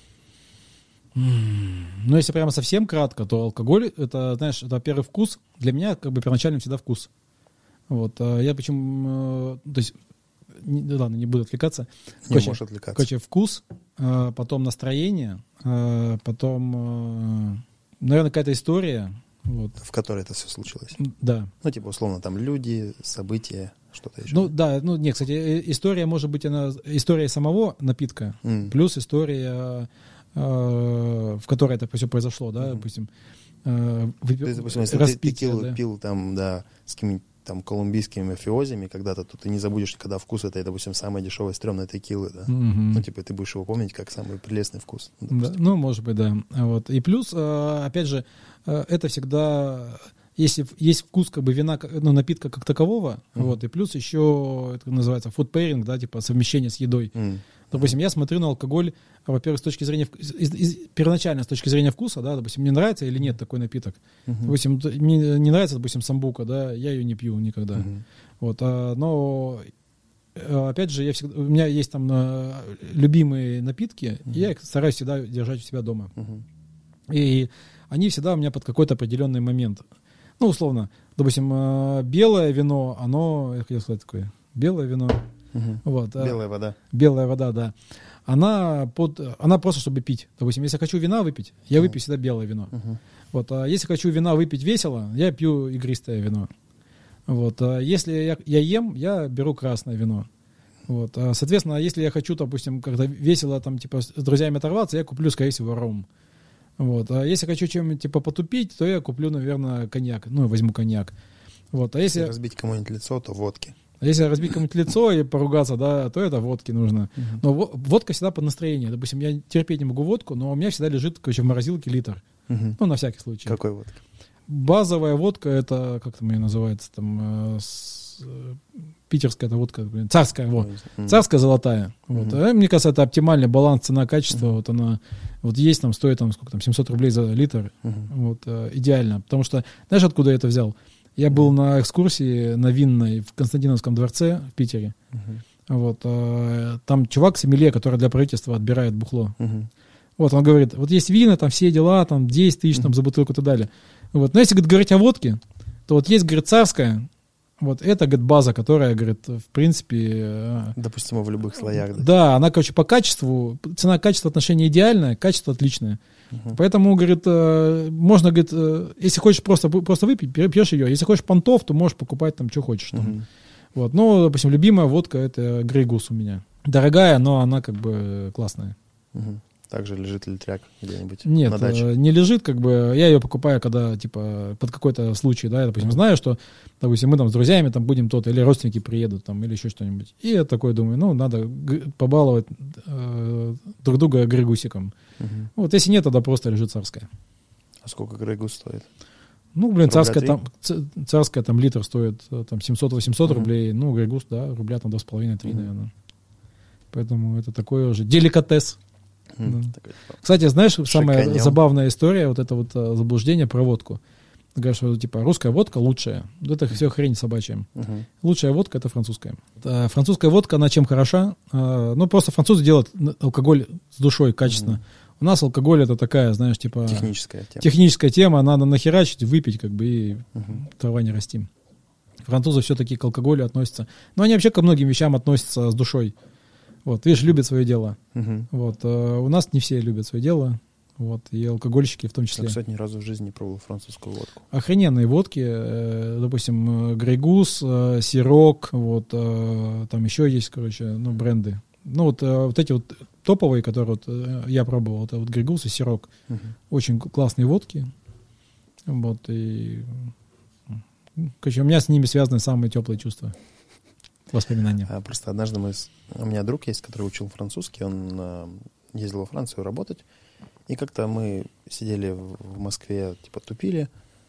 Ну, если прямо совсем кратко, то алкоголь, это, знаешь, это первый вкус. Для меня, как бы, первоначально всегда вкус. Вот. Я почему... То есть, не, ладно, не буду отвлекаться. Не короче, можешь отвлекаться. Короче, вкус, потом настроение, потом, наверное, какая-то история. Вот. В которой это все случилось. Да. Ну, типа, условно, там люди, события, что-то еще. Ну, да, ну, нет, кстати, история может быть, она, история самого напитка, mm. плюс история, э, в которой это все произошло, да, mm. допустим. Э, выпи... Ты, допустим, если ты текилу да? пил там, да, с какими-нибудь там колумбийскими мафиозами когда-то, то ты не забудешь никогда вкус этой, допустим, самой дешевой стрёмной текилы, да. Mm-hmm. Ну, типа, ты будешь его помнить как самый прелестный вкус. Да, ну, может быть, да. Вот. И плюс, э, опять же, э, это всегда... Если есть вкус как бы вина, ну, напитка как такового, mm-hmm. вот, и плюс еще, это называется food pairing, да, типа совмещение с едой. Mm-hmm. Допустим, я смотрю на алкоголь, во-первых, с точки зрения, из, из, первоначально с точки зрения вкуса, да, допустим, мне нравится или нет такой напиток. Mm-hmm. Допустим, мне не нравится, допустим, самбука, да, я ее не пью никогда. Mm-hmm. Вот, а, но, опять же, я всегда, у меня есть там а, любимые напитки, mm-hmm. и я их стараюсь всегда держать у себя дома. Mm-hmm. И они всегда у меня под какой-то определенный момент. Ну, условно, допустим, белое вино, оно, я хотел сказать такое, белое вино, uh-huh. вот, белая вода. Белая вода, да. Она, под, она просто, чтобы пить. Допустим, если я хочу вина выпить, я uh-huh. выпью всегда белое вино. Uh-huh. Вот, а если хочу вина выпить весело, я пью игристое вино. Вот, а если я, я ем, я беру красное вино. Вот, а, соответственно, если я хочу, допустим, когда весело там, типа, с друзьями оторваться, я куплю, скорее всего, ром. Вот. А если хочу чем-нибудь типа потупить, то я куплю, наверное, коньяк. Ну, возьму коньяк. Вот. А если... если разбить кому-нибудь лицо, то водки. Если разбить кому-нибудь лицо и поругаться, да, то это водки нужно. Uh-huh. Но во- водка всегда под настроение. Допустим, я терпеть не могу водку, но у меня всегда лежит, короче, в морозилке литр. Uh-huh. Ну, на всякий случай. Какой водка? Базовая водка, это, как там ее называется, там, э, с, э, питерская это водка, блин, царская, вот. Uh-huh. Царская золотая. Вот. Uh-huh. Мне кажется, это оптимальный баланс цена-качество. Uh-huh. Вот она, вот есть там, стоит там, сколько там, семьсот рублей за литр. Uh-huh. Вот, э, идеально. Потому что, знаешь, откуда я это взял? Я был на экскурсии на Винной в Константиновском дворце в Питере. Uh-huh. Вот, э, там чувак сомелье, который для правительства отбирает бухло. Uh-huh. Вот, он говорит, вот есть вина, там все дела, там десять тысяч там, за бутылку и так далее. Вот. Но если, говорит, говорить о водке, то вот есть, говорит, царская, вот это, говорит, база, которая, говорит, в принципе... Э, допустимо в любых слоях. Да, да, она, короче, по качеству, цена-качество отношения идеальное, качество отличное. Uh-huh. Поэтому, говорит, э, можно, говорит, э, если хочешь просто, просто выпить, пьешь ее. Если хочешь понтов, то можешь покупать там, что хочешь. Там. Uh-huh. Вот. Ну, допустим, любимая водка — это Grey Goose у меня. Дорогая, но она как бы классная. Uh-huh. Также лежит литряк где-нибудь Нет, на даче? не лежит, как бы, я ее покупаю, когда, типа, под какой-то случай, да, я, допустим, знаю, что, допустим, мы там с друзьями там будем то-то, или родственники приедут, там, или еще что-нибудь. И я такой думаю, ну, надо г- побаловать э, друг друга грейгусиком. Угу. Вот, если нет, тогда просто лежит царская. А сколько грейгус стоит? Ну, блин, царская там, царская там литр стоит там семьсот-восемьсот угу. рублей, ну, грейгус, да, рубля там два с половиной три, угу. наверное. Поэтому это такой уже деликатес. Mm, да. такой, типа, кстати, знаешь, самая шиканем. Забавная история, вот это вот а, заблуждение про водку. Говорят, что типа русская водка лучшая. Это все хрень собачья. Uh-huh. Лучшая водка — это французская. А, французская водка, она чем хороша? А, ну, просто французы делают алкоголь с душой качественно. Uh-huh. У нас алкоголь — это такая, знаешь, типа... Техническая тема. Техническая тема, надо нахерачить, выпить, как бы, и uh-huh. трава не расти. Французы все-таки к алкоголю относятся. Но они вообще ко многим вещам относятся с душой. Вот, видишь, любят свое дело. Uh-huh. Вот, а у нас не все любят свое дело. Вот, и алкоголищики в том числе. Я, кстати, ни разу в жизни не пробовал французскую водку. Охрененные водки, э, допустим, Grey Goose, э, Сирок, вот, э, там еще есть, короче, ну, бренды. Ну, вот, э, вот эти вот топовые, которые вот, э, я пробовал, это вот Grey Goose и Сирок. Uh-huh. Очень классные водки. Вот, и... Короче, у меня с ними связаны самые теплые чувства. Воспоминания. А, просто однажды мы... С... У меня друг есть, который учил французский, он э, ездил во Францию работать, и как-то мы сидели в, в Москве, типа, тупили,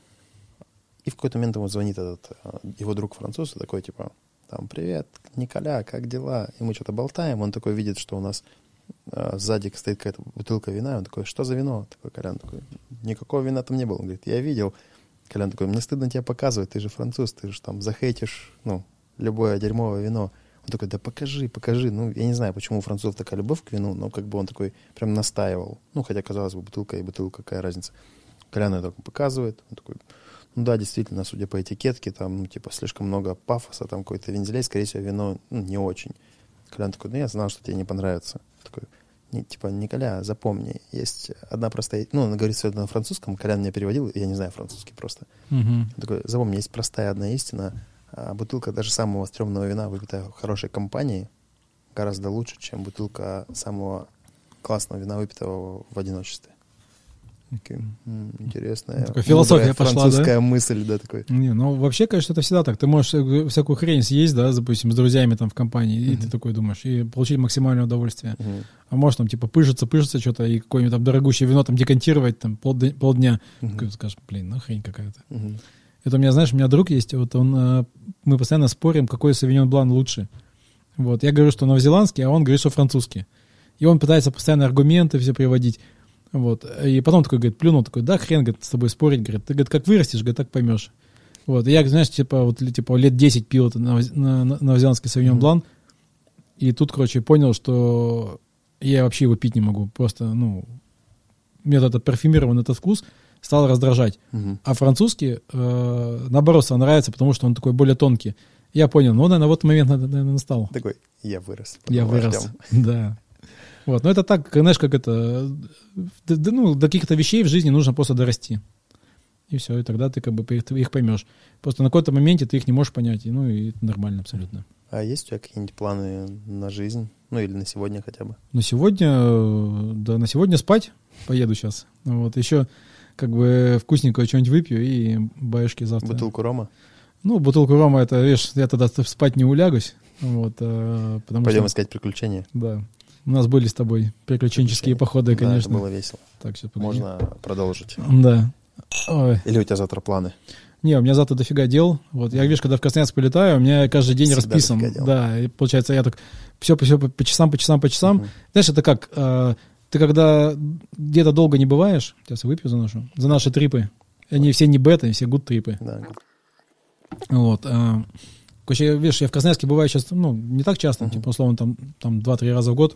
и в какой-то момент ему звонит этот э, его друг француз, и такой, типа, там, привет, Николя, как дела? И мы что-то болтаем, он такой видит, что у нас э, сзади стоит какая-то бутылка вина, он такой, что за вино? Такой Колян такой, никакого вина там не было. Он говорит, я видел. Колян такой, мне стыдно тебя показывать, ты же француз, ты же там захейтишь, ну, любое дерьмовое вино. Он такой, да покажи, покажи. Ну, я не знаю, почему у французов такая любовь к вину, но как бы он такой прям настаивал. Ну, хотя, казалось бы, бутылка и бутылка, какая разница. Колян это показывает. Он такой, ну да, действительно, судя по этикетке, там, ну, типа, слишком много пафоса, там, какой-то вензелей, скорее всего, вино, ну, не очень. Колян такой, ну, я знал, что тебе не понравится. Такой, не, типа, Николя, запомни, есть одна простая... Ну, он говорит все это на французском, Колян меня переводил, я не знаю французский просто. Uh-huh. Он такой, запомни, есть простая одна истина, а бутылка даже самого стрёмного вина, выпитая в хорошей компании, гораздо лучше, чем бутылка самого классного вина, выпитого в одиночестве. Okay. М-м, интересная, такая философия пошла, французская да? мысль, да, такой. Не, ну вообще, конечно, это всегда так. Ты можешь всякую хрень съесть, да, допустим, с друзьями там в компании, uh-huh. и ты такой думаешь, и получить максимальное удовольствие. Uh-huh. А можешь там типа пыжиться, пыжиться что-то, и какое-нибудь там дорогущее вино там декантировать там полдня, полдня. Uh-huh. Такой скажешь, блин, ну хрень какая-то. Uh-huh. Это у меня, знаешь, у меня друг есть, вот он, мы постоянно спорим, какой Sauvignon Blanc лучше. Вот, я говорю, что новозеландский, а он говорит, что французский. И он пытается постоянно аргументы все приводить. Вот, и потом такой, говорит, плюнул, такой, да, хрен, говорит, с тобой спорить, говорит, ты, говорит, как вырастешь, говорит, так поймешь. Вот, и я, знаешь, типа, вот, типа, лет десять пил это новозеландский Sauvignon Blanc, mm-hmm. и тут, короче, понял, что я вообще его пить не могу, просто, ну, мне этот парфюмированный этот вкус стал раздражать. Uh-huh. А французский, э, наоборот, стал нравится, потому что он такой более тонкий. Я понял, ну, наверное, вот момент, наверное, настал. Такой, я вырос. Я вырос, да. Вот, но это так, знаешь, как это, да, ну, до каких-то вещей в жизни нужно просто дорасти. И все, и тогда ты как бы их поймешь. Просто на какой-то моменте ты их не можешь понять, и, ну, и это нормально абсолютно. А есть у тебя какие-нибудь планы на жизнь? Ну, или на сегодня хотя бы? На сегодня, да, на сегодня спать поеду сейчас. Вот, еще как бы вкусненькое что-нибудь выпью и баюшки завтра. Бутылку рома? Ну, бутылку рома, это, видишь, я тогда спать не улягусь. Вот, а, потому Пойдем что, искать приключения. да. У нас были с тобой приключенческие Приключения. походы, конечно. Да, это было весело. Так, сейчас, погоди. Можно продолжить. Да. Ой. Или у тебя завтра планы? Не, у меня завтра дофига дел. Вот, я, видишь, когда в Красноярск полетаю, у меня каждый день Всегда расписан. дофига дел. Да, и получается, я так все, все по, по часам, по часам, по часам. Мгм. Знаешь, это как, э, ты когда где-то долго не бываешь, сейчас я выпью за нашу, за наши трипы. Они все не бета, они все гуд-трипы. Да. Вот. А, короче, видишь, я в Красноярске бываю сейчас, ну, не так часто, Мгм. типа, условно, там, там два-три раза в год.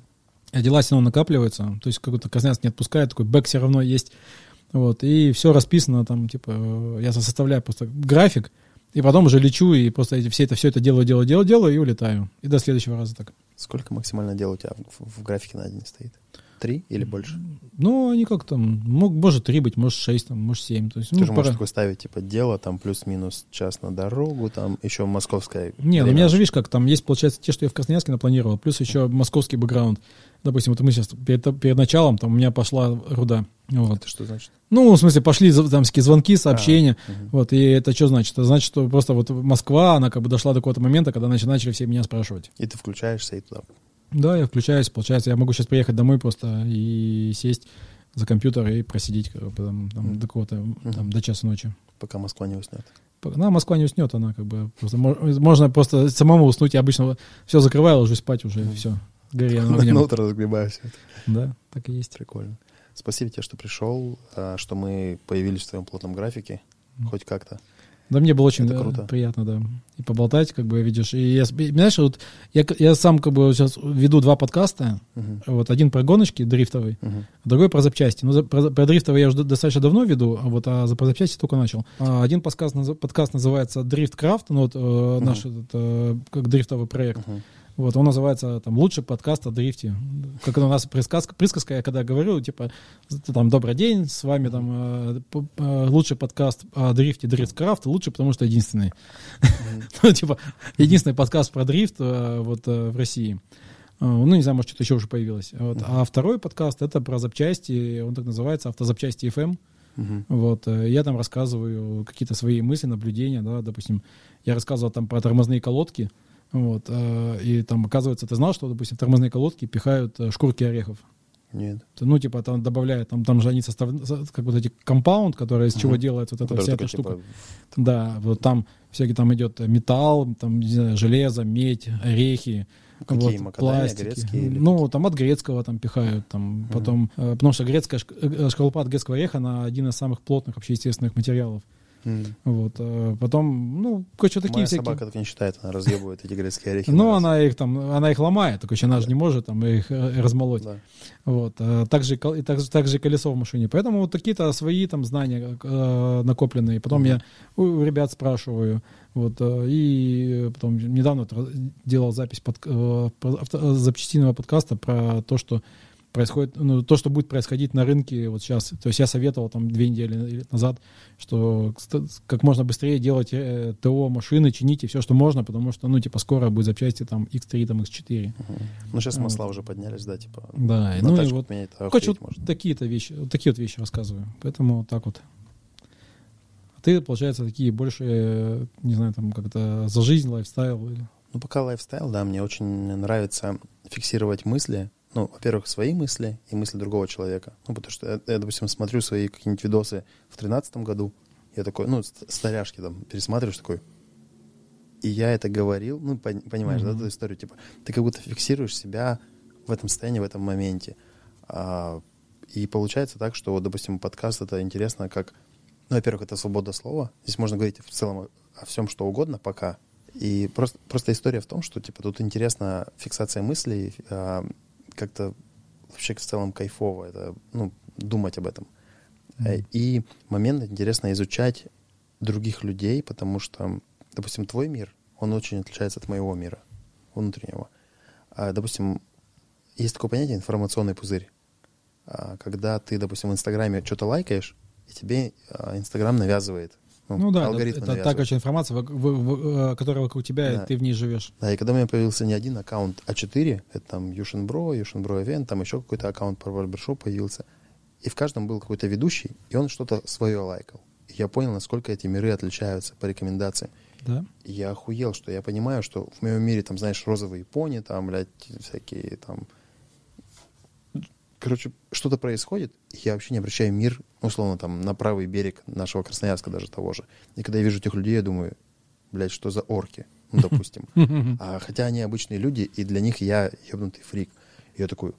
А дела все равно накапливаются. То есть какой-то Красноярск не отпускает, такой бэк все равно есть. Вот. И все расписано там, типа, э, я составляю просто график, и потом уже лечу, и просто эти, все это, все это делаю, делаю, делаю, делаю, и улетаю. И до следующего раза так. Сколько максимально дел у тебя в, в графике на день стоит? Три или больше? Ну, они как там, мог, может три быть, может шесть, там, может семь. То есть, Ты ну, же пора- можешь такое ставить, типа, дело, там, плюс-минус час на дорогу, там, еще московская... Не, ну у время. меня же, видишь, как там есть, получается, те, что я в Красноярске напланировал, плюс еще московский бэкграунд. Допустим, вот мы сейчас перед, перед началом, там у меня пошла руда. Вот. Это что значит? Ну, в смысле, пошли за- там всякие звонки, сообщения. А, мгм. Вот, и это что значит? Это значит, что просто вот Москва, она как бы дошла до какого-то момента, когда начали, начали все меня спрашивать. И ты включаешься и туда. Да, я включаюсь, получается, я могу сейчас приехать домой просто и сесть за компьютер и просидеть как бы, там, там, Мгм. до какого-то, там, до часа ночи. Пока Москва не уснет. Она, Москва не уснет, она как бы просто, мо- можно просто самому уснуть, я обычно все закрываю, ложусь спать уже, и все, гори оно На огнем. утро разгребаю все это. Да, так и есть. Прикольно. Спасибо тебе, что пришел, а, что мы появились в твоем плотном графике. Хоть как-то. Да, мне было очень Это да, круто. приятно, да. И поболтать, как бы, видишь. И я, с- и, знаешь, вот я, к- я сам как бы сейчас веду два подкаста. Мгм. Вот один про гоночки дрифтовый, Мгм. другой про запчасти. Ну, за- про, про дрифтовый я уже достаточно давно веду, а вот а за про запчасти только начал. А один подкаст, наз- подкаст называется Drift Craft, ну, вот э, наш этот, э, как дрифтовый проект. Мгм. Вот, он называется там «Лучший подкаст о дрифте». Как у нас присказка, присказка, я когда говорю, типа, там, добрый день, с вами там э, п- э, лучший подкаст о дрифте Дрифткрафт, лучше, потому что единственный. Ну, типа, единственный подкаст про дрифт э, вот э, в России. Э, Ну, не знаю, может, что-то еще уже появилось. Вот. А второй подкаст — это про запчасти, он так называется, «Автозапчасти эф эм». Мгм. Вот, э, я там рассказываю какие-то свои мысли, наблюдения, да, допустим, я рассказывал там про тормозные колодки, вот, э, и там, оказывается, ты знал, что, допустим, в тормозные колодки пихают э, шкурки орехов? Нет. Ну, типа, там добавляют, там, там же они составляют, как вот эти компаунд, который из чего Мгм. делается вот эта Который вся такой, эта штука. типа, Да, вот там всякие, там идет металл, там, не знаю, железо, медь, орехи, Какие, вот, макадамия, пластики. грецкие или Ну, там от грецкого там пихают, там, потом, э, потому что грецкая шк- э, шкарлупа от грецкого ореха, она один из самых плотных вообще естественных материалов. М. Вот, э, потом, ну, кое-что такие Моя всякие. собака так не считает, она разъебывает эти грецкие орехи. Ну, на раз. она их там, она их ломает, так еще она же не может там их э, размолоть. Да. Вот. а Также, и кол- и также, также и колесо в машине. Поэтому вот какие-то свои там знания э, накопленные. Потом я у у ребят спрашиваю. Вот, э, и потом недавно вот раз- делал запись под, э, про- авто- запчастинного подкаста про то, что происходит, ну, то, что будет происходить на рынке вот сейчас. То есть я советовал там две недели назад, что ст- как можно быстрее делать э, ТО машины, чините все, что можно, потому что, ну, типа, скоро будет запчасти там икс три, там икс четыре. Ну, сейчас масла уже поднялись, да, типа. Да, на ну и тачку вот поменять, короче, охуеть вот можно. такие-то вещи, вот такие вот вещи рассказываю. Поэтому вот так вот. А ты, получается, такие больше, э, не знаю, там как-то за жизнь, лайфстайл или... Ну, пока лайфстайл, да, мне очень нравится фиксировать мысли. Ну, во-первых, свои мысли и мысли другого человека. Ну, потому что я, я, допустим, смотрю свои какие-нибудь видосы в тринадцатом году, я такой, ну, ст- старяшки там, пересматриваешь такой, и я это говорил, ну, пон- понимаешь, Мгм. да, эту историю, типа, ты как будто фиксируешь себя в этом состоянии, в этом моменте. А, и получается так, что, вот, допустим, подкаст — это интересно как, ну, во-первых, это свобода слова, здесь можно говорить в целом о, о всем, что угодно пока, и просто, просто история в том, что, типа, тут интересна фиксация мыслей, а, как-то вообще в целом кайфово, это, ну, думать об этом. Мгм. И момент интересно изучать других людей, потому что, допустим, твой мир, он очень отличается от моего мира внутреннего. А, допустим, есть такое понятие информационный пузырь. А, когда ты, допустим, в Инстаграме что-то лайкаешь, и тебе а, Инстаграм навязывает. Ну да, это, алгоритмы это навязывают. та, короче, информация, в- в- в- которая вокруг тебя, Да. и ты в ней живешь. Да, и когда у меня появился не один аккаунт, а четыре, это там Юшинбро, Юшинбро Event, там еще какой-то аккаунт про барбершоп появился, и в каждом был какой-то ведущий, и он что-то свое лайкал. я понял, насколько эти миры отличаются по рекомендациям. Да? И я охуел, что я понимаю, что в моем мире, там, знаешь, розовые пони, там, блядь, всякие, там... Короче, что-то происходит, и я вообще не обращаю мир, условно, там, на правый берег нашего Красноярска даже того же. И когда я вижу этих людей, я думаю, блядь, что за орки, ну, допустим. А хотя они обычные люди, и для них я ебнутый фрик. И я такой,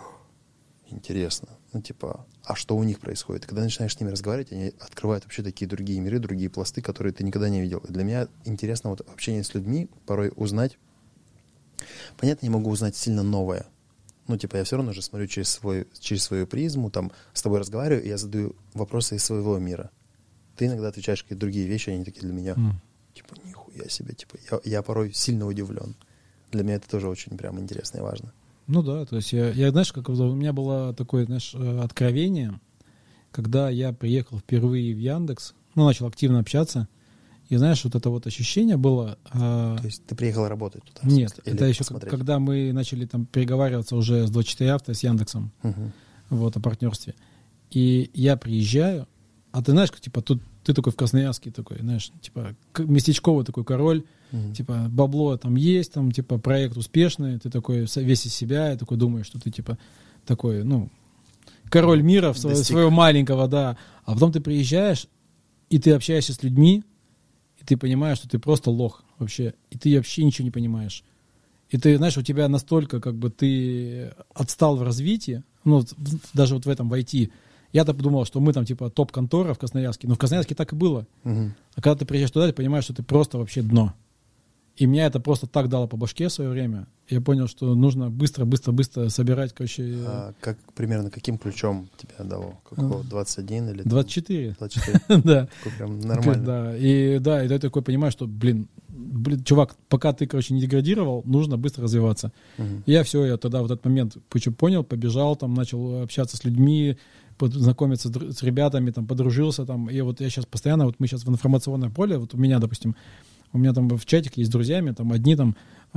интересно. Ну, типа, а что у них происходит? И когда начинаешь с ними разговаривать, они открывают вообще такие другие миры, другие пласты, которые ты никогда не видел. И для меня интересно вот общение с людьми, порой узнать. Понятно, не могу узнать сильно новое. Ну, типа, я все равно же смотрю через, свой, через свою призму, там, с тобой разговариваю, и я задаю вопросы из своего мира. Ты иногда отвечаешь какие-то другие вещи, они такие для меня, mm. типа, нихуя себе, типа, я, я порой сильно удивлен. Для меня это тоже очень прям интересно и важно. Ну да, то есть я, я знаешь, как у меня было такое, знаешь, откровение, когда я приехал впервые в Яндекс, ну, начал активно общаться, и знаешь, вот это вот ощущение было... То есть ты приехал работать туда? Нет, это еще посмотреть? Когда мы начали там переговариваться уже с двадцать четыре авто, с Яндексом, uh-huh. вот, о партнерстве. И я приезжаю, а ты знаешь, как, типа, тут ты такой в Красноярске такой, знаешь, типа, местечковый такой король, uh-huh. типа, бабло там есть, там, типа, проект успешный, ты такой весь из себя, и такой думаешь, что ты, типа, такой, ну, король мира своего, своего маленького, да. А потом ты приезжаешь, и ты общаешься с людьми, и ты понимаешь, что ты просто лох вообще, и ты вообще ничего не понимаешь. И ты, знаешь, у тебя настолько, как бы, ты отстал в развитии, ну, даже вот в этом в ай ти. Я-то подумал, что мы там, типа, топ-контора в Красноярске, но в Красноярске так и было. Uh-huh. А когда ты приезжаешь туда, ты понимаешь, что ты просто вообще дно. И меня это просто так дало по башке в свое время. Я понял, что нужно быстро-быстро-быстро собирать, короче... А как, примерно каким ключом тебя дало? Какого? двадцать один или... двадцать четыре. двадцать четыре. Да. Прям нормально. Да, и да, и ты такой понимаешь, что, блин, блин, чувак, пока ты, короче, не деградировал, нужно быстро развиваться. Я все, я тогда в этот момент понял, побежал, там, начал общаться с людьми, знакомиться с ребятами, там, подружился, там, и вот я сейчас постоянно, вот мы сейчас в информационное поле, вот у меня, допустим, у меня там в чатике есть с друзьями, там одни там,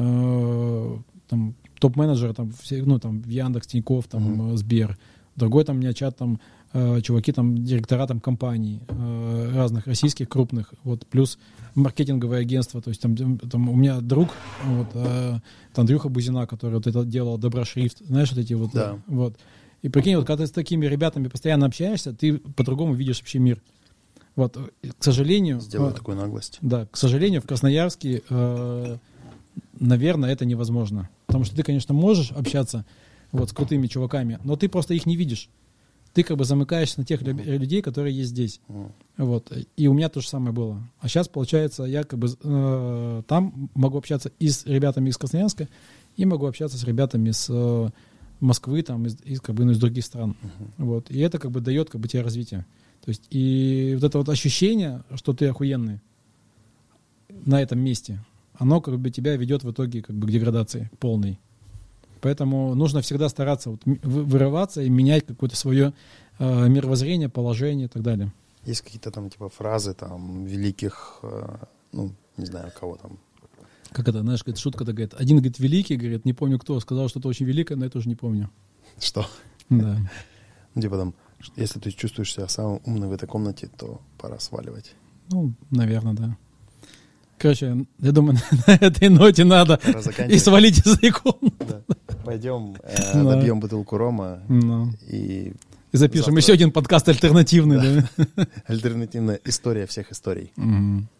э, там топ-менеджеры, там, все, ну, там, Яндекс, Тинькофф, там, mm-hmm. Сбер. Другой там у меня чат, там, э, чуваки, там, директора, там, компаний э, разных, российских, крупных, вот, плюс маркетинговое агентство, то есть там, там у меня друг, вот, э, Андрюха Бузина, который вот это делал, Доброшрифт, знаешь, вот эти вот, да. вот. И прикинь, вот когда ты с такими ребятами постоянно общаешься, ты по-другому видишь вообще мир. Вот, к сожалению... Сделаю э, такую наглость. Да, к сожалению, в Красноярске, э, наверное, это невозможно. Потому что ты, конечно, можешь общаться вот, с крутыми чуваками, но ты просто их не видишь. Ты как бы замыкаешься на тех mm-hmm. людей, которые есть здесь. Mm-hmm. Вот. И у меня то же самое было. А сейчас, получается, я как бы э, там могу общаться и с ребятами из Красноярска, и могу общаться с ребятами с э, Москвы, там, из, из, как бы, ну, из других стран. Mm-hmm. Вот. И это как бы дает как бы, тебе развитие. То есть, и вот это вот ощущение, что ты охуенный на этом месте, оно как бы тебя ведет в итоге как бы к деградации полной. Поэтому нужно всегда стараться вот вырываться и менять какое-то свое э, мировоззрение, положение и так далее. Есть какие-то там типа фразы там великих, э, ну, не знаю, кого там. Как это, знаешь, говорит, шутка такая, один, говорит, великий, говорит, не помню кто, сказал что-то очень великое, но я тоже не помню. Что? Да. Ну, типа там, если ты чувствуешь себя самым умным в этой комнате, то пора сваливать. Ну, наверное, да. Короче, я думаю, на этой ноте надо и свалить из икон. Да. Пойдем, э, no. добьем бутылку рома no. и... И запишем завтра... еще один подкаст альтернативный. Да. Да? Альтернативная история всех историй. Mm-hmm.